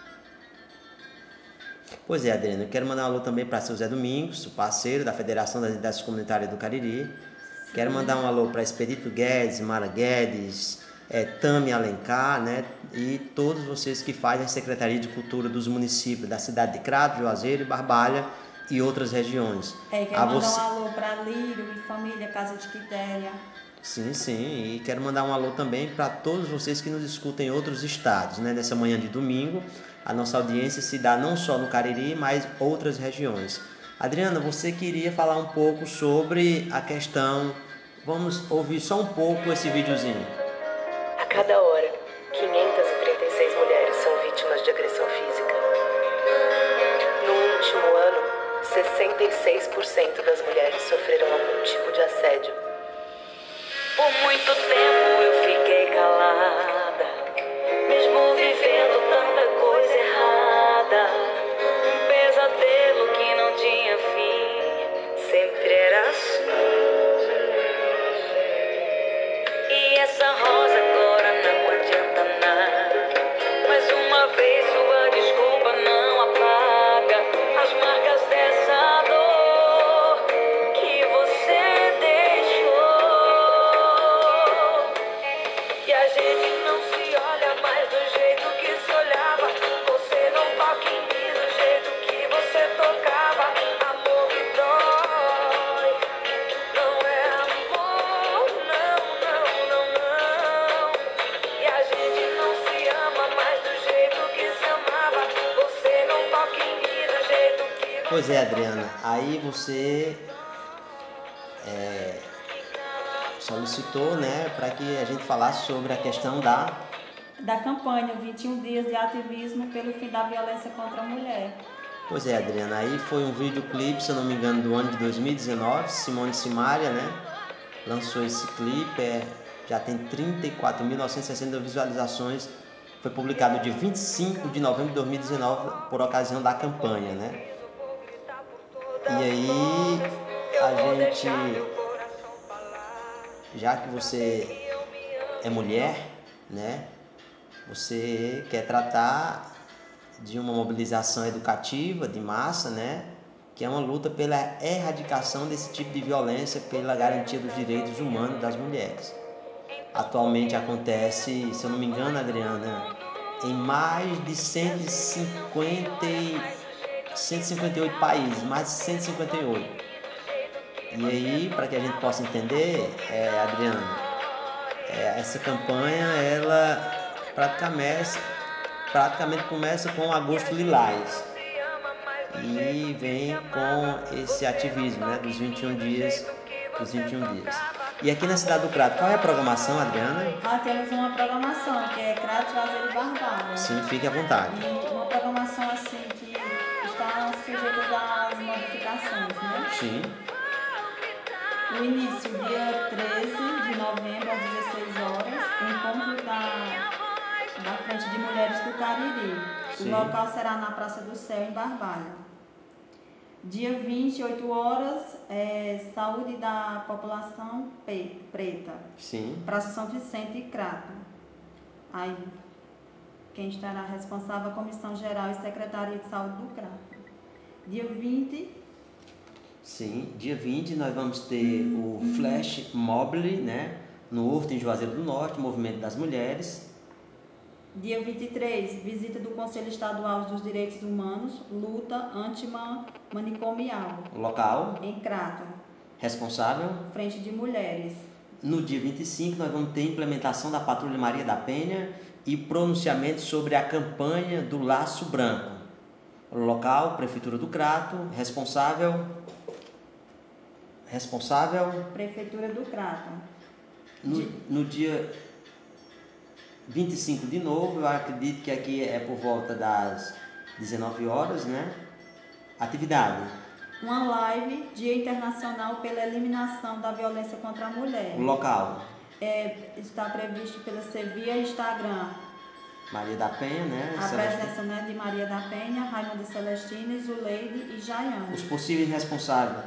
Pois é, Adriana, eu quero mandar um alô também para seu Zé Domingos, o parceiro da Federação das Entidades Comunitárias do Cariri. Sim. Quero mandar um alô para Expedito Guedes, Mara Guedes, Tami Alencar, né? E todos vocês que fazem a Secretaria de Cultura dos municípios da cidade de Crato, Juazeiro e Barbalha e outras regiões. Quero mandar um alô para Lírio e família, Casa de Quitéria. Sim, sim, e quero mandar um alô também para todos vocês que nos escutam em outros estados, né? Nessa manhã de domingo, a nossa audiência se dá não só no Cariri, mas outras regiões. Adriana, você queria falar um pouco sobre a questão, vamos ouvir só um pouco esse videozinho. A cada hora, 536 mulheres são vítimas de agressão física. No último ano, 66% das mulheres sofreram algum tipo de assédio. Por muito tempo eu fiquei calada, mesmo vivendo tanta coisa errada. Um pesadelo que não tinha fim, sempre era assim. E essa rosa agora não adianta nada. Mais uma vez sua desculpa não apaga as marcas dessa dor que você deixou. E a gente não se olha mais do jeito que se olhava. Você não toca em mim do jeito que você tocava. Amor que dói, não é amor, não, não, não, não. E a gente não se ama mais do jeito que se amava. Você não toca em mim do jeito que você... Pois é, Adriana, aí você solicitou, né, para que a gente falasse sobre a questão da campanha 21 dias de ativismo pelo fim da violência contra a mulher. Pois é, Adriana, aí foi um videoclipe, se eu não me engano, do ano de 2019, Simone Simaria, né, lançou esse clipe, já tem 34.960 visualizações, foi publicado dia 25 de novembro de 2019, por ocasião da campanha, né, e aí a gente, já que você é mulher, né, você quer tratar de uma mobilização educativa de massa, né, que é uma luta pela erradicação desse tipo de violência, pela garantia dos direitos humanos das mulheres. Atualmente acontece, se eu não me engano, Adriana, em mais de 158 países, mais de 158. E aí, para que a gente possa entender, Adriana, essa campanha, ela praticamente começa com Agosto Lilás e vem com esse ativismo, né, dos 21 dias. E aqui na cidade do Crato, qual é a programação, Adriana? Temos uma programação que é Crato, Juazeiro e Barbalha. Sim, fique à vontade. E uma programação assim que está sujeita às modificações, né? Sim. O início, dia 13 de novembro, às 16 horas, encontro da Frente de Mulheres do Cariri. Sim. O local será na Praça do Céu, em Barbalha. Dia 20, 8 horas, Saúde da População Preta. Sim. Praça São Vicente e Crato. Aí, quem estará responsável é a Comissão Geral e Secretaria de Saúde do Crato. Dia 20... Sim, dia 20 nós vamos ter o Flash Mobile, né? No Horto, em Juazeiro do Norte, Movimento das Mulheres. Dia 23, visita do Conselho Estadual dos Direitos Humanos, luta antimanicomial. Local? Em Crato. Responsável? Frente de Mulheres. No dia 25 nós vamos ter implementação da Patrulha Maria da Penha e pronunciamento sobre a campanha do Laço Branco. Local, Prefeitura do Crato. Responsável? Prefeitura do Crato. No dia 25 de novo, eu acredito que aqui é por volta das 19 horas, né? Atividade. Uma live, Dia Internacional pela Eliminação da Violência contra a Mulher. Local. Está previsto via Instagram. Maria da Penha, né? A presença, né, de Maria da Penha, Raimunda Celestina, Zuleide e Jaiane. Os possíveis responsáveis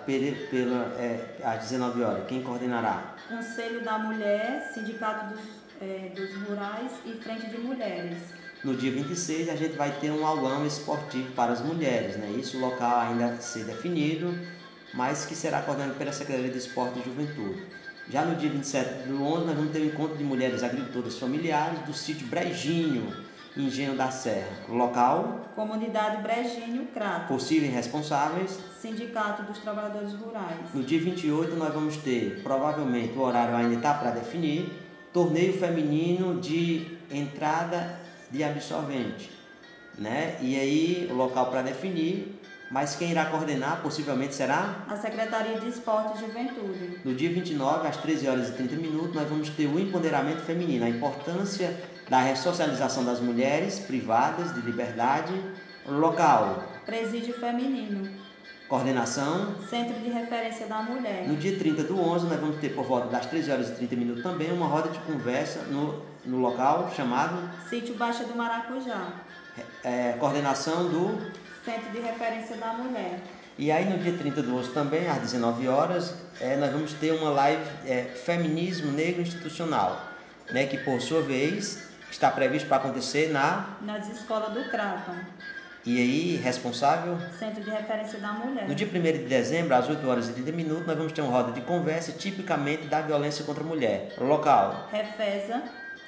às 19 horas, quem coordenará? Conselho da Mulher, Sindicato dos Rurais e Frente de Mulheres. No dia 26 a gente vai ter um aulão esportivo para as mulheres, né? Isso, o local ainda a ser definido, mas que será coordenado pela Secretaria de Esporte e Juventude. Já no dia 27 do 11 nós vamos ter um encontro de mulheres agricultoras familiares do sítio Brejinho, Engenho da Serra. Local? Comunidade Brejinho, Crato. Possíveis responsáveis? Sindicato dos Trabalhadores Rurais. No dia 28 nós vamos ter, provavelmente o horário ainda está para definir, torneio feminino de entrada de absorvente, né? E aí o local para definir, mas quem irá coordenar possivelmente será? A Secretaria de Esporte e Juventude. No dia 29, às 13 horas e 30 minutos, nós vamos ter o empoderamento feminino, a importância da ressocialização das mulheres privadas de liberdade. Local. Presídio Feminino. Coordenação. Centro de Referência da Mulher. No dia 30 do 11, nós vamos ter por volta das 13 horas e 30 minutos também uma roda de conversa no local chamado Sítio Baixa do Maracujá. Coordenação do Centro de Referência da Mulher. E aí no dia 30 do 11 também, às 19 horas, nós vamos ter uma live Feminismo Negro Institucional, né, que por sua vez está previsto para acontecer nas escolas do Crato. E aí, responsável? Centro de Referência da Mulher. No dia 1º de dezembro, às 8 horas e 30 minutos, nós vamos ter uma roda de conversa tipicamente da violência contra a mulher. Local? Refesa.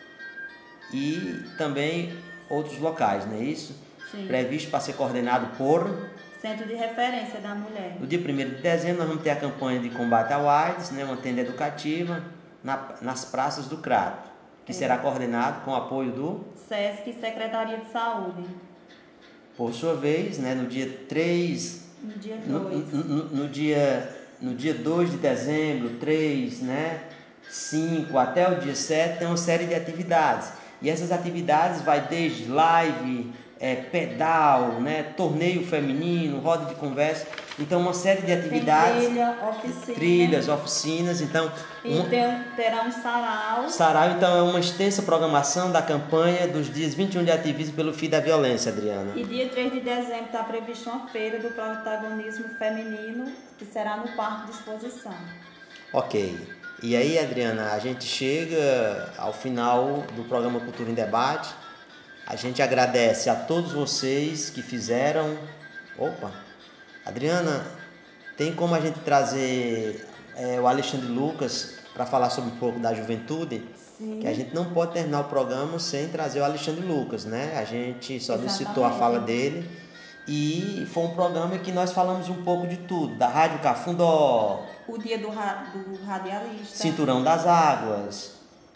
E também outros locais, não é isso? Sim. Previsto para ser coordenado por... Centro de Referência da Mulher. No dia 1º de dezembro, nós vamos ter a campanha de combate ao AIDS, né, uma tenda educativa nas praças do Crato, que será coordenado com o apoio do... SESC e Secretaria de Saúde. Por sua vez, né, no dia 3... No dia 2. No dia 2 de dezembro, 3, né, 5 até o dia 7, tem uma série de atividades. E essas atividades vai desde live, pedal, né, torneio feminino, roda de conversa. Então, uma série de atividades. Tem trilhas, oficinas. Então, terá um sarau. Sarau, então, é uma extensa programação da campanha dos dias 21 de ativismo pelo fim da violência, Adriana. E dia 3 de dezembro está prevista uma feira do protagonismo feminino, que será no Parque de Exposição. Ok. E aí, Adriana, a gente chega ao final do programa Cultura em Debate. A gente agradece a todos vocês que fizeram... Adriana, tem como a gente trazer o Alexandre Lucas para falar sobre um pouco da juventude? Sim. Que a gente não pode terminar o programa sem trazer o Alexandre Lucas, né? A gente só citou a fala dele. E foi um programa que nós falamos um pouco de tudo, da Rádio Cafundó, o dia do radialista. Cinturão das Águas.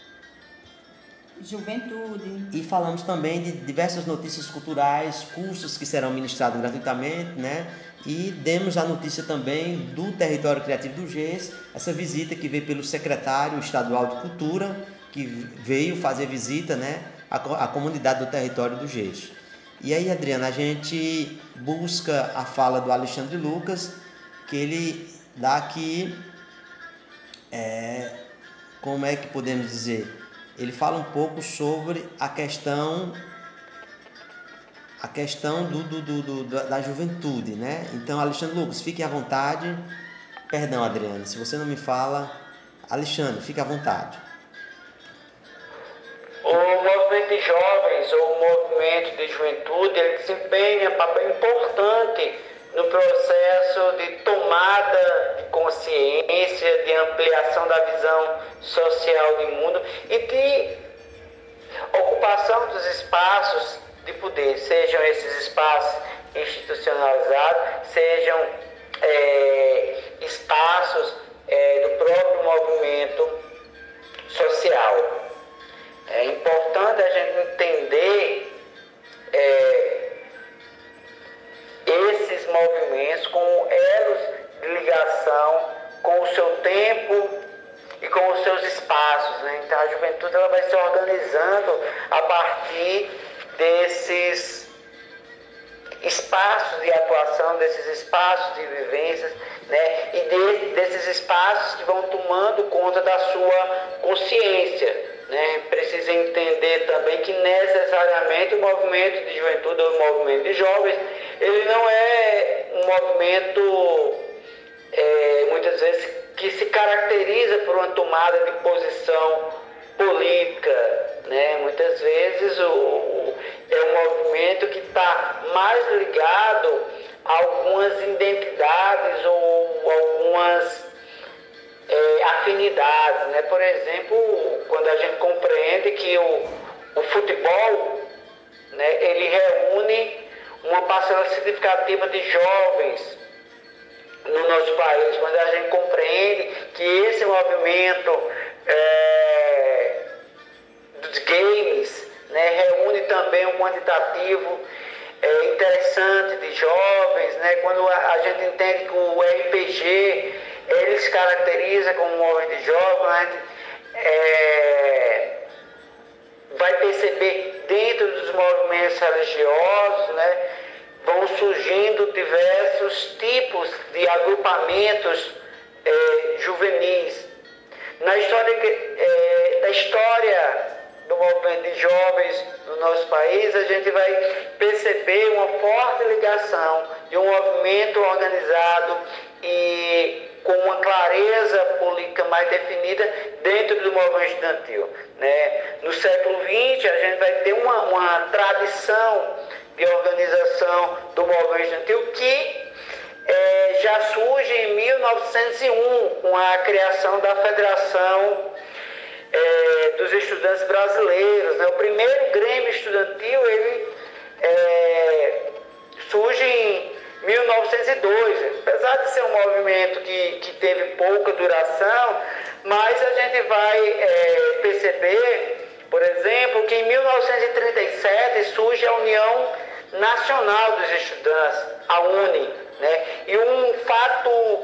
Juventude. E falamos também de diversas notícias culturais, cursos que serão ministrados gratuitamente, né? E demos a notícia também do Território Criativo do GES, essa visita que veio pelo secretário estadual de Cultura, que veio fazer visita, né, à comunidade do Território do GES. E aí, Adriana, a gente busca a fala do Alexandre Lucas, que ele dá aqui, como é que podemos dizer? Ele fala um pouco sobre a questão da juventude, né? Então, Alexandre Lucas, fique à vontade. Perdão, Adriana, se você não me fala, Alexandre, fique à vontade. O movimento de jovens ou o movimento de juventude, ele desempenha papel importante no processo de tomada de consciência, de ampliação da visão social do mundo e de ocupação dos espaços de poder, sejam esses espaços institucionalizados, sejam espaços do próprio movimento social. É importante a gente entender esses movimentos como elos de ligação com o seu tempo e com os seus espaços, né? Então a juventude ela vai se organizando a partir desses espaços de atuação, desses espaços de vivências, né? E desses espaços que vão tomando conta da sua consciência, né? Precisa entender também que necessariamente o movimento de juventude ou o movimento de jovens, ele não é um movimento muitas vezes que se caracteriza por uma tomada de posição política, né? Muitas vezes é um movimento que está mais ligado a algumas identidades ou algumas afinidades, né? Por exemplo, quando a gente compreende que o futebol, né, ele reúne uma parcela significativa de jovens no nosso país, quando a gente compreende que esse movimento dos games, né, reúne também um quantitativo interessante de jovens, né, quando a gente entende que o RPG ele se caracteriza como um movimento de jovens, a gente vai perceber dentro dos movimentos religiosos, né, vão surgindo diversos tipos de agrupamentos juvenis. Na história da história do movimento de jovens no nosso país, a gente vai perceber uma forte ligação de um movimento organizado e com uma clareza política mais definida dentro do movimento estudantil, né? No século XX, a gente vai ter uma tradição de organização do movimento estudantil que já surge em 1901, com a criação da Federação dos Estudantes Brasileiros, né? O primeiro Grêmio Estudantil, ele surge em 1902, apesar de ser um movimento que teve pouca duração, mas a gente vai perceber, por exemplo, que em 1937 surge a União Nacional dos Estudantes, a UNE, né? E um fato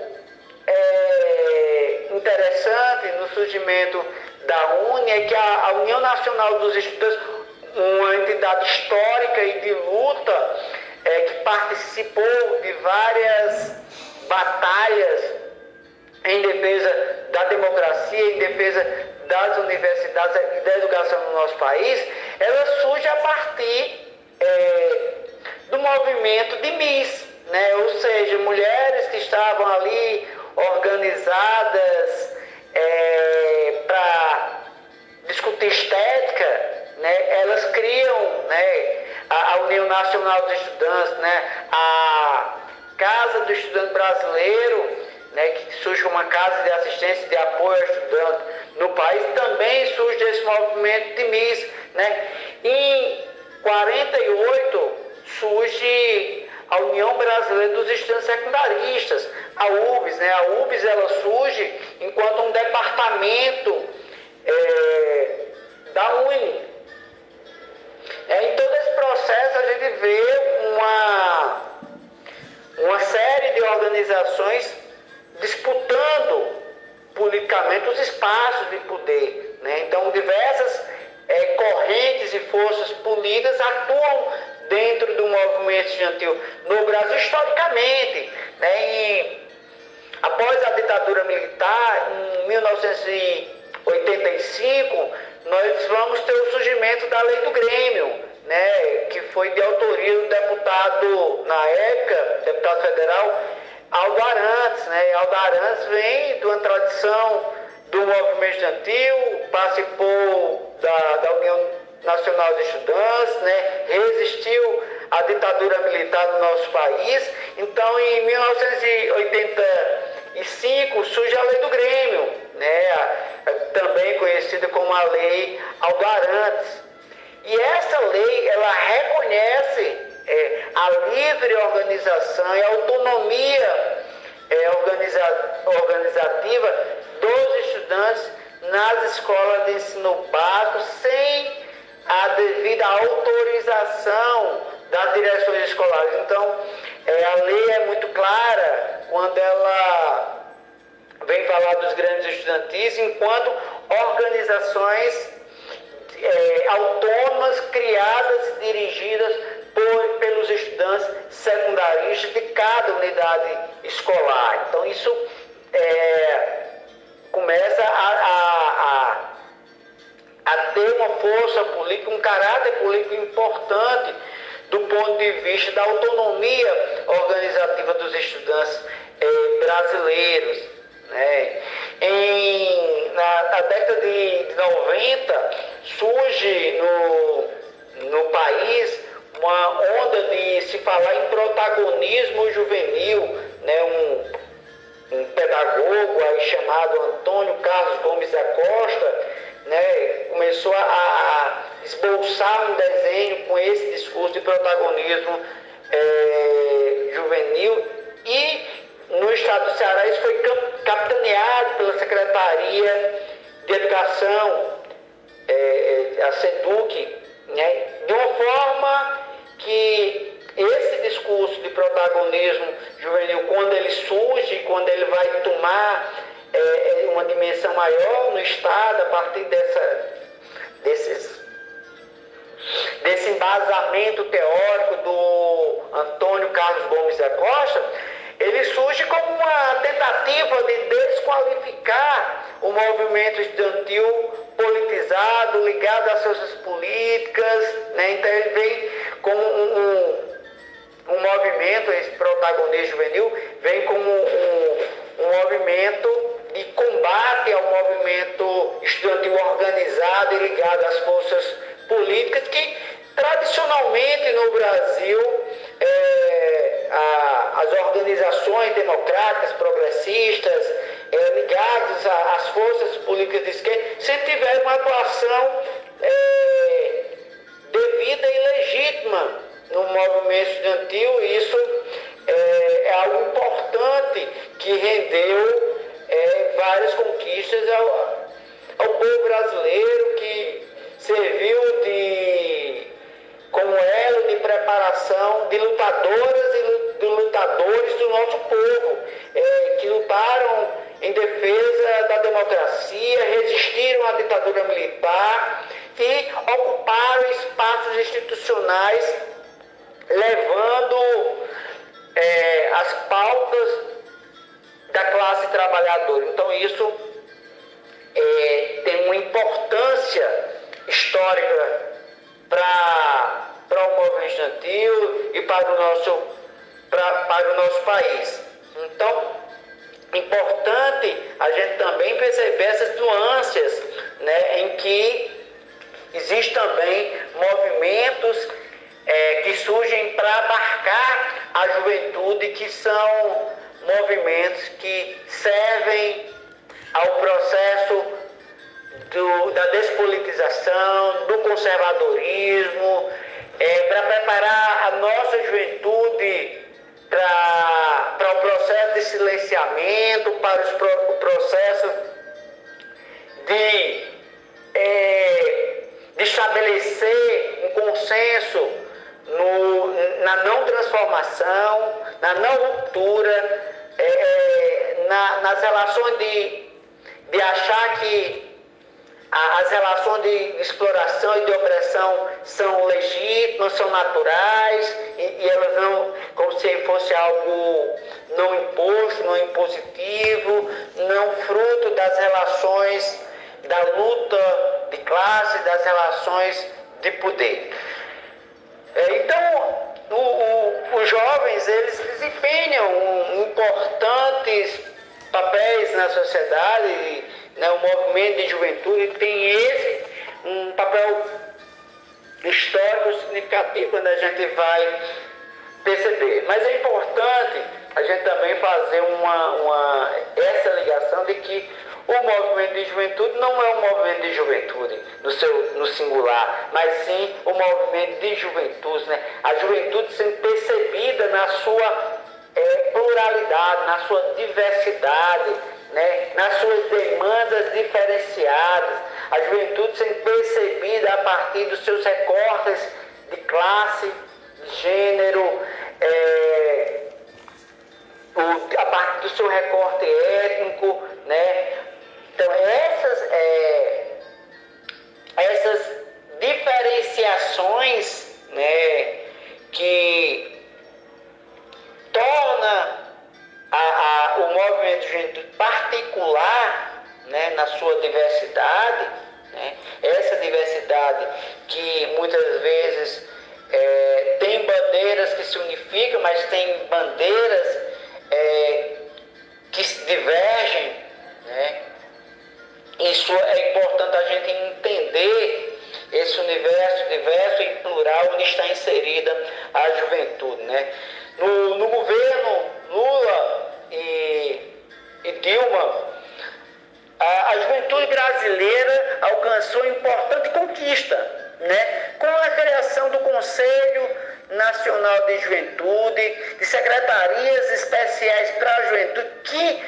interessante no surgimento da UNE é que a União Nacional dos Estudantes, uma entidade histórica e de luta, que participou de várias batalhas em defesa da democracia, em defesa das universidades e da educação no nosso país, ela surge a partir do movimento de Miss, né? Ou seja, mulheres que estavam ali organizadas para discutir estética, né? Elas criam, né, a União Nacional dos Estudantes, né? A Casa do Estudante Brasileiro, né, que surge como uma casa de assistência e de apoio ao estudante no país, também surge desse movimento de Miss, né? Em 48 surge a União Brasileira dos Estudantes Secundaristas, a UBS, né? A UBS ela surge enquanto um departamento da UNE. Em todo esse processo a gente vê uma série de organizações disputando politicamente os espaços de poder, né? Então diversas correntes e forças políticas atuam dentro do movimento estudantil no Brasil historicamente, né? Após a ditadura militar, em 1985, nós vamos ter o surgimento da Lei do Grêmio, né, que foi de autoria do deputado, na época, deputado federal, Aldo Arantes. Né? Aldo Arantes vem de uma tradição do movimento estudantil, participou da União Nacional de Estudantes, né, resistiu à ditadura militar do nosso país. Então, em 1985, surge a Lei do Grêmio, né, também conhecida como a Lei Aldo Arantes. E essa lei, ela reconhece a livre organização e a autonomia organizativa dos estudantes nas escolas de ensino básico, sem a devida autorização das direções escolares. Então, a lei é muito clara quando ela vem falar dos grêmios estudantis enquanto organizações autônomas, criadas e dirigidas pelos estudantes secundaristas de cada unidade escolar. Então isso começa a ter uma força política, um caráter político importante do ponto de vista da autonomia organizativa dos estudantes brasileiros. Né? Na década de 90 surge no país uma onda de se falar em protagonismo juvenil, né? Um pedagogo aí chamado Antônio Carlos Gomes da Costa, né, começou a esboçar um desenho com esse discurso de protagonismo juvenil, e no estado do Ceará isso foi capitaneado pela Secretaria de Educação, a SEDUC, né, de uma forma que esse discurso de protagonismo juvenil, quando ele surge, quando ele vai tomar uma dimensão maior no Estado, a partir desse embasamento teórico do Antônio Carlos Gomes da Costa, ele surge como uma tentativa de desqualificar o movimento estudantil politizado, ligado às forças políticas, né? Então ele vem como um movimento, esse protagonismo juvenil, vem como um movimento de combate ao movimento estudantil organizado e ligado às forças políticas que tradicionalmente no Brasil as organizações democráticas, progressistas, ligadas às forças políticas de esquerda, sempre tiveram uma atuação devida e legítima no movimento estudantil, e isso é algo importante que rendeu várias conquistas ao povo brasileiro, que serviu como elo de preparação de lutadoras e de lutadores do nosso povo, que lutaram em defesa da democracia, resistiram à ditadura militar e ocuparam espaços institucionais, levando as pautas da classe trabalhadora. Então isso tem uma importância histórica para o movimento estudantil e para o nosso país. Então, importante a gente também perceber essas nuances, né, em que existem também movimentos que surgem para abarcar a juventude, que são movimentos que servem ao processo da despolitização, do conservadorismo, para preparar a nossa juventude para o processo de pensamento, para o processo de estabelecer um consenso na não transformação, na não ruptura, nas relações de achar que as relações de exploração e de opressão são legítimas, são naturais, e elas não, como se fosse algo não imposto, não impositivo, não fruto das relações da luta de classe, das relações de poder. Então, os jovens, eles desempenham importantes papéis na sociedade, né? O movimento de juventude tem um papel histórico significativo quando a gente vai perceber. Mas é importante a gente também fazer essa ligação de que o movimento de juventude não é um movimento de juventude no singular, mas sim um movimento de juventude, né? A juventude sendo percebida na sua pluralidade, na sua diversidade, né? Nas suas demandas diferenciadas, a juventude sendo percebida a partir dos seus recortes de classe, de gênero, a partir do seu recorte étnico, né? Então essas diferenciações, né, que torna o movimento de juventude particular, né, na sua diversidade, né? Essa diversidade que muitas vezes tem bandeiras que se unificam, mas tem bandeiras que se divergem, né? Isso é importante a gente entender esse universo diverso e plural onde está inserida a juventude, né? No governo Lula e Dilma, a juventude brasileira alcançou importante conquista, né? Com a criação do Conselho Nacional de Juventude, de secretarias especiais para a juventude, que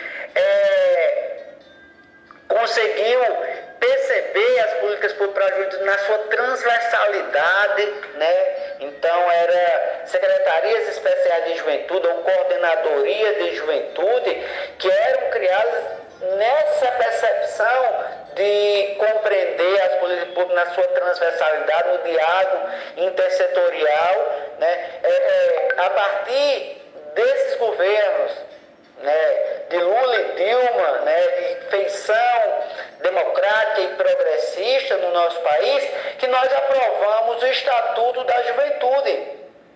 conseguiu perceber as políticas para a juventude na sua transversalidade, né? Então, era secretarias especiais de juventude ou coordenadoria de juventude que eram criadas nessa percepção de compreender as políticas públicas na sua transversalidade, no diálogo intersetorial, né? A partir desses governos, né, de Lula e Dilma, né, de feição democrática e progressista no nosso país, que nós aprovamos o Estatuto da Juventude.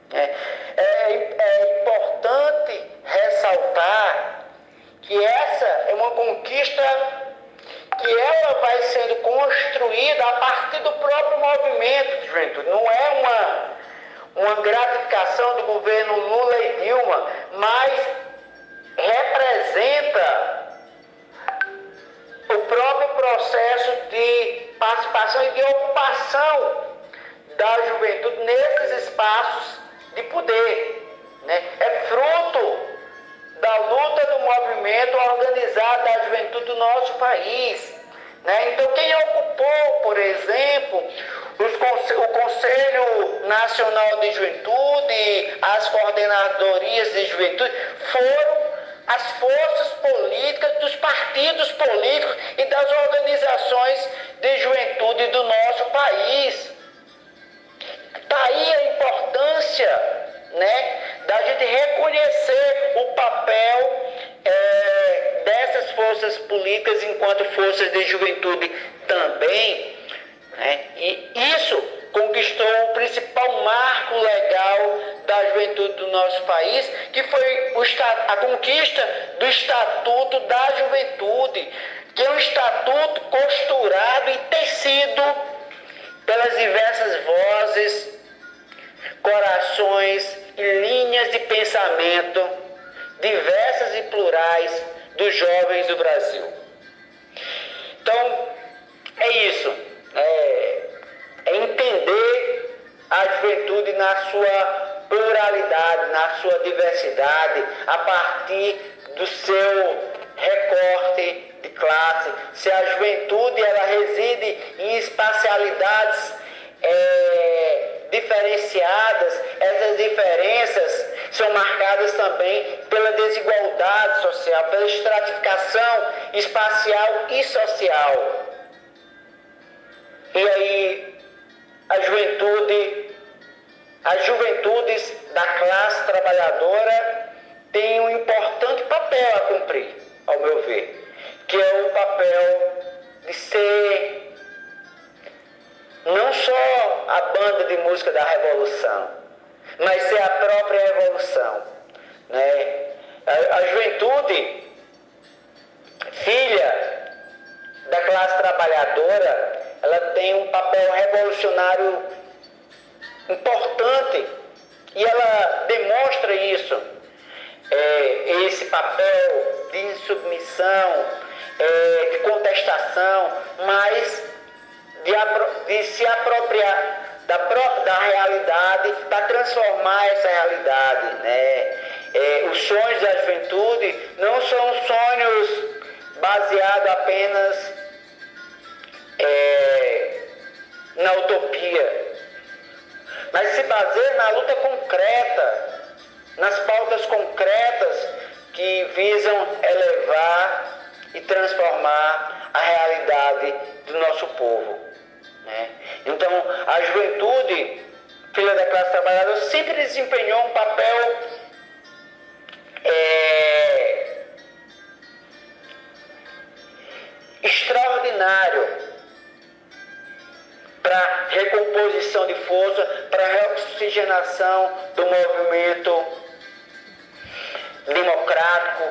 É importante ressaltar que essa é uma conquista que ela vai sendo construída a partir do próprio movimento de juventude. Não é uma gratificação do governo Lula e Dilma, mas representa o próprio processo de participação e de ocupação da juventude nesses espaços de poder, né? É fruto da luta do movimento organizado da juventude do nosso país, né? Então, quem ocupou, por exemplo, o Conselho Nacional de Juventude, as coordenadorias de juventude, foram as forças políticas dos partidos políticos e das organizações de juventude do nosso país. Está aí a importância, né, da gente reconhecer o papel dessas forças políticas enquanto forças de juventude também, né? E isso conquistou o principal marco legal da juventude do nosso país, que foi a conquista do Estatuto da Juventude, que é um estatuto costurado e tecido pelas diversas vozes, corações e linhas de pensamento diversas e plurais dos jovens do Brasil. Então, é isso. É entender a juventude na sua pluralidade, na sua diversidade, a partir do seu recorte de classe, se a juventude ela reside em espacialidades diferenciadas, essas diferenças são marcadas também pela desigualdade social, pela estratificação espacial e social. E aí as juventudes da classe trabalhadora têm um importante papel a cumprir, ao meu ver, que é o papel de ser não só a banda de música da revolução, mas ser a própria revolução, né? A juventude, filha da classe trabalhadora, ela tem um papel revolucionário importante e ela demonstra isso, esse papel de insubmissão, de contestação, mas de se apropriar da realidade, para transformar essa realidade, né? Os sonhos da juventude não são sonhos baseados apenas na utopia, mas se baseia na luta concreta, nas pautas concretas que visam elevar e transformar a realidade do nosso povo, né? Então, a juventude, filha da classe trabalhadora, sempre desempenhou um papel extraordinário para recomposição de força, para reoxigenação do movimento democrático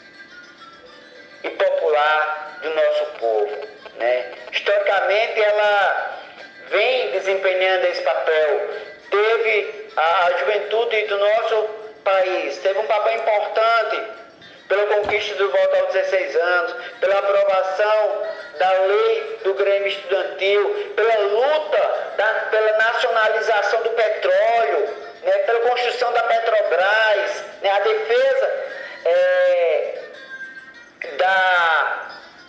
e popular do nosso povo, né? Historicamente, ela vem desempenhando esse papel. A juventude do nosso país teve um papel importante pela conquista do voto aos 16 anos, pela aprovação da lei do Grêmio Estudantil, pela luta pela nacionalização do petróleo, né, pela construção da Petrobras, né, a defesa da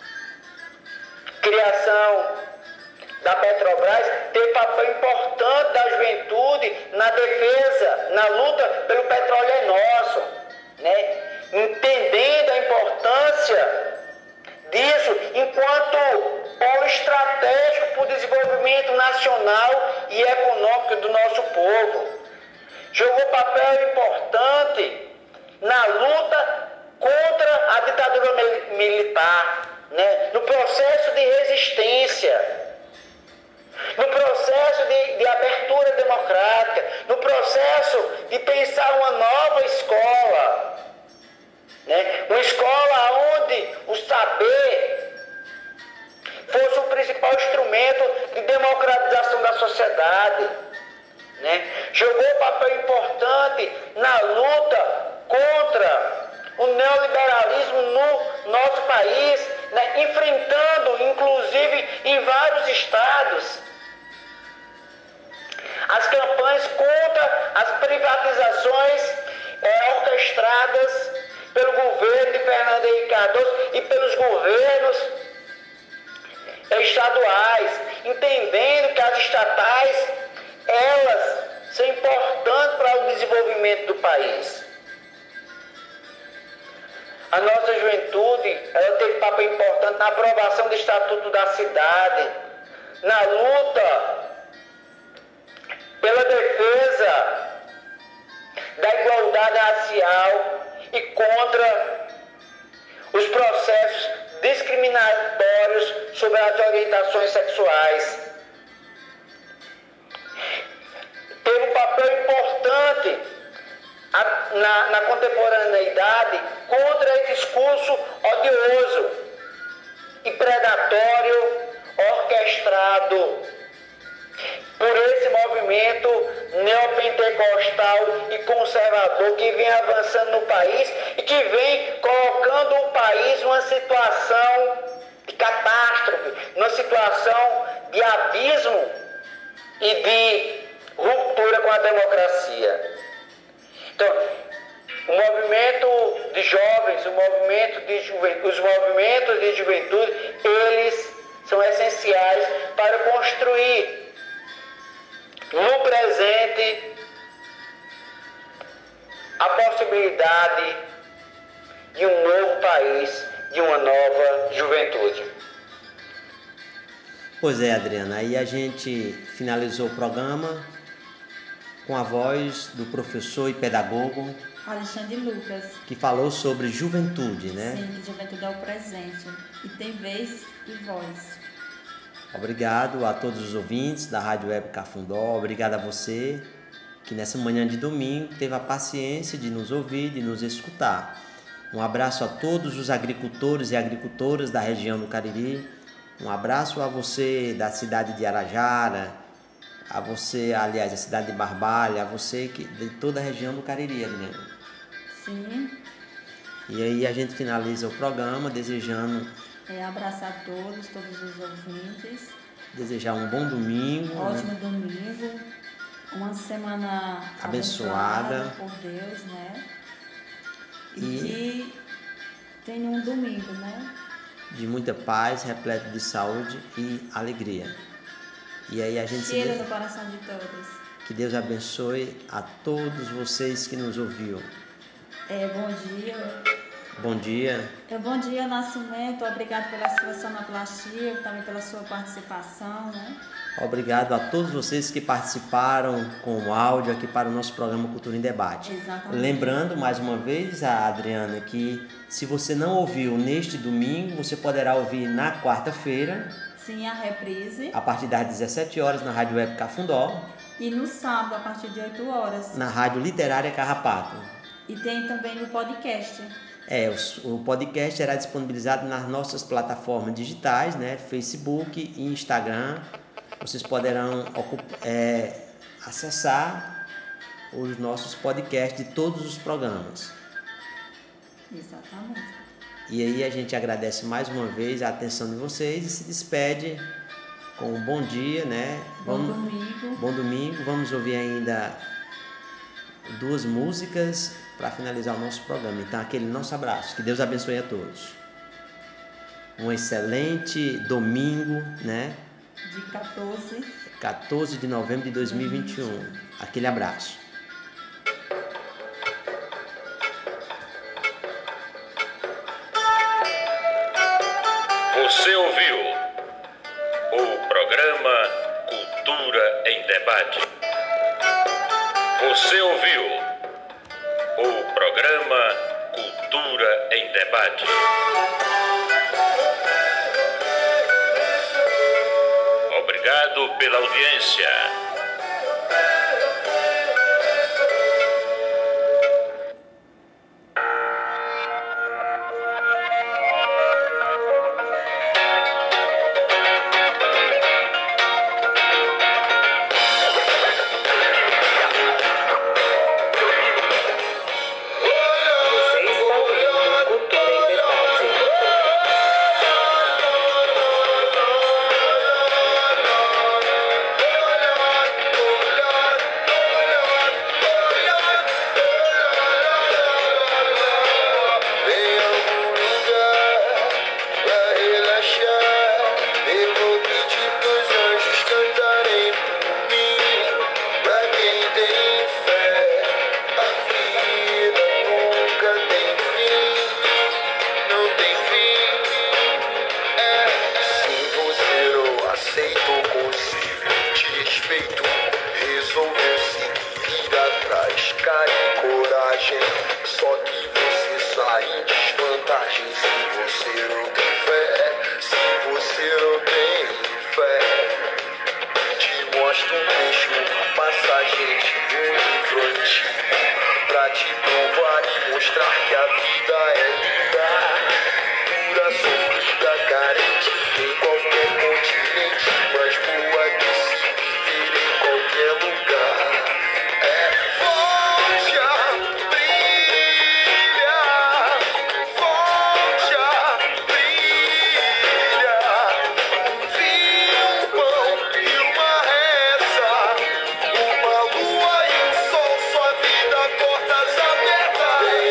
criação da Petrobras, teve papel importante da juventude na defesa, na luta pelo petróleo é nosso, né? Entendendo a importância disso enquanto polo estratégico para o desenvolvimento nacional e econômico do nosso povo. Jogou papel importante na luta contra a ditadura militar, né? No processo de resistência, no processo de abertura democrática, no processo de pensar uma nova escola, né? Uma escola onde o saber fosse o principal instrumento de democratização da sociedade, né? Jogou papel importante na luta contra o neoliberalismo no nosso país, né? Enfrentando, inclusive, em vários estados, as campanhas contra as privatizações orquestradas pelo governo de Fernando Henrique Cardoso e pelos governos estaduais, entendendo que as estatais, elas são importantes para o desenvolvimento do país. A nossa juventude, ela teve papel importante na aprovação do Estatuto da Cidade, na luta pela defesa da igualdade racial e contra os processos discriminatórios sobre as orientações sexuais. Teve um papel importante na contemporaneidade contra esse discurso odioso e predatório orquestrado por esse movimento neopentecostal e conservador que vem avançando no país e que vem colocando o país numa situação de catástrofe, numa situação de abismo e de ruptura com a democracia. Então, O movimento de jovens, os movimentos de juventude, eles são essenciais para construir no presente a possibilidade de um novo país, de uma nova juventude. Pois é, Adriana, aí a gente finalizou o programa com a voz do professor e pedagogo Alexandre Lucas, que falou sobre juventude, né? Sim, que juventude é o presente e tem vez e voz. Obrigado a todos os ouvintes da Rádio Web Cafundó, obrigado a você que nessa manhã de domingo teve a paciência de nos ouvir, de nos escutar. Um abraço a todos os agricultores e agricultoras da região do Cariri, um abraço a você da cidade de Arajara, a você, aliás, da cidade de Barbalha, a você de toda a região do Cariri, Adriana. Sim. E aí a gente finaliza o programa desejando... abraçar todos os ouvintes. Desejar um bom domingo. Ótimo domingo. Uma semana abençoada por Deus, né? E que tenha um domingo, né? De muita paz, repleto de saúde e alegria. E aí a gente cheira no coração de todos. Que Deus abençoe a todos vocês que nos ouviram. Bom dia. Bom dia. Bom dia, Nascimento. Obrigado pela sua sonoplastia, também pela sua participação, né? Obrigado a todos vocês que participaram com o áudio aqui para o nosso programa Cultura em Debate. Exatamente. Lembrando mais uma vez, a Adriana, que se você não ouviu neste domingo, você poderá ouvir na quarta-feira. Sim, a reprise. A partir das 17 horas na Rádio Web Cafundó. E no sábado, a partir de 8 horas. Na Rádio Literária Carrapato. E tem também no podcast. O podcast será disponibilizado nas nossas plataformas digitais, né? Facebook e Instagram. Vocês poderão acessar os nossos podcasts de todos os programas. Exatamente. E aí a gente agradece mais uma vez a atenção de vocês e se despede com um bom dia, né? Bom domingo. Bom domingo. Vamos ouvir ainda 2 músicas para finalizar o nosso programa. Então, aquele nosso abraço. Que Deus abençoe a todos. Um excelente domingo, né? De 14 de novembro de 2021. Aquele abraço. Você ouviu o programa Cultura em Debate. Você ouviu o programa Cultura em Debate. Obrigado pela audiência. Uma lua e um sol, sua vida, portas abertas.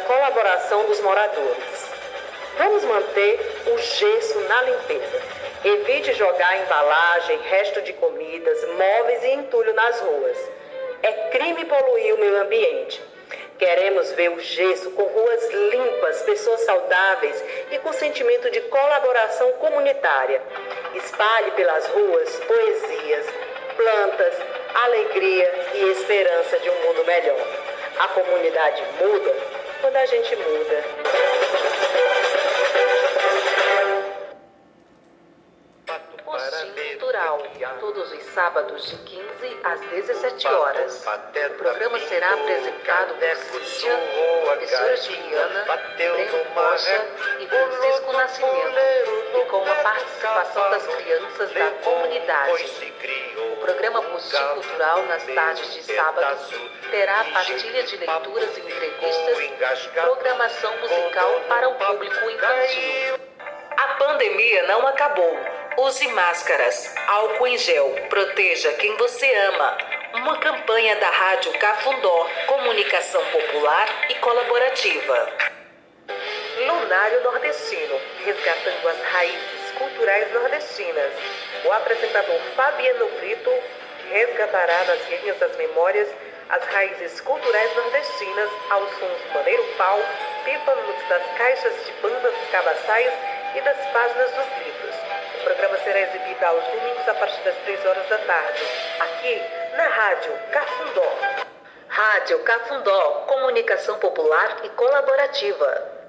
colaboração dos moradores. Vamos manter o gesso na limpeza. Evite jogar embalagem, resto de comidas, móveis e entulho nas ruas. É crime poluir o meio ambiente. Queremos ver o gesso com ruas limpas, pessoas saudáveis e com sentimento de colaboração comunitária. Espalhe pelas ruas poesias, plantas, alegria e esperança de um mundo melhor. A comunidade muda quando a gente muda. Postinho Cultural, todos os sábados de 15 às 17 horas. O programa será apresentado por Cíntia, professora Juliana, Breno Rocha e Francisco Nascimento, e com a participação das crianças da comunidade. O programa Postinho Cultural, nas tardes de sábado, terá pastilha de leituras e entrevistas, programação musical para o público infantil. A pandemia não acabou. Use máscaras, álcool em gel, proteja quem você ama. Uma campanha da Rádio Cafundó, comunicação popular e colaborativa. Lunário Nordestino, resgatando as raízes culturais nordestinas. O apresentador Fabiano Brito resgatará nas linhas das memórias as raízes culturais nordestinas aos sons do maneiro pau, pífanos das caixas de bandas cabaçais e das páginas dos livros. O programa será exibido aos domingos a partir das 3 horas da tarde, aqui na Rádio Cafundó. Rádio Cafundó, comunicação popular e colaborativa.